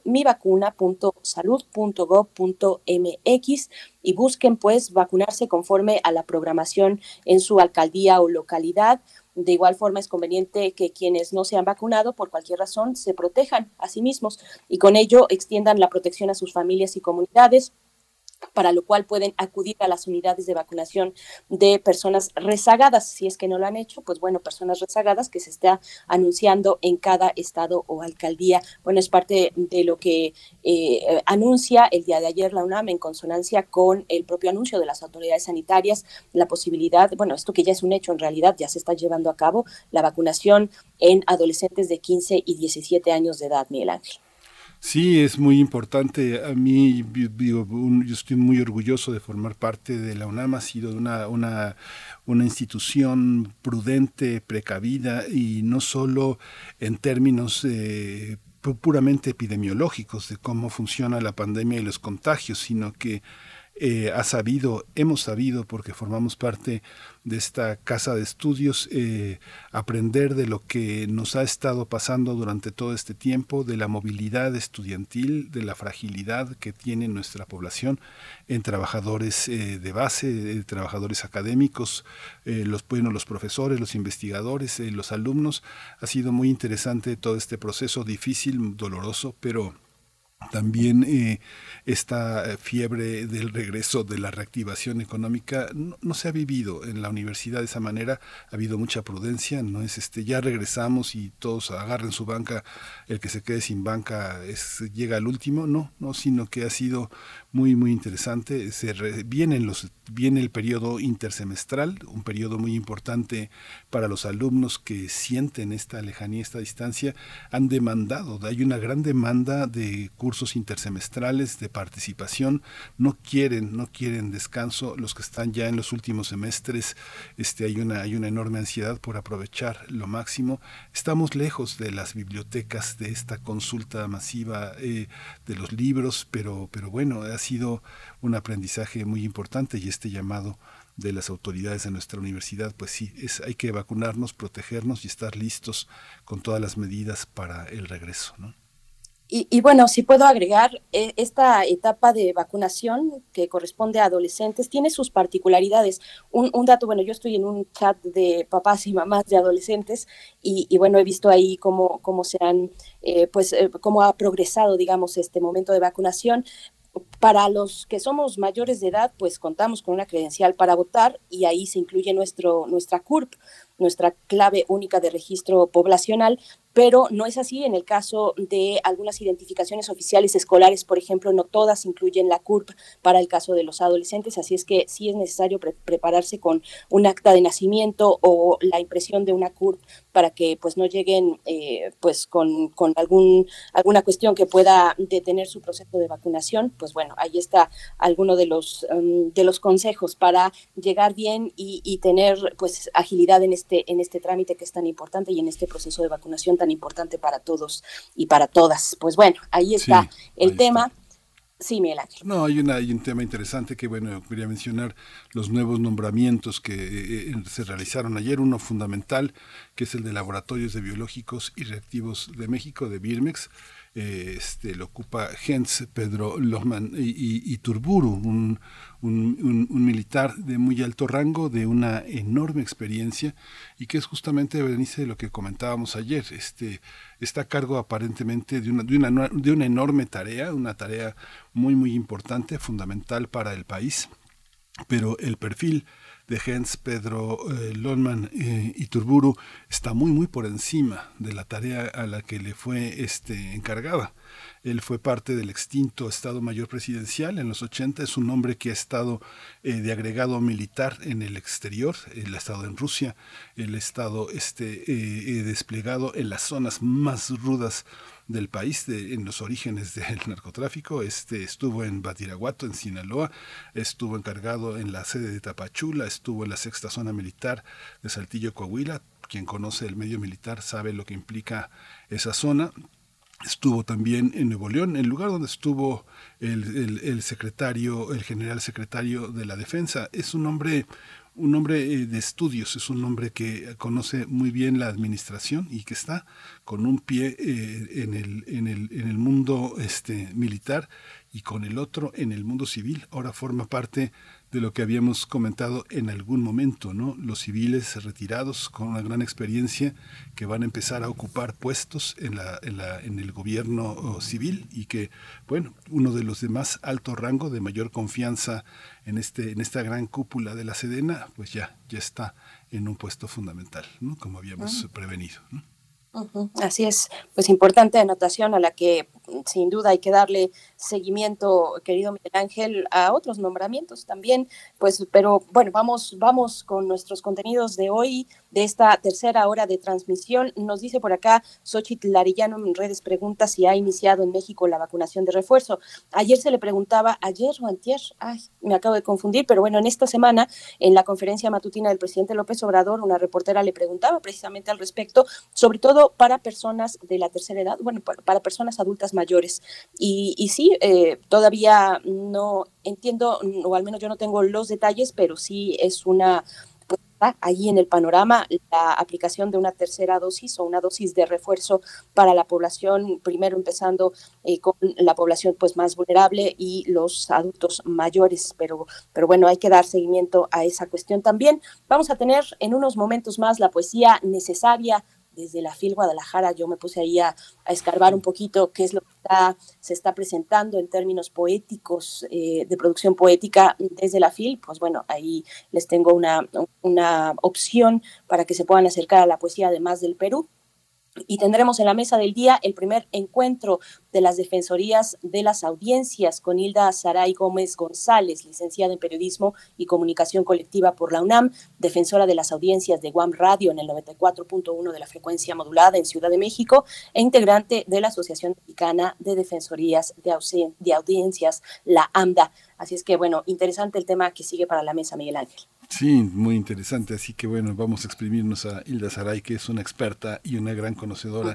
mivacuna.salud.gov.mx y busquen pues vacunarse conforme a la programación en su alcaldía o localidad. De igual forma, es conveniente que quienes no se han vacunado por cualquier razón se protejan a sí mismos y con ello extiendan la protección a sus familias y comunidades, para lo cual pueden acudir a las unidades de vacunación de personas rezagadas. Si es que no lo han hecho, pues bueno, personas rezagadas que se está anunciando en cada estado o alcaldía. Bueno, es parte de lo que anuncia el día de ayer la UNAM en consonancia con el propio anuncio de las autoridades sanitarias, la posibilidad, bueno, esto que ya es un hecho en realidad, ya se está llevando a cabo, la vacunación en adolescentes de 15 y 17 años de edad, Miguel Ángel. Sí, es muy importante. A mí, digo, yo estoy muy orgulloso de formar parte de la UNAM. Ha sido una institución prudente, precavida, y no solo en términos puramente epidemiológicos de cómo funciona la pandemia y los contagios, sino que hemos sabido, porque formamos parte de esta casa de estudios, aprender de lo que nos ha estado pasando durante todo este tiempo, de la movilidad estudiantil, de la fragilidad que tiene nuestra población en trabajadores de base, trabajadores académicos, los profesores, los investigadores, los alumnos. Ha sido muy interesante todo este proceso difícil, doloroso, pero también esta fiebre del regreso, de la reactivación económica, no se ha vivido en la universidad de esa manera. Ha habido mucha prudencia, no es ya regresamos y todos agarren su banca, el que se quede sin banca llega al último, no, sino que ha sido muy, muy interesante. Viene el periodo intersemestral, un periodo muy importante para los alumnos que sienten esta lejanía, esta distancia. Han demandado, hay una gran demanda de cursos intersemestrales, de participación. No quieren descanso. Los que están ya en los últimos semestres, hay una enorme ansiedad por aprovechar lo máximo. Estamos lejos de las bibliotecas, de esta consulta masiva de los libros, pero bueno, ha sido un aprendizaje muy importante, y este llamado de las autoridades de nuestra universidad, pues sí, hay que vacunarnos, protegernos y estar listos con todas las medidas para el regreso, ¿no? Y bueno, si puedo agregar, esta etapa de vacunación que corresponde a adolescentes tiene sus particularidades. Un dato, bueno, yo estoy en un chat de papás y mamás de adolescentes y bueno, he visto ahí cómo cómo ha progresado, digamos, este momento de vacunación. Para los que somos mayores de edad, pues contamos con una credencial para votar y ahí se incluye nuestra CURP, nuestra clave única de registro poblacional, pero no es así en el caso de algunas identificaciones oficiales escolares, por ejemplo, no todas incluyen la CURP para el caso de los adolescentes, así es que sí es necesario prepararse con un acta de nacimiento o la impresión de una CURP para que pues no lleguen pues con alguna cuestión que pueda detener su proceso de vacunación. Pues bueno, ahí está alguno de los consejos para llegar bien y tener pues agilidad en este trámite que es tan importante y en este proceso de vacunación tan importante para todos y para todas. Pues bueno, ahí está el tema. Está. Sí, Miguel Ángel. No, hay un tema interesante que, bueno, quería mencionar los nuevos nombramientos que se realizaron ayer. Uno fundamental, que es el de Laboratorios de Biológicos y Reactivos de México, de Birmex. Lo ocupa Jens Pedro Lohmann y Turburu, un militar de muy alto rango, de una enorme experiencia, y que es justamente, Berenice, lo que comentábamos ayer. Está a cargo aparentemente de una enorme tarea, una tarea muy, muy importante, fundamental para el país, pero el perfil de Jens Pedro Lohmann y Turburu está muy, muy por encima de la tarea a la que le fue encargada. Él fue parte del extinto Estado Mayor Presidencial en los 80, es un hombre que ha estado de agregado militar en el exterior, él ha estado en Rusia, él ha estado desplegado en las zonas más rudas del país, en los orígenes del narcotráfico. Estuvo en Badiraguato, en Sinaloa, estuvo encargado en la sede de Tapachula, estuvo en la sexta zona militar de Saltillo, Coahuila. Quien conoce el medio militar sabe lo que implica esa zona. Estuvo también en Nuevo León, el lugar donde estuvo el general secretario de la Defensa. Es un hombre de estudios, es un hombre que conoce muy bien la administración y que está con un pie en el mundo militar y con el otro en el mundo civil. Ahora forma parte lo que habíamos comentado en algún momento, ¿no? Los civiles retirados con una gran experiencia que van a empezar a ocupar puestos en el gobierno civil y que, bueno, uno de los de más alto rango, de mayor confianza en esta gran cúpula de la Sedena, pues ya está en un puesto fundamental, ¿no? Como habíamos prevenido, ¿no? Así es, pues importante anotación a la que sin duda hay que darle seguimiento, querido Miguel Ángel, a otros nombramientos también, pues, pero bueno, vamos con nuestros contenidos de hoy, de esta tercera hora de transmisión. Nos dice por acá Xochitl Larillano en redes, pregunta si ha iniciado en México la vacunación de refuerzo. Ayer se le preguntaba, ayer o antier, me acabo de confundir, pero bueno, en esta semana, en la conferencia matutina del presidente López Obrador, una reportera le preguntaba precisamente al respecto, sobre todo para personas de la tercera edad, bueno, para personas adultas mayores. Y sí, todavía no entiendo, o al menos yo no tengo los detalles, pero sí es una, pues, ahí en el panorama la aplicación de una tercera dosis o una dosis de refuerzo para la población, primero empezando con la población pues más vulnerable y los adultos mayores, pero bueno, hay que dar seguimiento a esa cuestión también. Vamos a tener en unos momentos más la poesía necesaria desde la FIL Guadalajara. Yo me puse ahí a escarbar un poquito qué es lo que se está presentando en términos poéticos, de producción poética desde la FIL. Pues bueno, ahí les tengo una opción para que se puedan acercar a la poesía además del Perú. Y tendremos en la mesa del día el primer encuentro de las defensorías de las audiencias con Hilda Saray Gómez González, licenciada en Periodismo y Comunicación Colectiva por la UNAM, defensora de las audiencias de Guam Radio en el 94.1 de la frecuencia modulada en Ciudad de México e integrante de la Asociación Mexicana de Defensorías de Audiencias, la AMDA. Así es que, bueno, interesante el tema que sigue para la mesa, Miguel Ángel. Sí, muy interesante, así que bueno, vamos a exprimirnos a Hilda Saray, que es una experta y una gran conocedora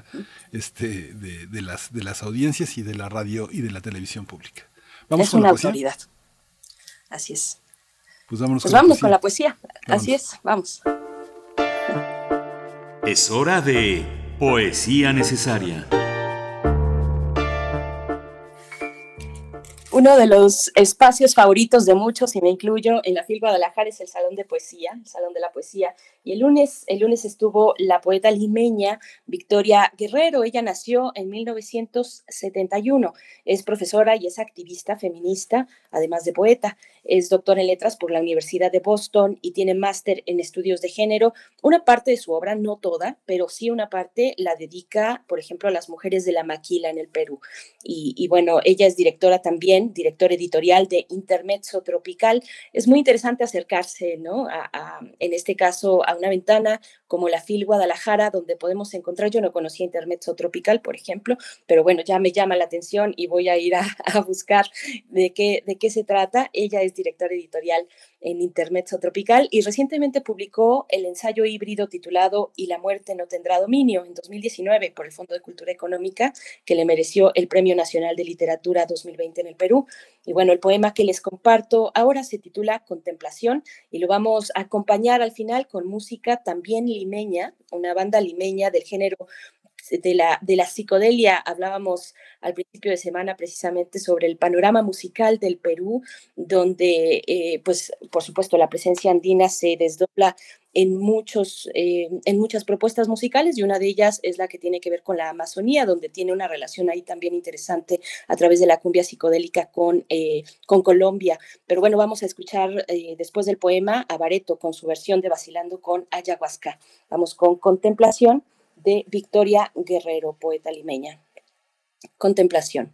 de las audiencias y de la radio y de la televisión pública. ¿Vamos es con una la poesía? autoridad. Así es. Pues vámonos con la poesía. Así es, vamos. Es hora de Poesía Necesaria. Uno de los espacios favoritos de muchos, y me incluyo, en la FIL Guadalajara es el Salón de Poesía, el Salón de la Poesía. Y el lunes estuvo la poeta limeña Victoria Guerrero. Ella nació en 1971. Es profesora y es activista feminista, además de poeta. Es doctora en letras por la Universidad de Boston y tiene máster en estudios de género. Una parte de su obra, no toda, pero sí una parte la dedica, por ejemplo, a las mujeres de la maquila en el Perú. Y bueno, ella es directora editorial de Intermezzo Tropical. Es muy interesante acercarse, ¿no? En este caso, a una ventana como la FIL Guadalajara, donde podemos encontrar, yo no conocía Intermezzo Tropical, por ejemplo, pero bueno, ya me llama la atención y voy a ir a buscar de qué se trata. Ella es directora editorial en Intermezzo Tropical y recientemente publicó el ensayo híbrido titulado Y la muerte no tendrá dominio en 2019 por el Fondo de Cultura Económica, que le mereció el Premio Nacional de Literatura 2020 en el Perú. Y bueno, el poema que les comparto ahora se titula Contemplación y lo vamos a acompañar al final con música también limeña, una banda limeña del género de la psicodelia. Hablábamos al principio de semana precisamente sobre el panorama musical del Perú, donde pues por supuesto la presencia andina se desdobla en muchas propuestas musicales, y una de ellas es la que tiene que ver con la Amazonía, donde tiene una relación ahí también interesante a través de la cumbia psicodélica con Colombia. Pero bueno, vamos a escuchar después del poema a Bareto con su versión de Vacilando con Ayahuasca. Vamos con Contemplación de Victoria Guerrero, poeta limeña. Contemplación.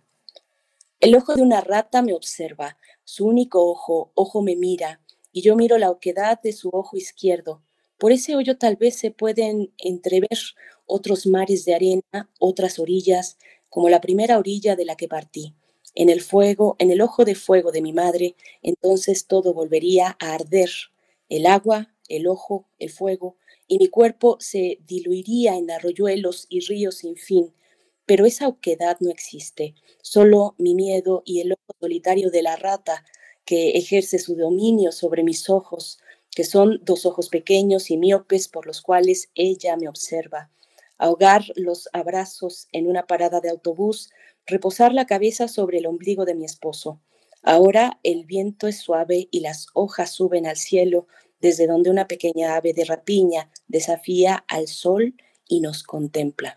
El ojo de una rata me observa, su único ojo me mira, y yo miro la oquedad de su ojo izquierdo. Por ese hoyo tal vez se pueden entrever otros mares de arena, otras orillas, como la primera orilla de la que partí. En el ojo de fuego de mi madre, entonces todo volvería a arder. El agua, el ojo, el fuego, y mi cuerpo se diluiría en arroyuelos y ríos sin fin. Pero esa oquedad no existe, solo mi miedo y el ojo solitario de la rata que ejerce su dominio sobre mis ojos, que son dos ojos pequeños y miopes por los cuales ella me observa. Ahogar los abrazos en una parada de autobús, reposar la cabeza sobre el ombligo de mi esposo, Ahora el viento es suave y las hojas suben al cielo, desde donde una pequeña ave de rapiña desafía al sol y nos contempla.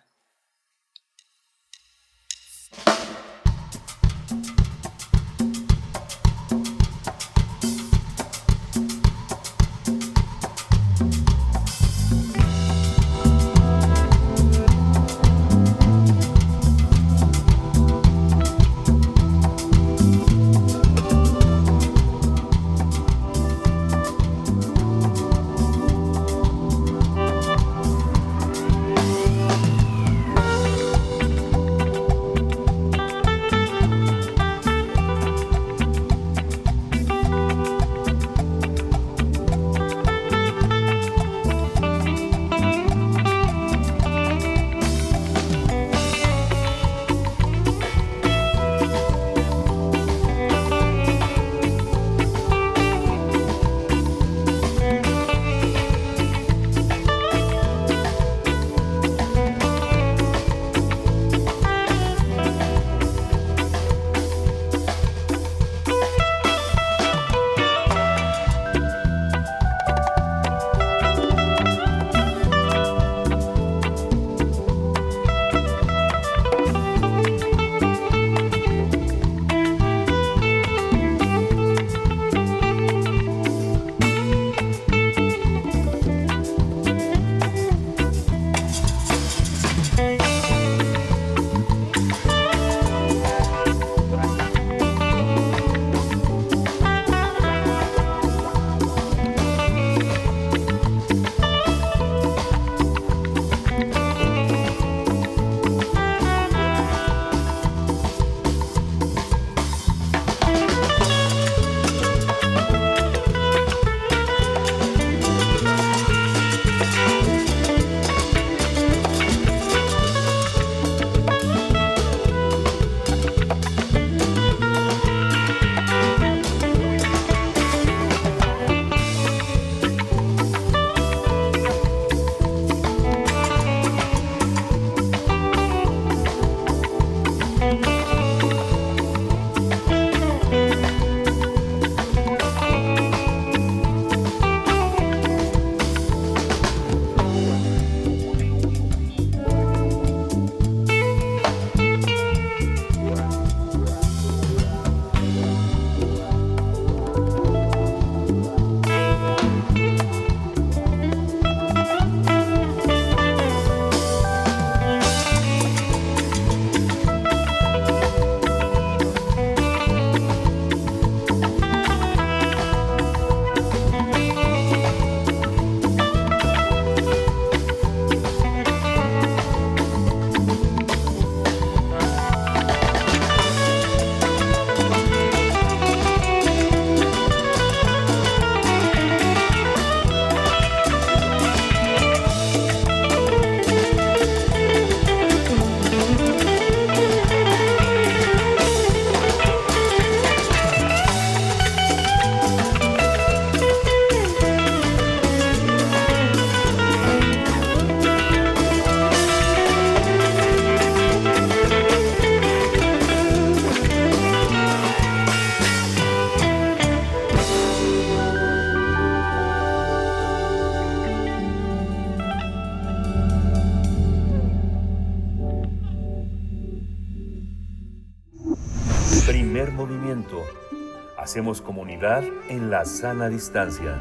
Primer movimiento. Hacemos comunidad en la sana distancia.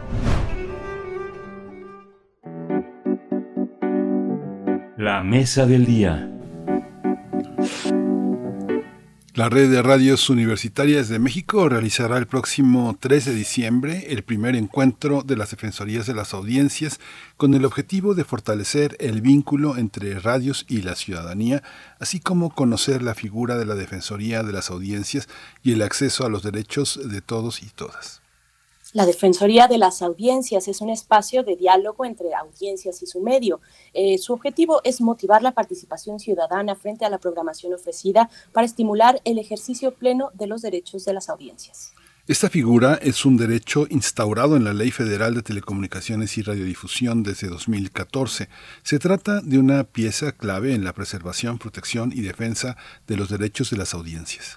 La mesa del día. La Red de Radios Universitarias de México realizará el próximo 3 de diciembre el primer encuentro de las Defensorías de las Audiencias con el objetivo de fortalecer el vínculo entre radios y la ciudadanía, así como conocer la figura de la Defensoría de las Audiencias y el acceso a los derechos de todos y todas. La Defensoría de las Audiencias es un espacio de diálogo entre audiencias y su medio. Su objetivo es motivar la participación ciudadana frente a la programación ofrecida para estimular el ejercicio pleno de los derechos de las audiencias. Esta figura es un derecho instaurado en la Ley Federal de Telecomunicaciones y Radiodifusión desde 2014. Se trata de una pieza clave en la preservación, protección y defensa de los derechos de las audiencias.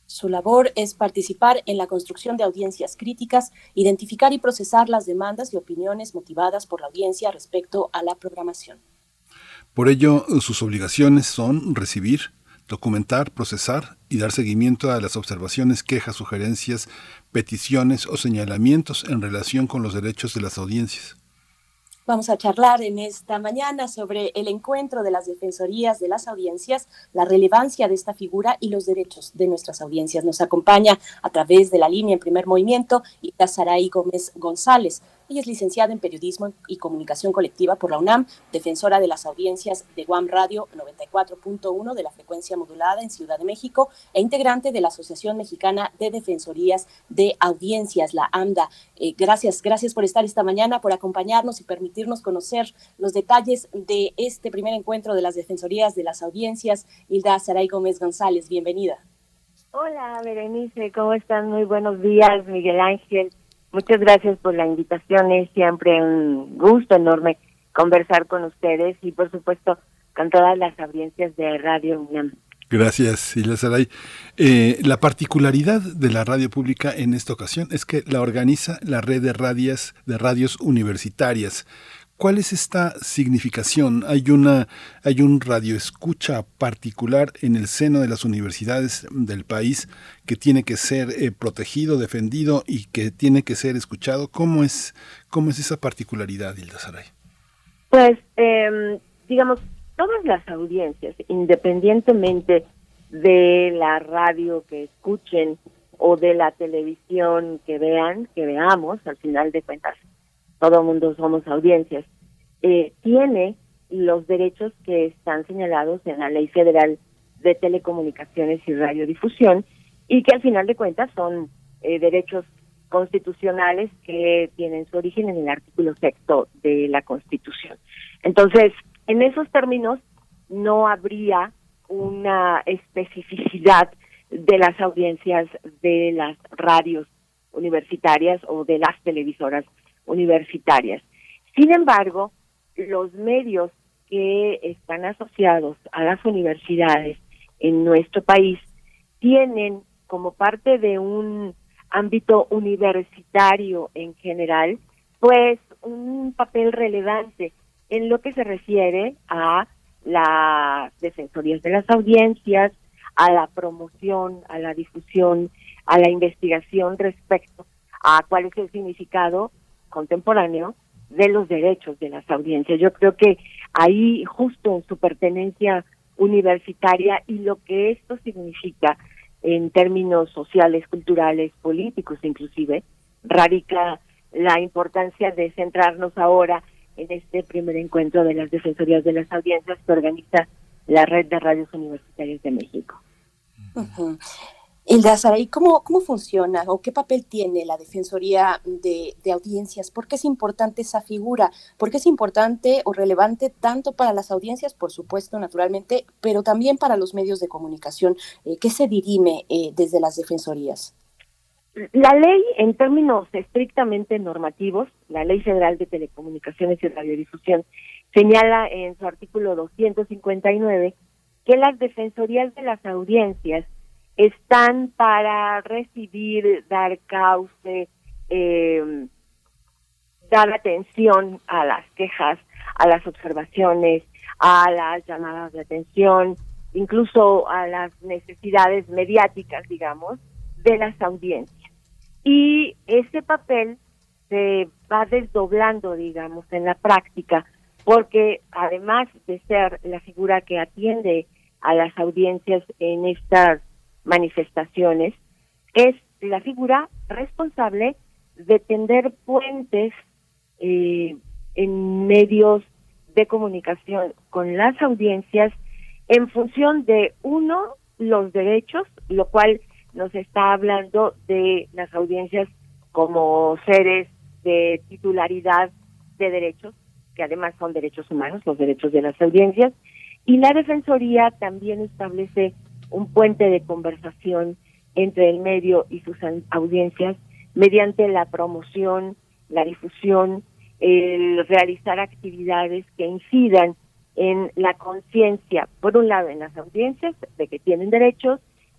Su labor es participar en la construcción de audiencias críticas, identificar y procesar las demandas y opiniones motivadas por la audiencia respecto a la programación. Por ello, sus obligaciones son recibir, documentar, procesar y dar seguimiento a las observaciones, quejas, sugerencias, peticiones o señalamientos en relación con los derechos de las audiencias. Vamos a charlar en esta mañana sobre el encuentro de las defensorías de las audiencias, la relevancia de esta figura y los derechos de nuestras audiencias. Nos acompaña a través de la línea en Primer Movimiento Hilda Saray Gómez González. Ella es licenciada en Periodismo y Comunicación Colectiva por la UNAM, defensora de las audiencias de UAM Radio 94.1 de la frecuencia modulada en Ciudad de México e integrante de la Asociación Mexicana de Defensorías de Audiencias, la AMDA. Gracias por estar esta mañana, por acompañarnos y permitirnos conocer los detalles de este primer encuentro de las defensorías de las audiencias. Hilda Saray Gómez González, bienvenida. Hola, Berenice, ¿cómo están? Muy buenos días, Miguel Ángel. Muchas gracias por la invitación, es siempre un gusto enorme conversar con ustedes y por supuesto con todas las audiencias de Radio UNAM. Gracias, Hilda Saray. La particularidad de la radio pública en esta ocasión es que la organiza la red de radios universitarias. ¿Cuál es esta significación? ¿Hay un radioescucha particular en el seno de las universidades del país que tiene que ser protegido, defendido y que tiene que ser escuchado? ¿Cómo es esa particularidad, Hilda Saray? Pues, digamos, todas las audiencias, independientemente de la radio que escuchen o de la televisión que veamos, al final de cuentas, todo el mundo somos audiencias, tiene los derechos que están señalados en la Ley Federal de Telecomunicaciones y Radiodifusión y que al final de cuentas son derechos constitucionales que tienen su origen en el artículo 6º de la Constitución. Entonces, en esos términos, no habría una especificidad de las audiencias de las radios universitarias o de las televisoras universitarias. Sin embargo, los medios que están asociados a las universidades en nuestro país tienen como parte de un ámbito universitario en general, pues un papel relevante en lo que se refiere a las defensorías de las audiencias, a la promoción, a la difusión, a la investigación respecto a cuál es el significado contemporáneo de los derechos de las audiencias. Yo creo que ahí, justo en su pertenencia universitaria y lo que esto significa en términos sociales, culturales, políticos inclusive, radica la importancia de centrarnos ahora en este primer encuentro de las defensorías de las audiencias que organiza la Red de Radios Universitarias de México. Uh-huh. Hilda Saray, ¿cómo funciona o qué papel tiene la Defensoría de Audiencias? ¿Por qué es importante esa figura? ¿Por qué es importante o relevante tanto para las audiencias, por supuesto, naturalmente, pero también para los medios de comunicación? ¿Qué se dirime desde las defensorías? La ley, en términos estrictamente normativos, la Ley Federal de Telecomunicaciones y Radiodifusión, señala en su artículo 259 que las defensorías de las audiencias están para recibir, dar cauce, dar atención a las quejas, a las observaciones, a las llamadas de atención, incluso a las necesidades mediáticas, digamos, de las audiencias. Y ese papel se va desdoblando, digamos, en la práctica, porque además de ser la figura que atiende a las audiencias en estas manifestaciones, es la figura responsable de tender puentes en medios de comunicación con las audiencias en función de, uno, los derechos, lo cual nos está hablando de las audiencias como seres de titularidad de derechos, que además son derechos humanos, los derechos de las audiencias, y la Defensoría también establece un puente de conversación entre el medio y sus audiencias mediante la promoción, la difusión, el realizar actividades que incidan en la conciencia, por un lado en las audiencias de que tienen derechos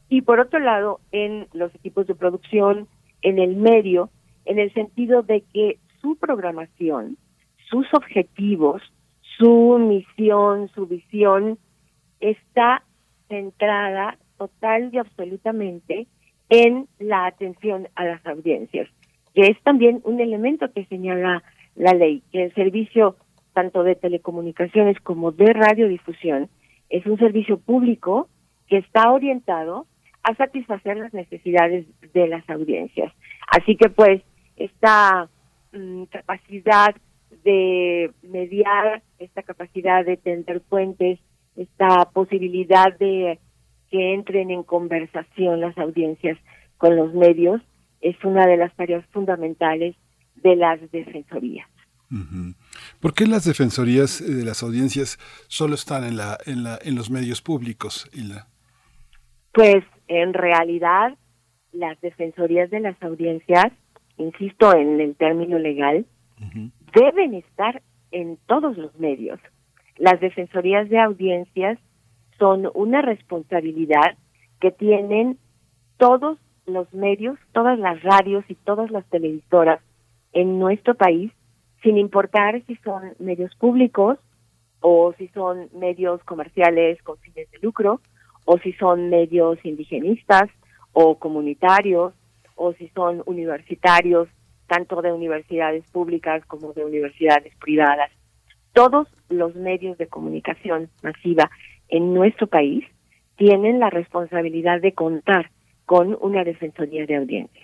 y por otro lado en los equipos de producción, en el medio, en el sentido de que su programación, sus objetivos, su misión, su visión está centrada total y absolutamente en la atención a las audiencias, que es también un elemento que señala la ley, que el servicio tanto de telecomunicaciones como de radiodifusión es un servicio público que está orientado a satisfacer las necesidades de las audiencias. Así que pues esta capacidad de mediar, esta capacidad de tender puentes, esta posibilidad de que entren en conversación las audiencias con los medios, es una de las tareas fundamentales de las defensorías. Uh-huh. ¿Por qué las defensorías de las audiencias solo están en los medios públicos, Hilda? Pues en realidad las defensorías de las audiencias, insisto en el término legal, deben estar en todos los medios. Las defensorías de audiencias son una responsabilidad que tienen todos los medios, todas las radios y todas las televisoras en nuestro país, sin importar si son medios públicos o si son medios comerciales con fines de lucro, o si son medios indigenistas o comunitarios, o si son universitarios, tanto de universidades públicas como de universidades privadas. Todos los medios de comunicación masiva en nuestro país tienen la responsabilidad de contar con una defensoría de audiencias.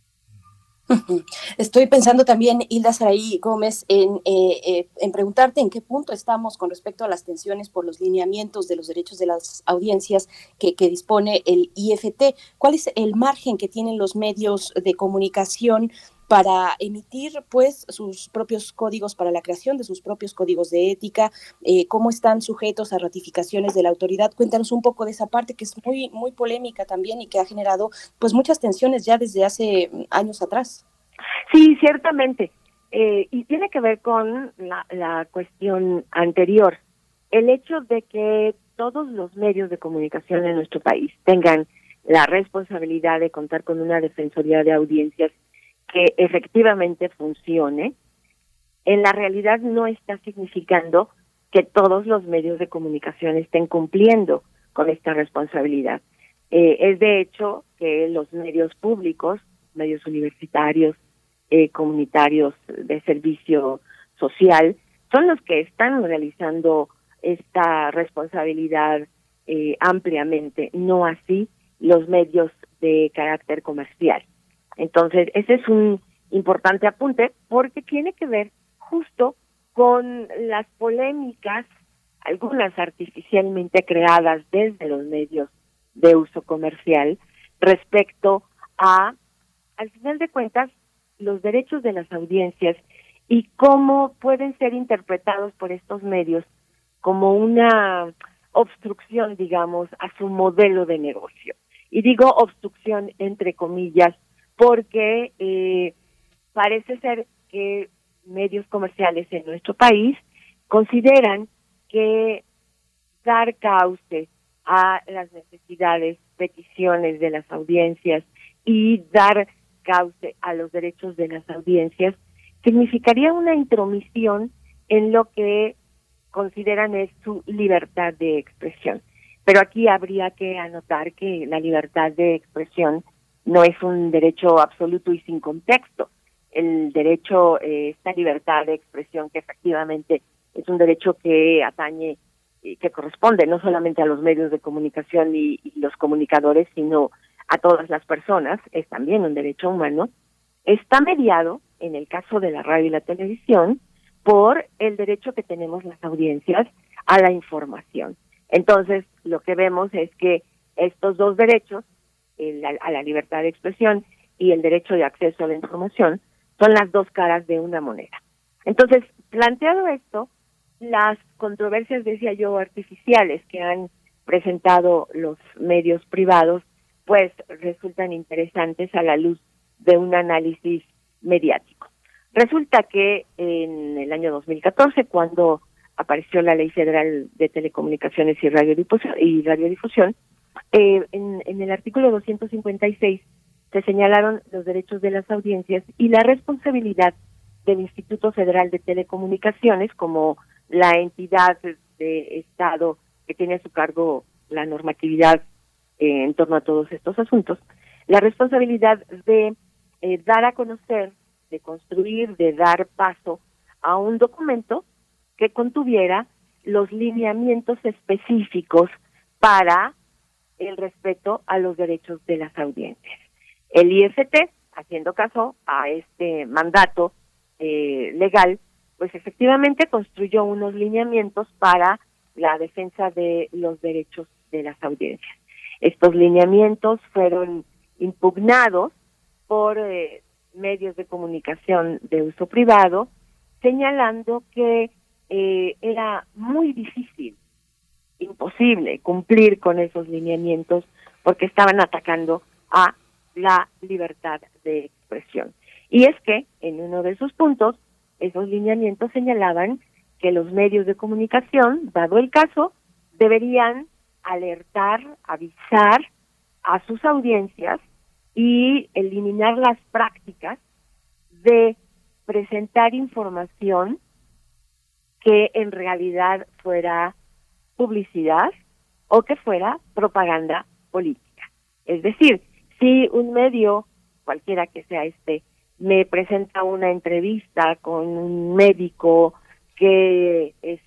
Estoy pensando también, Hilda Saraí Gómez, en preguntarte en qué punto estamos con respecto a las tensiones por los lineamientos de los derechos de las audiencias que dispone el IFT. ¿Cuál es el margen que tienen los medios de comunicación para emitir pues sus propios códigos, para la creación de sus propios códigos de ética? ¿Cómo están sujetos a ratificaciones de la autoridad? Cuéntanos un poco de esa parte que es muy, muy polémica también y que ha generado pues muchas tensiones ya desde hace años atrás. Sí, ciertamente. Y tiene que ver con la cuestión anterior. El hecho de que todos los medios de comunicación en nuestro país tengan la responsabilidad de contar con una defensoría de audiencias que efectivamente funcione, en la realidad no está significando que todos los medios de comunicación estén cumpliendo con esta responsabilidad. Es de hecho que los medios públicos, medios universitarios, comunitarios de servicio social, son los que están realizando esta responsabilidad ampliamente, no así los medios de carácter comercial. Entonces, ese es un importante apunte porque tiene que ver justo con las polémicas, algunas artificialmente creadas desde los medios de uso comercial, respecto al final de cuentas, los derechos de las audiencias y cómo pueden ser interpretados por estos medios como una obstrucción, digamos, a su modelo de negocio. Y digo obstrucción entre comillas, porque parece ser que medios comerciales en nuestro país consideran que dar cauce a las necesidades, peticiones de las audiencias y dar cauce a los derechos de las audiencias significaría una intromisión en lo que consideran es su libertad de expresión. Pero aquí habría que anotar que la libertad de expresión no es un derecho absoluto y sin contexto. El derecho, esta libertad de expresión que efectivamente es un derecho que atañe, que corresponde no solamente a los medios de comunicación y los comunicadores, sino a todas las personas, es también un derecho humano, está mediado, en el caso de la radio y la televisión, por el derecho que tenemos las audiencias a la información. Entonces, lo que vemos es que estos dos derechos, a la libertad de expresión y el derecho de acceso a la información, son las dos caras de una moneda. Entonces, planteado esto, las controversias, decía yo, artificiales que han presentado los medios privados, pues resultan interesantes a la luz de un análisis mediático. Resulta que en el año 2014, cuando apareció la Ley Federal de Telecomunicaciones y Radiodifusión, En el artículo 256 se señalaron los derechos de las audiencias y la responsabilidad del Instituto Federal de Telecomunicaciones como la entidad de Estado que tiene a su cargo la normatividad en torno a todos estos asuntos, la responsabilidad de dar a conocer, de construir, de dar paso a un documento que contuviera los lineamientos específicos para el respeto a los derechos de las audiencias. El IFT, haciendo caso a este mandato legal, pues efectivamente construyó unos lineamientos para la defensa de los derechos de las audiencias. Estos lineamientos fueron impugnados por medios de comunicación de uso privado, señalando que era muy difícil, imposible cumplir con esos lineamientos porque estaban atacando a la libertad de expresión. Y es que en uno de sus puntos, esos lineamientos señalaban que los medios de comunicación, dado el caso, deberían alertar, avisar a sus audiencias y eliminar las prácticas de presentar información que en realidad fuera publicidad o que fuera propaganda política. Es decir, si un medio, cualquiera que sea me presenta una entrevista con un médico que es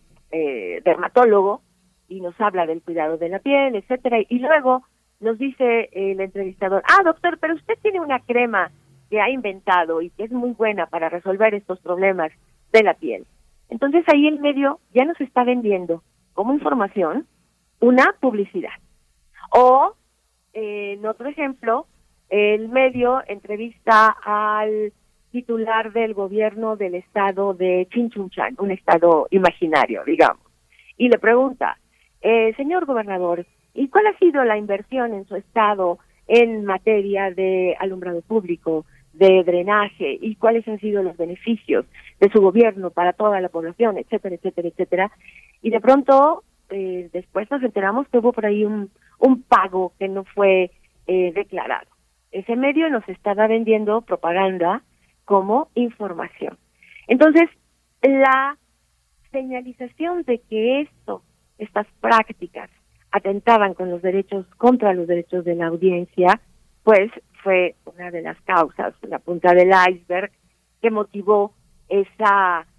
dermatólogo y nos habla del cuidado de la piel, etcétera, y luego nos dice el entrevistador, doctor, pero usted tiene una crema que ha inventado y que es muy buena para resolver estos problemas de la piel. Entonces ahí el medio ya nos está vendiendo como información una publicidad. O, en otro ejemplo, el medio entrevista al titular del gobierno del estado de Chinchunchan, un estado imaginario, digamos, y le pregunta, señor gobernador, ¿y cuál ha sido la inversión en su estado en materia de alumbrado público, de drenaje, y cuáles han sido los beneficios de su gobierno para toda la población, etcétera, etcétera, etcétera? Y de pronto, después nos enteramos que hubo por ahí un pago que no fue declarado. Ese medio nos estaba vendiendo propaganda como información. Entonces, la señalización de que estas prácticas atentaban contra los derechos de la audiencia, pues fue una de las causas, la punta del iceberg, que motivó esa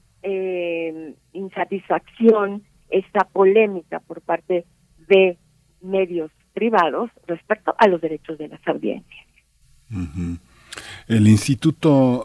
insatisfacción, esa polémica por parte de medios privados respecto a los derechos de las audiencias. Uh-huh. El instituto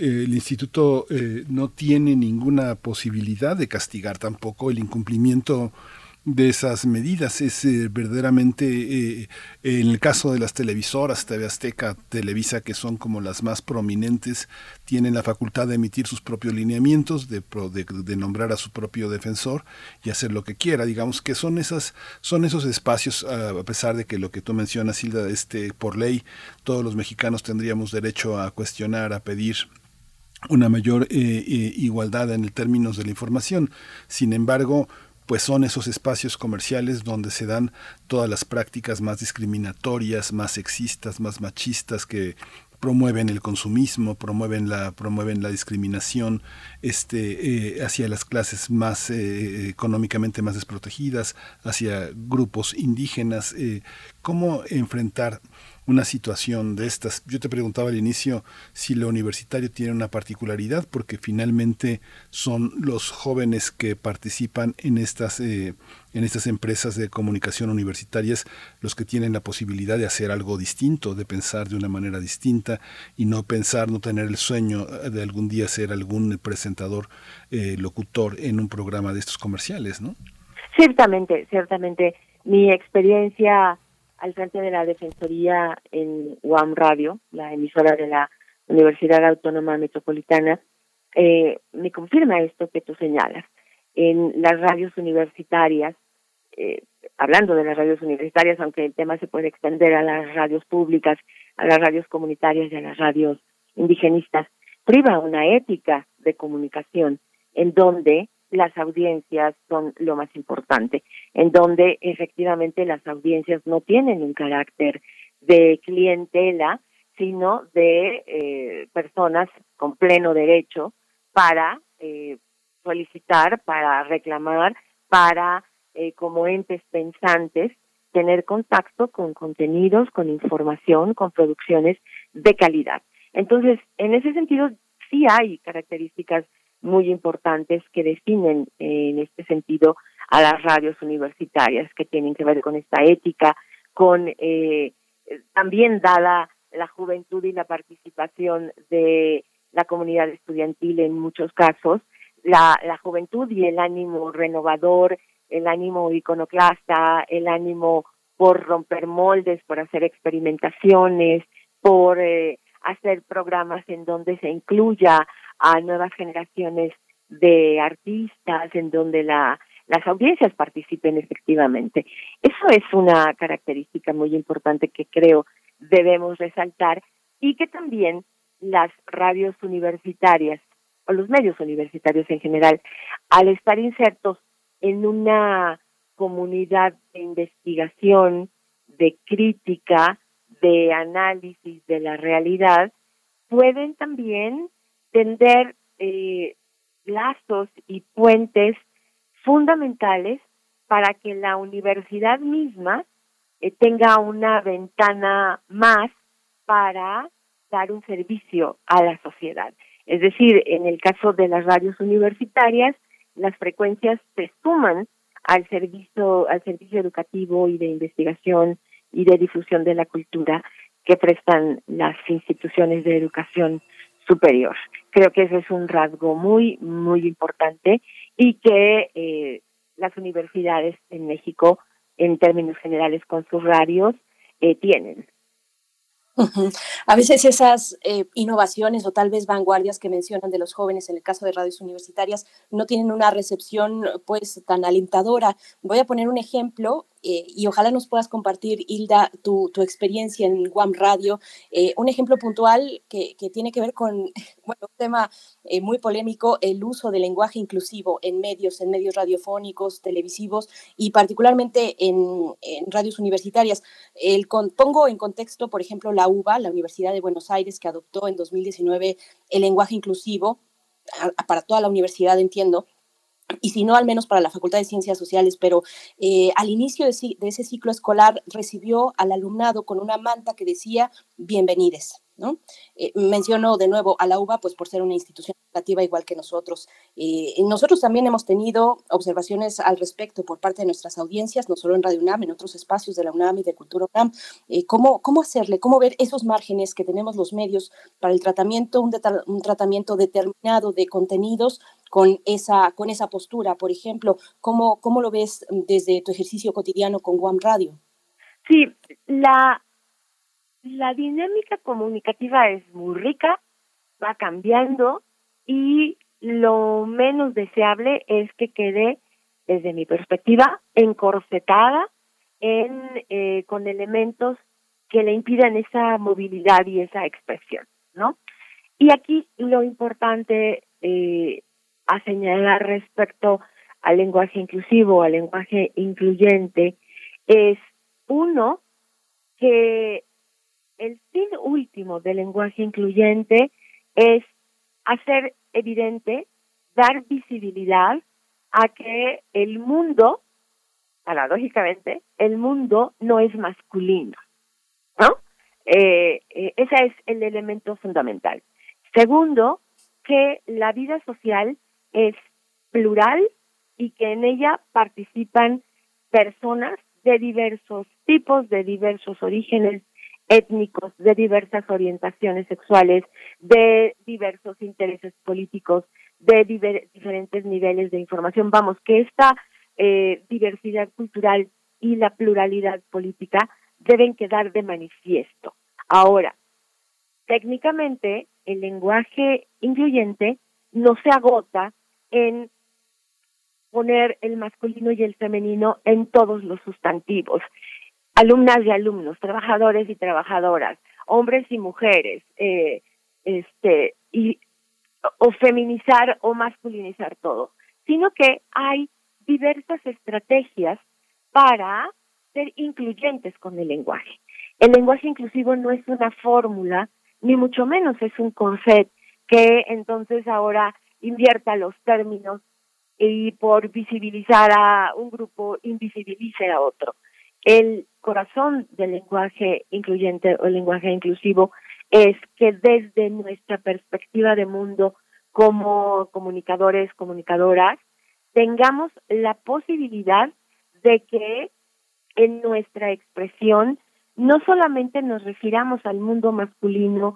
no tiene ninguna posibilidad de castigar tampoco el incumplimiento de esas medidas. Es verdaderamente, en el caso de las televisoras, TV Azteca, Televisa, que son como las más prominentes, tienen la facultad de emitir sus propios lineamientos, de nombrar a su propio defensor y hacer lo que quiera. Digamos que son esos espacios, a pesar de que lo que tú mencionas, Hilda, por ley, todos los mexicanos tendríamos derecho a cuestionar, a pedir una mayor igualdad en términos de la información. Sin embargo, pues son esos espacios comerciales donde se dan todas las prácticas más discriminatorias, más sexistas, más machistas, que promueven el consumismo, promueven la discriminación hacia las clases más económicamente más desprotegidas, hacia grupos indígenas. ¿Cómo enfrentar una situación de estas? Yo te preguntaba al inicio si lo universitario tiene una particularidad, porque finalmente son los jóvenes que participan en estas empresas de comunicación universitarias los que tienen la posibilidad de hacer algo distinto, de pensar de una manera distinta y no tener el sueño de algún día ser algún presentador, locutor en un programa de estos comerciales, ¿no? Ciertamente. Mi experiencia al frente de la Defensoría en UAM Radio, la emisora de la Universidad Autónoma Metropolitana, me confirma esto que tú señalas. En las radios universitarias, hablando de las radios universitarias, aunque el tema se puede extender a las radios públicas, a las radios comunitarias y a las radios indigenistas, priva una ética de comunicación en donde las audiencias son lo más importante, en donde efectivamente las audiencias no tienen un carácter de clientela, sino de personas con pleno derecho para solicitar, para reclamar, para como entes pensantes tener contacto con contenidos, con información, con producciones de calidad. Entonces, en ese sentido, sí hay características muy importantes que definen en este sentido a las radios universitarias, que tienen que ver con esta ética, con también dada la juventud y la participación de la comunidad estudiantil en muchos casos, la juventud y el ánimo renovador, el ánimo iconoclasta, el ánimo por romper moldes, por hacer experimentaciones, por hacer programas en donde se incluya a nuevas generaciones de artistas, en donde las audiencias participen efectivamente. Eso es una característica muy importante que creo debemos resaltar, y que también las radios universitarias o los medios universitarios en general, al estar insertos en una comunidad de investigación, de crítica, de análisis de la realidad, pueden también tender lazos y puentes fundamentales para que la universidad misma tenga una ventana más para dar un servicio a la sociedad. Es decir, en el caso de las radios universitarias, las frecuencias se suman al servicio educativo y de investigación y de difusión de la cultura que prestan las instituciones de educación superior. Creo que ese es un rasgo muy, muy importante, y que las universidades en México, en términos generales con sus radios, tienen. Uh-huh. A veces esas innovaciones o tal vez vanguardias que mencionan de los jóvenes en el caso de radios universitarias no tienen una recepción pues tan alentadora. Voy a poner un ejemplo y ojalá nos puedas compartir, Hilda, tu experiencia en Guam Radio, un ejemplo puntual que tiene que ver con un tema muy polémico, el uso del lenguaje inclusivo en medios radiofónicos, televisivos y particularmente en radios universitarias. Pongo en contexto, por ejemplo, la UBA, la Universidad de Buenos Aires, que adoptó en 2019 el lenguaje inclusivo para toda la universidad, entiendo, y si no, al menos para la Facultad de Ciencias Sociales, pero al inicio de ese ciclo escolar recibió al alumnado con una manta que decía bienvenides, ¿no? Menciono de nuevo a la UBA pues por ser una institución educativa igual que nosotros. Nosotros también hemos tenido observaciones al respecto por parte de nuestras audiencias, no solo en Radio UNAM, en otros espacios de la UNAM y de Cultura UNAM. ¿Cómo hacerle, cómo ver esos márgenes que tenemos los medios para el tratamiento, un tratamiento determinado de contenidos con esa postura? Por ejemplo, ¿cómo lo ves desde tu ejercicio cotidiano con Guam Radio? Sí, la dinámica comunicativa es muy rica, va cambiando, y lo menos deseable es que quede, desde mi perspectiva, encorsetada con elementos que le impidan esa movilidad y esa expresión, ¿no? Y aquí lo importante a señalar respecto al lenguaje inclusivo, al lenguaje incluyente, es uno, que el fin último del lenguaje incluyente es hacer evidente, dar visibilidad a que el mundo, paradójicamente, el mundo no es masculino, ¿no? Ese es el elemento fundamental. Segundo, que la vida social es plural y que en ella participan personas de diversos tipos, de diversos orígenes étnicos, de diversas orientaciones sexuales, de diversos intereses políticos, de diferentes niveles de información. Vamos, que esta diversidad cultural y la pluralidad política deben quedar de manifiesto. Ahora, técnicamente, el lenguaje incluyente no se agota en poner el masculino y el femenino en todos los sustantivos. Alumnas y alumnos, trabajadores y trabajadoras, hombres y mujeres, o feminizar o masculinizar todo, sino que hay diversas estrategias para ser incluyentes con el lenguaje. El lenguaje inclusivo no es una fórmula, ni mucho menos es un corset que entonces ahora invierta los términos y por visibilizar a un grupo invisibilice a otro. El corazón del lenguaje incluyente o el lenguaje inclusivo es que desde nuestra perspectiva de mundo como comunicadores, comunicadoras, tengamos la posibilidad de que en nuestra expresión no solamente nos refiramos al mundo masculino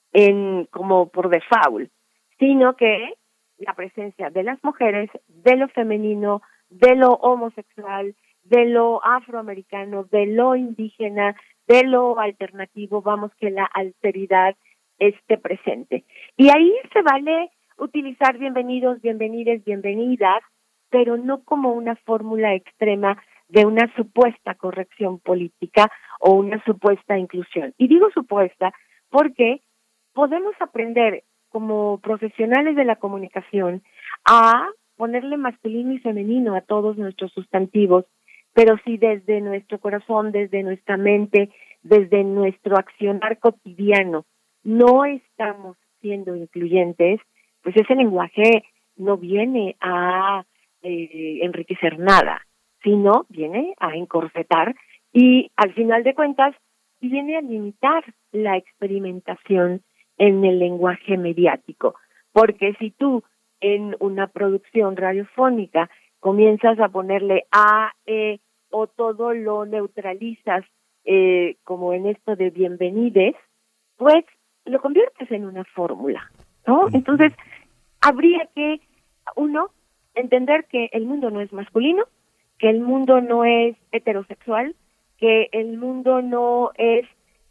como por default, sino que la presencia de las mujeres, de lo femenino, de lo homosexual, de lo afroamericano, de lo indígena, de lo alternativo, vamos, que la alteridad esté presente. Y ahí se vale utilizar bienvenidos, bienvenides, bienvenidas, pero no como una fórmula extrema de una supuesta corrección política o una supuesta inclusión. Y digo supuesta porque podemos aprender como profesionales de la comunicación a ponerle masculino y femenino a todos nuestros sustantivos, pero si desde nuestro corazón, desde nuestra mente, desde nuestro accionar cotidiano no estamos siendo incluyentes, pues ese lenguaje no viene a enriquecer nada, sino viene a encorsetar y al final de cuentas viene a limitar la experimentación en el lenguaje mediático, porque si tú en una producción radiofónica comienzas a ponerle a, o todo lo neutralizas como en esto de bienvenides, pues lo conviertes en una fórmula, ¿no? Entonces, habría que, uno, entender que el mundo no es masculino, que el mundo no es heterosexual, que el mundo no es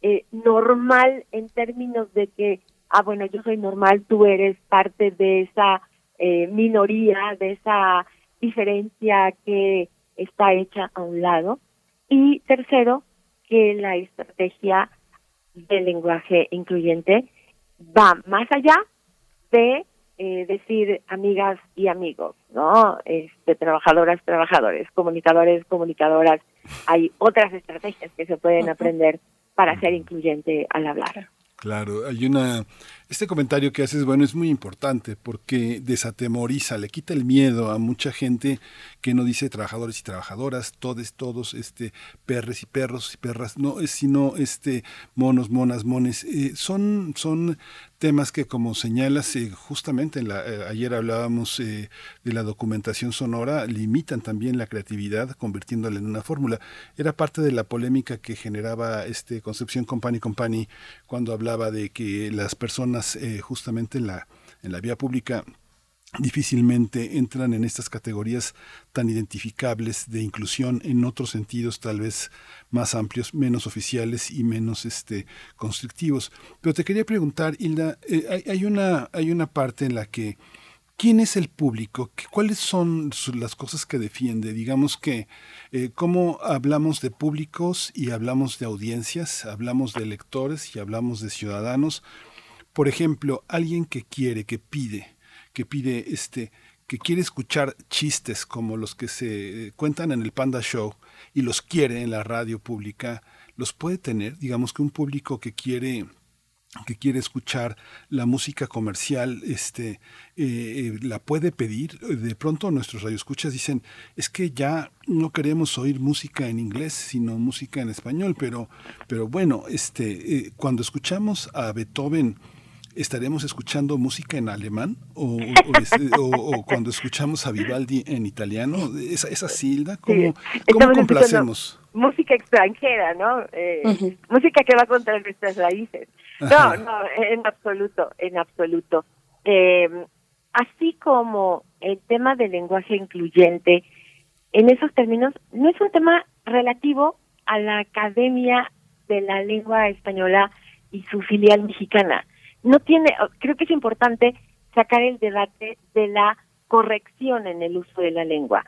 normal en términos de que, bueno, yo soy normal, tú eres parte de esa minoría, de esa diferencia que está hecha a un lado. Y tercero, que la estrategia del lenguaje incluyente va más allá de decir amigas y amigos, ¿no? Trabajadoras, trabajadores, comunicadores, comunicadoras. Hay otras estrategias que se pueden aprender para ser incluyente al hablar. Claro, este comentario que haces, bueno, es muy importante porque desatemoriza, le quita el miedo a mucha gente que no dice trabajadores y trabajadoras, todos, perres y perros y perras, no, sino monos, monas, mones, son temas que, como señalas, justamente ayer hablábamos de la documentación sonora, limitan también la creatividad convirtiéndola en una fórmula. Era parte de la polémica que generaba Concepción Company cuando hablaba de que las personas justamente en la vía pública difícilmente entran en estas categorías tan identificables de inclusión en otros sentidos tal vez más amplios, menos oficiales y menos constrictivos. Pero te quería preguntar, Hilda, hay una parte en la que ¿quién es el público? ¿Cuáles son las cosas que defiende? Digamos que cómo hablamos de públicos y hablamos de audiencias, hablamos de lectores y hablamos de ciudadanos. Por ejemplo, alguien que pide, que quiere escuchar chistes como los que se cuentan en el Panda Show y los quiere en la radio pública, los puede tener. Digamos que un público que quiere escuchar la música comercial, la puede pedir. De pronto nuestros radioescuchas dicen, es que ya no queremos oír música en inglés, sino música en español, pero bueno, cuando escuchamos a Beethoven, ¿estaremos escuchando música en alemán? ¿O cuando escuchamos a Vivaldi en italiano? ¿Es así, Hilda? ¿Cómo complacemos? Música extranjera, ¿no? Música que va contra nuestras raíces. No, en absoluto. Así como el tema del lenguaje incluyente, en esos términos, no es un tema relativo a la Academia de la Lengua Española y su filial mexicana. Creo que es importante sacar el debate de la corrección en el uso de la lengua.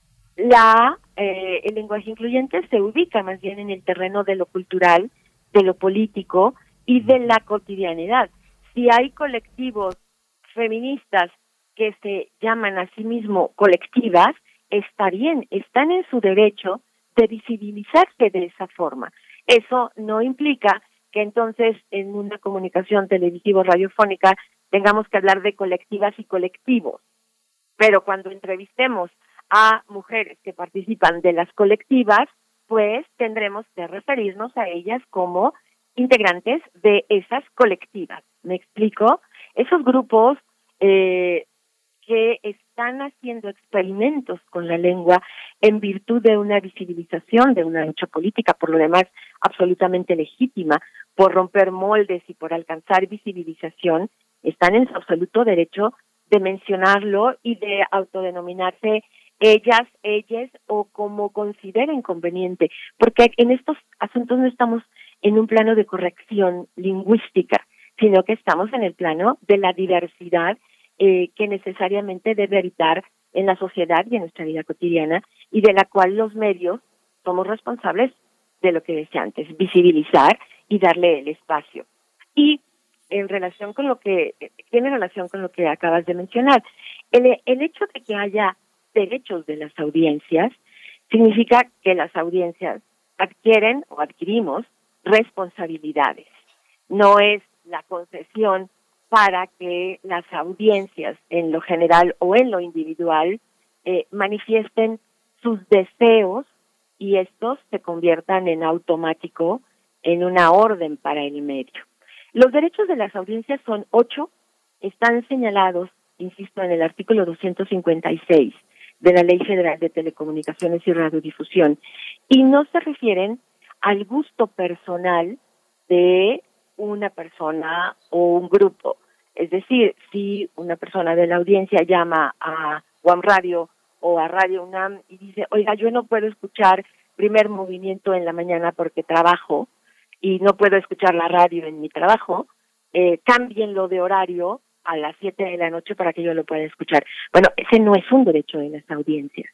El lenguaje incluyente se ubica más bien en el terreno de lo cultural, de lo político y de la cotidianidad. Si hay colectivos feministas que se llaman a sí mismo colectivas, está bien, están en su derecho de visibilizarse de esa forma. Eso no implica que entonces en una comunicación televisivo-radiofónica tengamos que hablar de colectivas y colectivos. Pero cuando entrevistemos a mujeres que participan de las colectivas, pues tendremos que referirnos a ellas como integrantes de esas colectivas. ¿Me explico? Esos grupos que están haciendo experimentos con la lengua en virtud de una visibilización de una lucha política, por lo demás absolutamente legítima, por romper moldes y por alcanzar visibilización, están en su absoluto derecho de mencionarlo y de autodenominarse ellas, ellas o como consideren conveniente, porque en estos asuntos no estamos en un plano de corrección lingüística, sino que estamos en el plano de la diversidad que necesariamente debe habitar en la sociedad y en nuestra vida cotidiana, y de la cual los medios somos responsables de lo que decía antes, visibilizar y darle el espacio. Y en relación con lo que, tiene relación con lo que acabas de mencionar, el hecho de que haya derechos de las audiencias significa que las audiencias adquieren o adquirimos responsabilidades. No es la concesión para que las audiencias en lo general o en lo individual manifiesten sus deseos y estos se conviertan en automático en una orden para el medio. Los derechos de las audiencias son 8, están señalados, insisto, en el artículo 256 de la Ley Federal de Telecomunicaciones y Radiodifusión, y no se refieren al gusto personal de una persona o un grupo. Es decir, si una persona de la audiencia llama a UAM Radio o a Radio UNAM y dice, oiga, yo no puedo escuchar Primer Movimiento en la mañana porque trabajo y no puedo escuchar la radio en mi trabajo, cámbienlo de horario a las 7 de la noche para que yo lo pueda escuchar. Bueno, ese no es un derecho de las audiencias.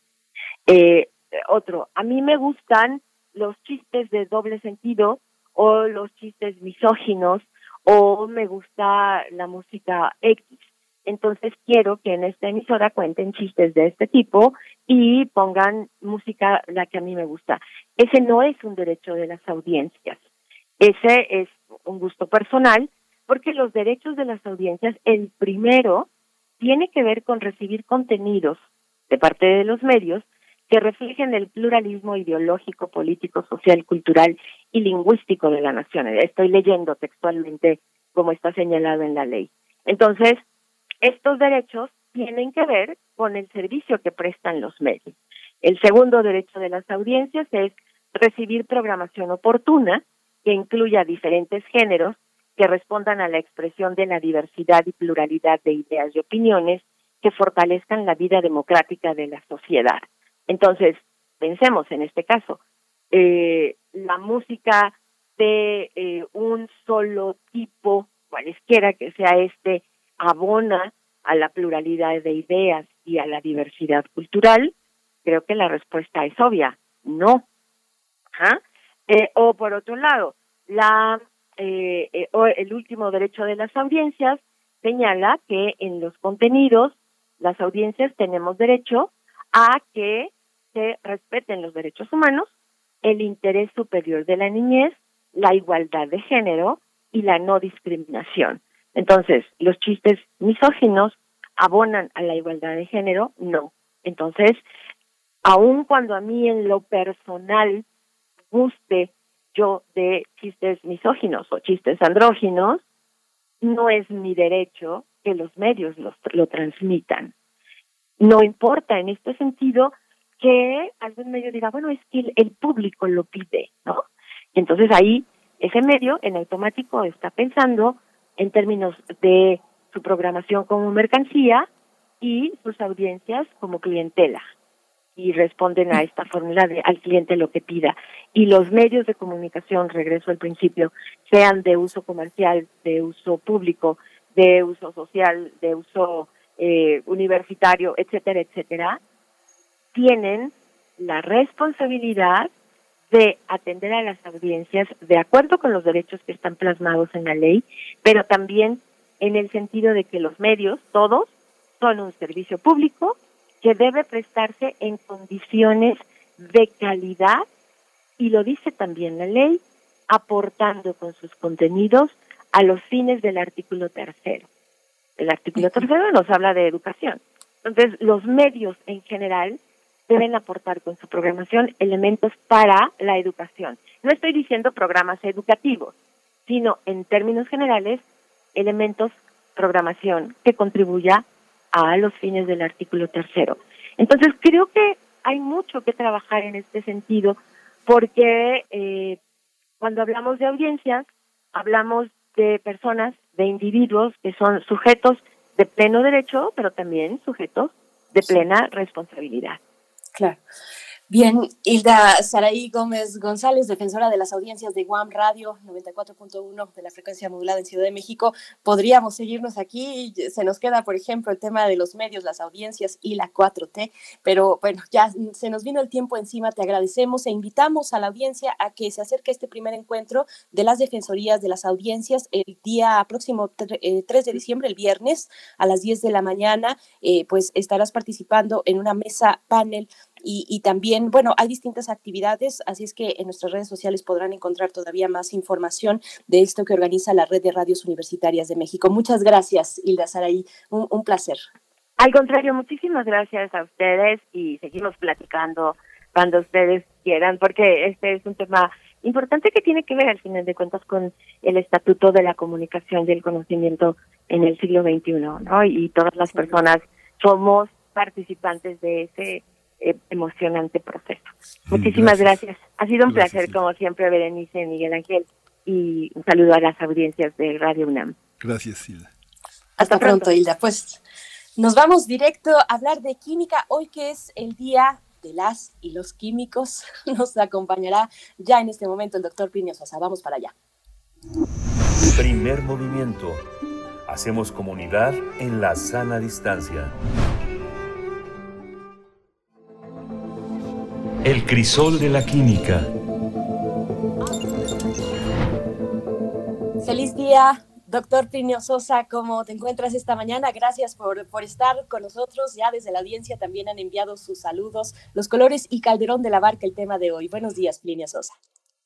Otro, a mí me gustan los chistes de doble sentido o los chistes misóginos o me gusta la música X. Entonces quiero que en esta emisora cuenten chistes de este tipo y pongan música la que a mí me gusta. Ese no es un derecho de las audiencias. Ese es un gusto personal, porque los derechos de las audiencias, el primero, tiene que ver con recibir contenidos de parte de los medios que reflejen el pluralismo ideológico, político, social, cultural y lingüístico de la nación. Estoy leyendo textualmente como está señalado en la ley. Entonces, estos derechos tienen que ver con el servicio que prestan los medios. El segundo derecho de las audiencias es recibir programación oportuna que incluya diferentes géneros que respondan a la expresión de la diversidad y pluralidad de ideas y opiniones que fortalezcan la vida democrática de la sociedad. Entonces, pensemos en este caso, la música de un solo tipo, cualesquiera que sea abona a la pluralidad de ideas y a la diversidad cultural. Creo que la respuesta es obvia, no. O por otro lado, el último derecho de las audiencias señala que en los contenidos las audiencias tenemos derecho a que se respeten los derechos humanos, el interés superior de la niñez, la igualdad de género y la no discriminación. Entonces, ¿los chistes misóginos abonan a la igualdad de género? No. Entonces, aun cuando a mí en lo personal guste yo de chistes misóginos o chistes andróginos, no es mi derecho que los medios lo transmitan. No importa en este sentido que algún medio diga, bueno, es que el público lo pide, ¿no? Entonces ahí ese medio en automático está pensando en términos de su programación como mercancía y sus audiencias como clientela, y responden a esta fórmula de al cliente lo que pida. Y los medios de comunicación, regreso al principio, sean de uso comercial, de uso público, de uso social, de uso universitario, etcétera, etcétera, tienen la responsabilidad de atender a las audiencias de acuerdo con los derechos que están plasmados en la ley, pero también en el sentido de que los medios, todos, son un servicio público que debe prestarse en condiciones de calidad, y lo dice también la ley, aportando con sus contenidos a los fines del artículo 3. El artículo 3 nos habla de educación. Entonces, los medios en general deben aportar con su programación elementos para la educación. No estoy diciendo programas educativos, sino en términos generales, elementos, programación que contribuya a los fines del artículo 3. Entonces, creo que hay mucho que trabajar en este sentido, porque cuando hablamos de audiencias, hablamos de personas, de individuos que son sujetos de pleno derecho, pero también sujetos de plena responsabilidad. Claro. Bien, Hilda Saraí Gómez González, defensora de las audiencias de UAM Radio 94.1 de la frecuencia modulada en Ciudad de México. Podríamos seguirnos aquí, se nos queda, por ejemplo, el tema de los medios, las audiencias y la 4T, pero bueno, ya se nos vino el tiempo encima. Te agradecemos e invitamos a la audiencia a que se acerque a este primer encuentro de las defensorías de las audiencias el día próximo 3 de diciembre, el viernes, a las 10 de la mañana, pues estarás participando en una mesa panel. Y también, bueno, hay distintas actividades, así es que en nuestras redes sociales podrán encontrar todavía más información de esto que organiza la Red de Radios Universitarias de México. Muchas gracias, Hilda Saraí, un placer. Al contrario, muchísimas gracias a ustedes y seguimos platicando cuando ustedes quieran, porque este es un tema importante que tiene que ver, al final de cuentas, con el Estatuto de la Comunicación y el Conocimiento en el siglo XXI, ¿no? Y todas las personas somos participantes de ese emocionante proceso. Muchísimas gracias. Ha sido un placer, como siempre, Berenice, Miguel Ángel, y un saludo a las audiencias de Radio UNAM. Gracias, Hilda. Hasta pronto, Hilda. Pues nos vamos directo a hablar de química, hoy que es el Día de las y los Químicos. Nos acompañará ya en este momento el doctor Plinio Sosa. Vamos para allá. Primer movimiento. Hacemos comunidad en la sana distancia. El crisol de la química. Feliz día, doctor Plinio Sosa. ¿Cómo te encuentras esta mañana? Gracias por estar con nosotros. Ya desde la audiencia también han enviado sus saludos. Los colores y Calderón de la Barca, el tema de hoy. Buenos días, Plinio Sosa.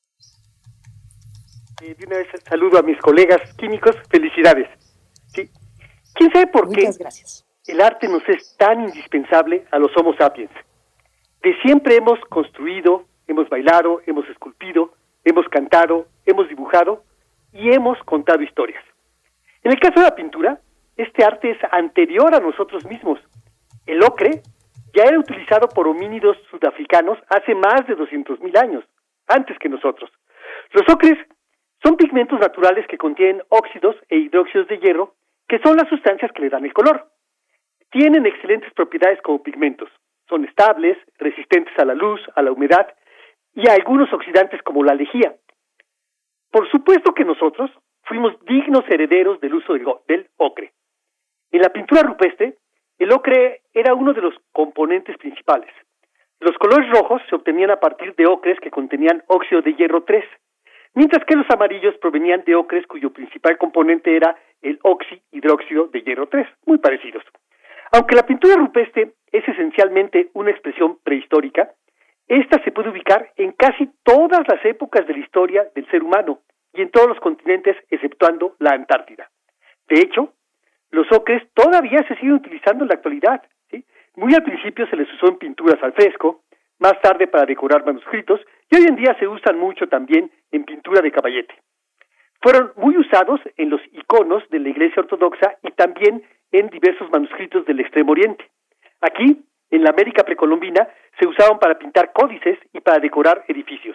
De una vez saludo a mis colegas químicos. Felicidades. ¿Sí? ¿Quién sabe por qué el arte nos es tan indispensable a los Homo sapiens? De siempre hemos construido, hemos bailado, hemos esculpido, hemos cantado, hemos dibujado y hemos contado historias. En el caso de la pintura, este arte es anterior a nosotros mismos. El ocre ya era utilizado por homínidos sudafricanos hace más de 200,000 años, antes que nosotros. Los ocres son pigmentos naturales que contienen óxidos e hidróxidos de hierro, que son las sustancias que le dan el color. Tienen excelentes propiedades como pigmentos. Son estables, resistentes a la luz, a la humedad y a algunos oxidantes como la lejía. Por supuesto que nosotros fuimos dignos herederos del uso del ocre. En la pintura rupestre, el ocre era uno de los componentes principales. Los colores rojos se obtenían a partir de ocres que contenían óxido de hierro 3, mientras que los amarillos provenían de ocres cuyo principal componente era el oxihidróxido de hierro 3, muy parecidos. Aunque la pintura rupestre es esencialmente una expresión prehistórica, esta se puede ubicar en casi todas las épocas de la historia del ser humano y en todos los continentes exceptuando la Antártida. De hecho, los ocres todavía se siguen utilizando en la actualidad, ¿sí? Muy al principio se les usó en pinturas al fresco, más tarde para decorar manuscritos y hoy en día se usan mucho también en pintura de caballete. Fueron muy usados en los iconos de la Iglesia Ortodoxa y también en diversos manuscritos del Extremo Oriente. Aquí, en la América precolombina, se usaban para pintar códices y para decorar edificios.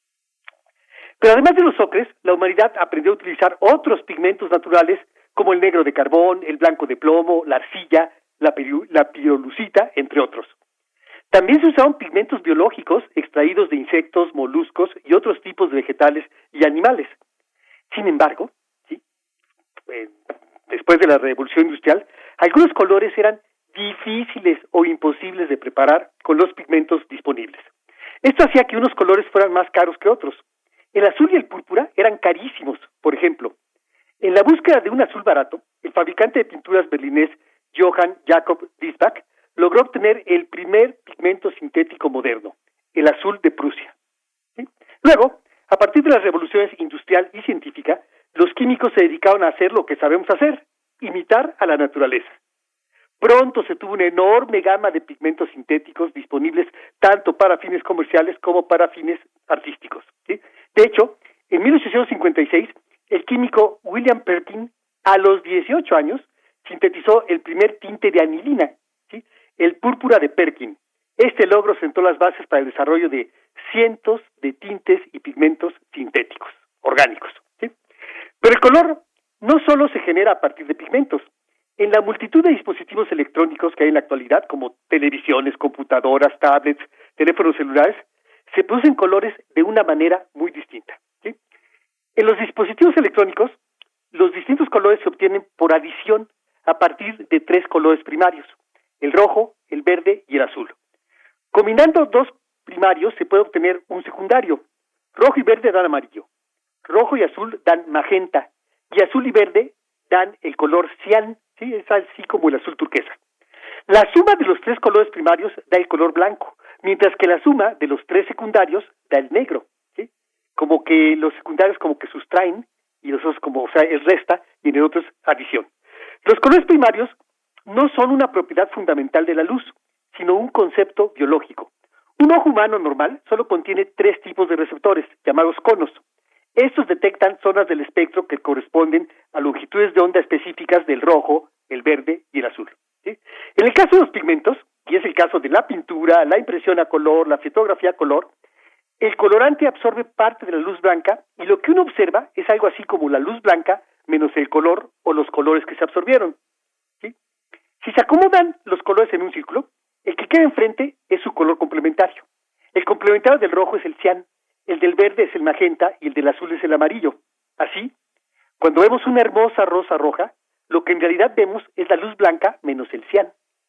Pero además de los ocres, la humanidad aprendió a utilizar otros pigmentos naturales como el negro de carbón, el blanco de plomo, la arcilla, la pirolusita, entre otros. También se usaban pigmentos biológicos extraídos de insectos, moluscos y otros tipos de vegetales y animales. Sin embargo, ¿sí? Después de la Revolución Industrial, algunos colores eran difíciles o imposibles de preparar con los pigmentos disponibles. Esto hacía que unos colores fueran más caros que otros. El azul y el púrpura eran carísimos, por ejemplo. En la búsqueda de un azul barato, el fabricante de pinturas berlinés Johann Jakob Diesbach, logró obtener el primer pigmento sintético moderno, el azul de Prusia. ¿Sí? Luego, a partir de las revoluciones industrial y científica, los químicos se dedicaron a hacer lo que sabemos hacer, imitar a la naturaleza. Pronto se tuvo una enorme gama de pigmentos sintéticos disponibles tanto para fines comerciales como para fines artísticos. ¿Sí? De hecho, en 1856, el químico William Perkin, a los 18 años, sintetizó el primer tinte de anilina, ¿sí? El púrpura de Perkin. Este logro sentó las bases para el desarrollo de cientos de tintes y pigmentos sintéticos, orgánicos. ¿Sí? Pero el color no solo se genera a partir de pigmentos. En la multitud de dispositivos electrónicos que hay en la actualidad, como televisiones, computadoras, tablets, teléfonos celulares, se producen colores de una manera muy distinta. ¿Sí? En los dispositivos electrónicos, los distintos colores se obtienen por adición a partir de 3 colores primarios: el rojo, el verde y el azul. Combinando 2 primarios se puede obtener un secundario. Rojo y verde dan amarillo, rojo y azul dan magenta, y azul y verde dan el color cian, ¿sí? Es así como el azul turquesa. La suma de los 3 colores primarios da el color blanco, mientras que la suma de los 3 secundarios da el negro. ¿Sí? Como que los secundarios como que sustraen y los otros como, o sea, es resta y en el otro es adición. Los colores primarios no son una propiedad fundamental de la luz, sino un concepto biológico. Un ojo humano normal solo contiene 3 tipos de receptores, llamados conos. Estos detectan zonas del espectro que corresponden a longitudes de onda específicas del rojo, el verde y el azul. ¿Sí? En el caso de los pigmentos, y es el caso de la pintura, la impresión a color, la fotografía a color, el colorante absorbe parte de la luz blanca y lo que uno observa es algo así como la luz blanca menos el color o los colores que se absorbieron. ¿Sí? Si se acomodan los colores en un círculo, el que queda enfrente es su color complementario. El complementario del rojo es el cian, el del verde es el magenta y el del azul es el amarillo. Así, cuando vemos una hermosa rosa roja, lo que en realidad vemos es la luz blanca menos el cian.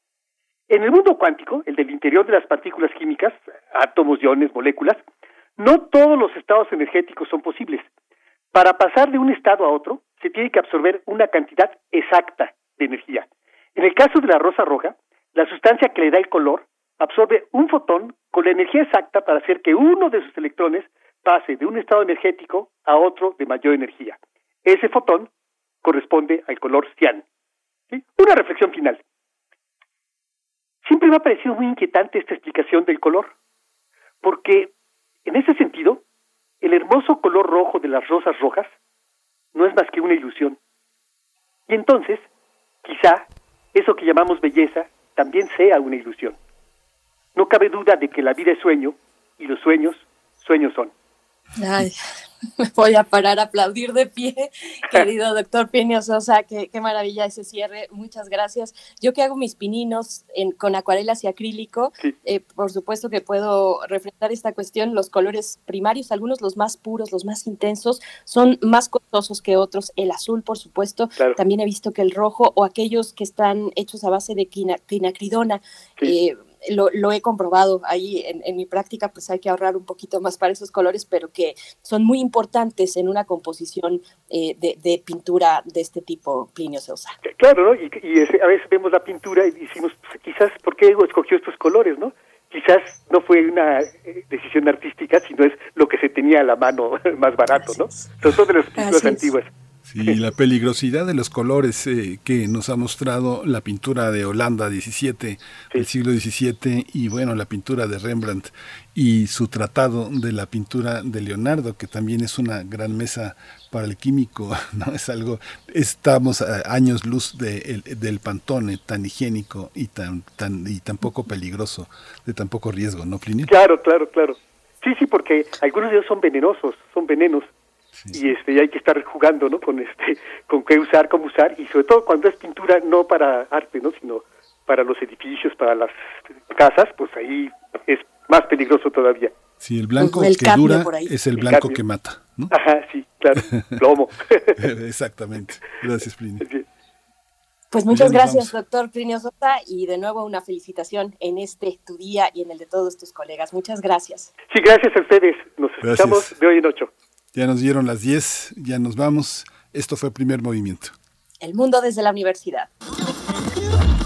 En el mundo cuántico, el del interior de las partículas químicas, átomos, iones, moléculas, no todos los estados energéticos son posibles. Para pasar de un estado a otro, se tiene que absorber una cantidad exacta de energía. En el caso de la rosa roja, la sustancia que le da el color absorbe un fotón con la energía exacta para hacer que uno de sus electrones pase de un estado energético a otro de mayor energía. Ese fotón corresponde al color cian. ¿Sí? Una reflexión final. Siempre me ha parecido muy inquietante esta explicación del color, porque en ese sentido, el hermoso color rojo de las rosas rojas no es más que una ilusión. Y entonces, quizá, eso que llamamos belleza también sea una ilusión. No cabe duda de que la vida es sueño, y los sueños, sueños son. Ay, me voy a parar a aplaudir de pie, querido doctor Plinio Sosa, qué maravilla ese cierre, muchas gracias. Yo que hago mis pininos con acuarelas y acrílico, sí. Por supuesto que puedo reflejar esta cuestión. Los colores primarios, algunos los más puros, los más intensos, son más costosos que otros. El azul, por supuesto, claro. También he visto que el rojo o aquellos que están hechos a base de quinacridona, sí. Lo he comprobado ahí en mi práctica, pues hay que ahorrar un poquito más para esos colores, pero que son muy importantes en una composición de pintura de este tipo, Plinio Sosa. Claro, ¿no? Y a veces vemos la pintura y decimos, pues, quizás, ¿por qué escogió estos colores, no? Quizás no fue una decisión artística, sino es lo que se tenía a la mano más barato, ¿no? Sobre todo de las pinturas antiguas. Sí, la peligrosidad de los colores que nos ha mostrado la pintura de Holanda XVII, del siglo XVII, y bueno, la pintura de Rembrandt y su tratado de la pintura de Leonardo, que también es una gran mesa para el químico, ¿no? Es algo, estamos a años luz del Pantone, tan higiénico y tan poco peligroso, de tan poco riesgo, ¿no, Plinio? Claro. Sí, porque algunos de ellos son venenosos, son venenos. Sí. Y hay que estar jugando, ¿no? Con qué usar, cómo usar, y sobre todo cuando es pintura no para arte, ¿no? Sino para los edificios, para las casas, pues ahí es más peligroso todavía. Sí, el blanco que dura es el blanco que mata, ¿no? Ajá, sí, claro, plomo. Exactamente. Gracias, Plinio. Pues muchas gracias, doctor Plinio Sosa, y de nuevo una felicitación en tu día y en el de todos tus colegas. Muchas gracias. Sí, gracias a ustedes. Nos escuchamos de hoy en 8. Ya nos dieron las 10, ya nos vamos. Esto fue Primer Movimiento. El mundo desde la universidad.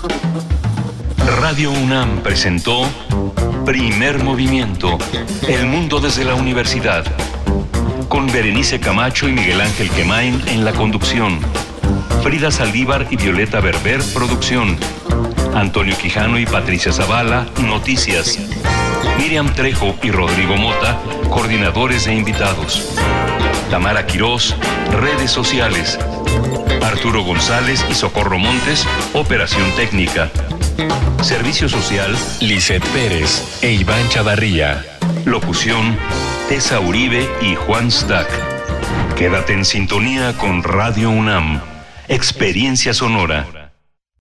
Radio UNAM presentó Primer Movimiento, El Mundo desde la Universidad, con Berenice Camacho y Miguel Ángel Quemain en la conducción, Frida Saldívar y Violeta Berber, producción, Antonio Quijano y Patricia Zavala, noticias, Miriam Trejo y Rodrigo Mota, coordinadores e invitados, Tamara Quirós, redes sociales, Arturo González y Socorro Montes, operación técnica. Servicio social, Lisette Pérez e Iván Chavarría. Locución, Tessa Uribe y Juan Stack. Quédate en sintonía con Radio UNAM. Experiencia sonora.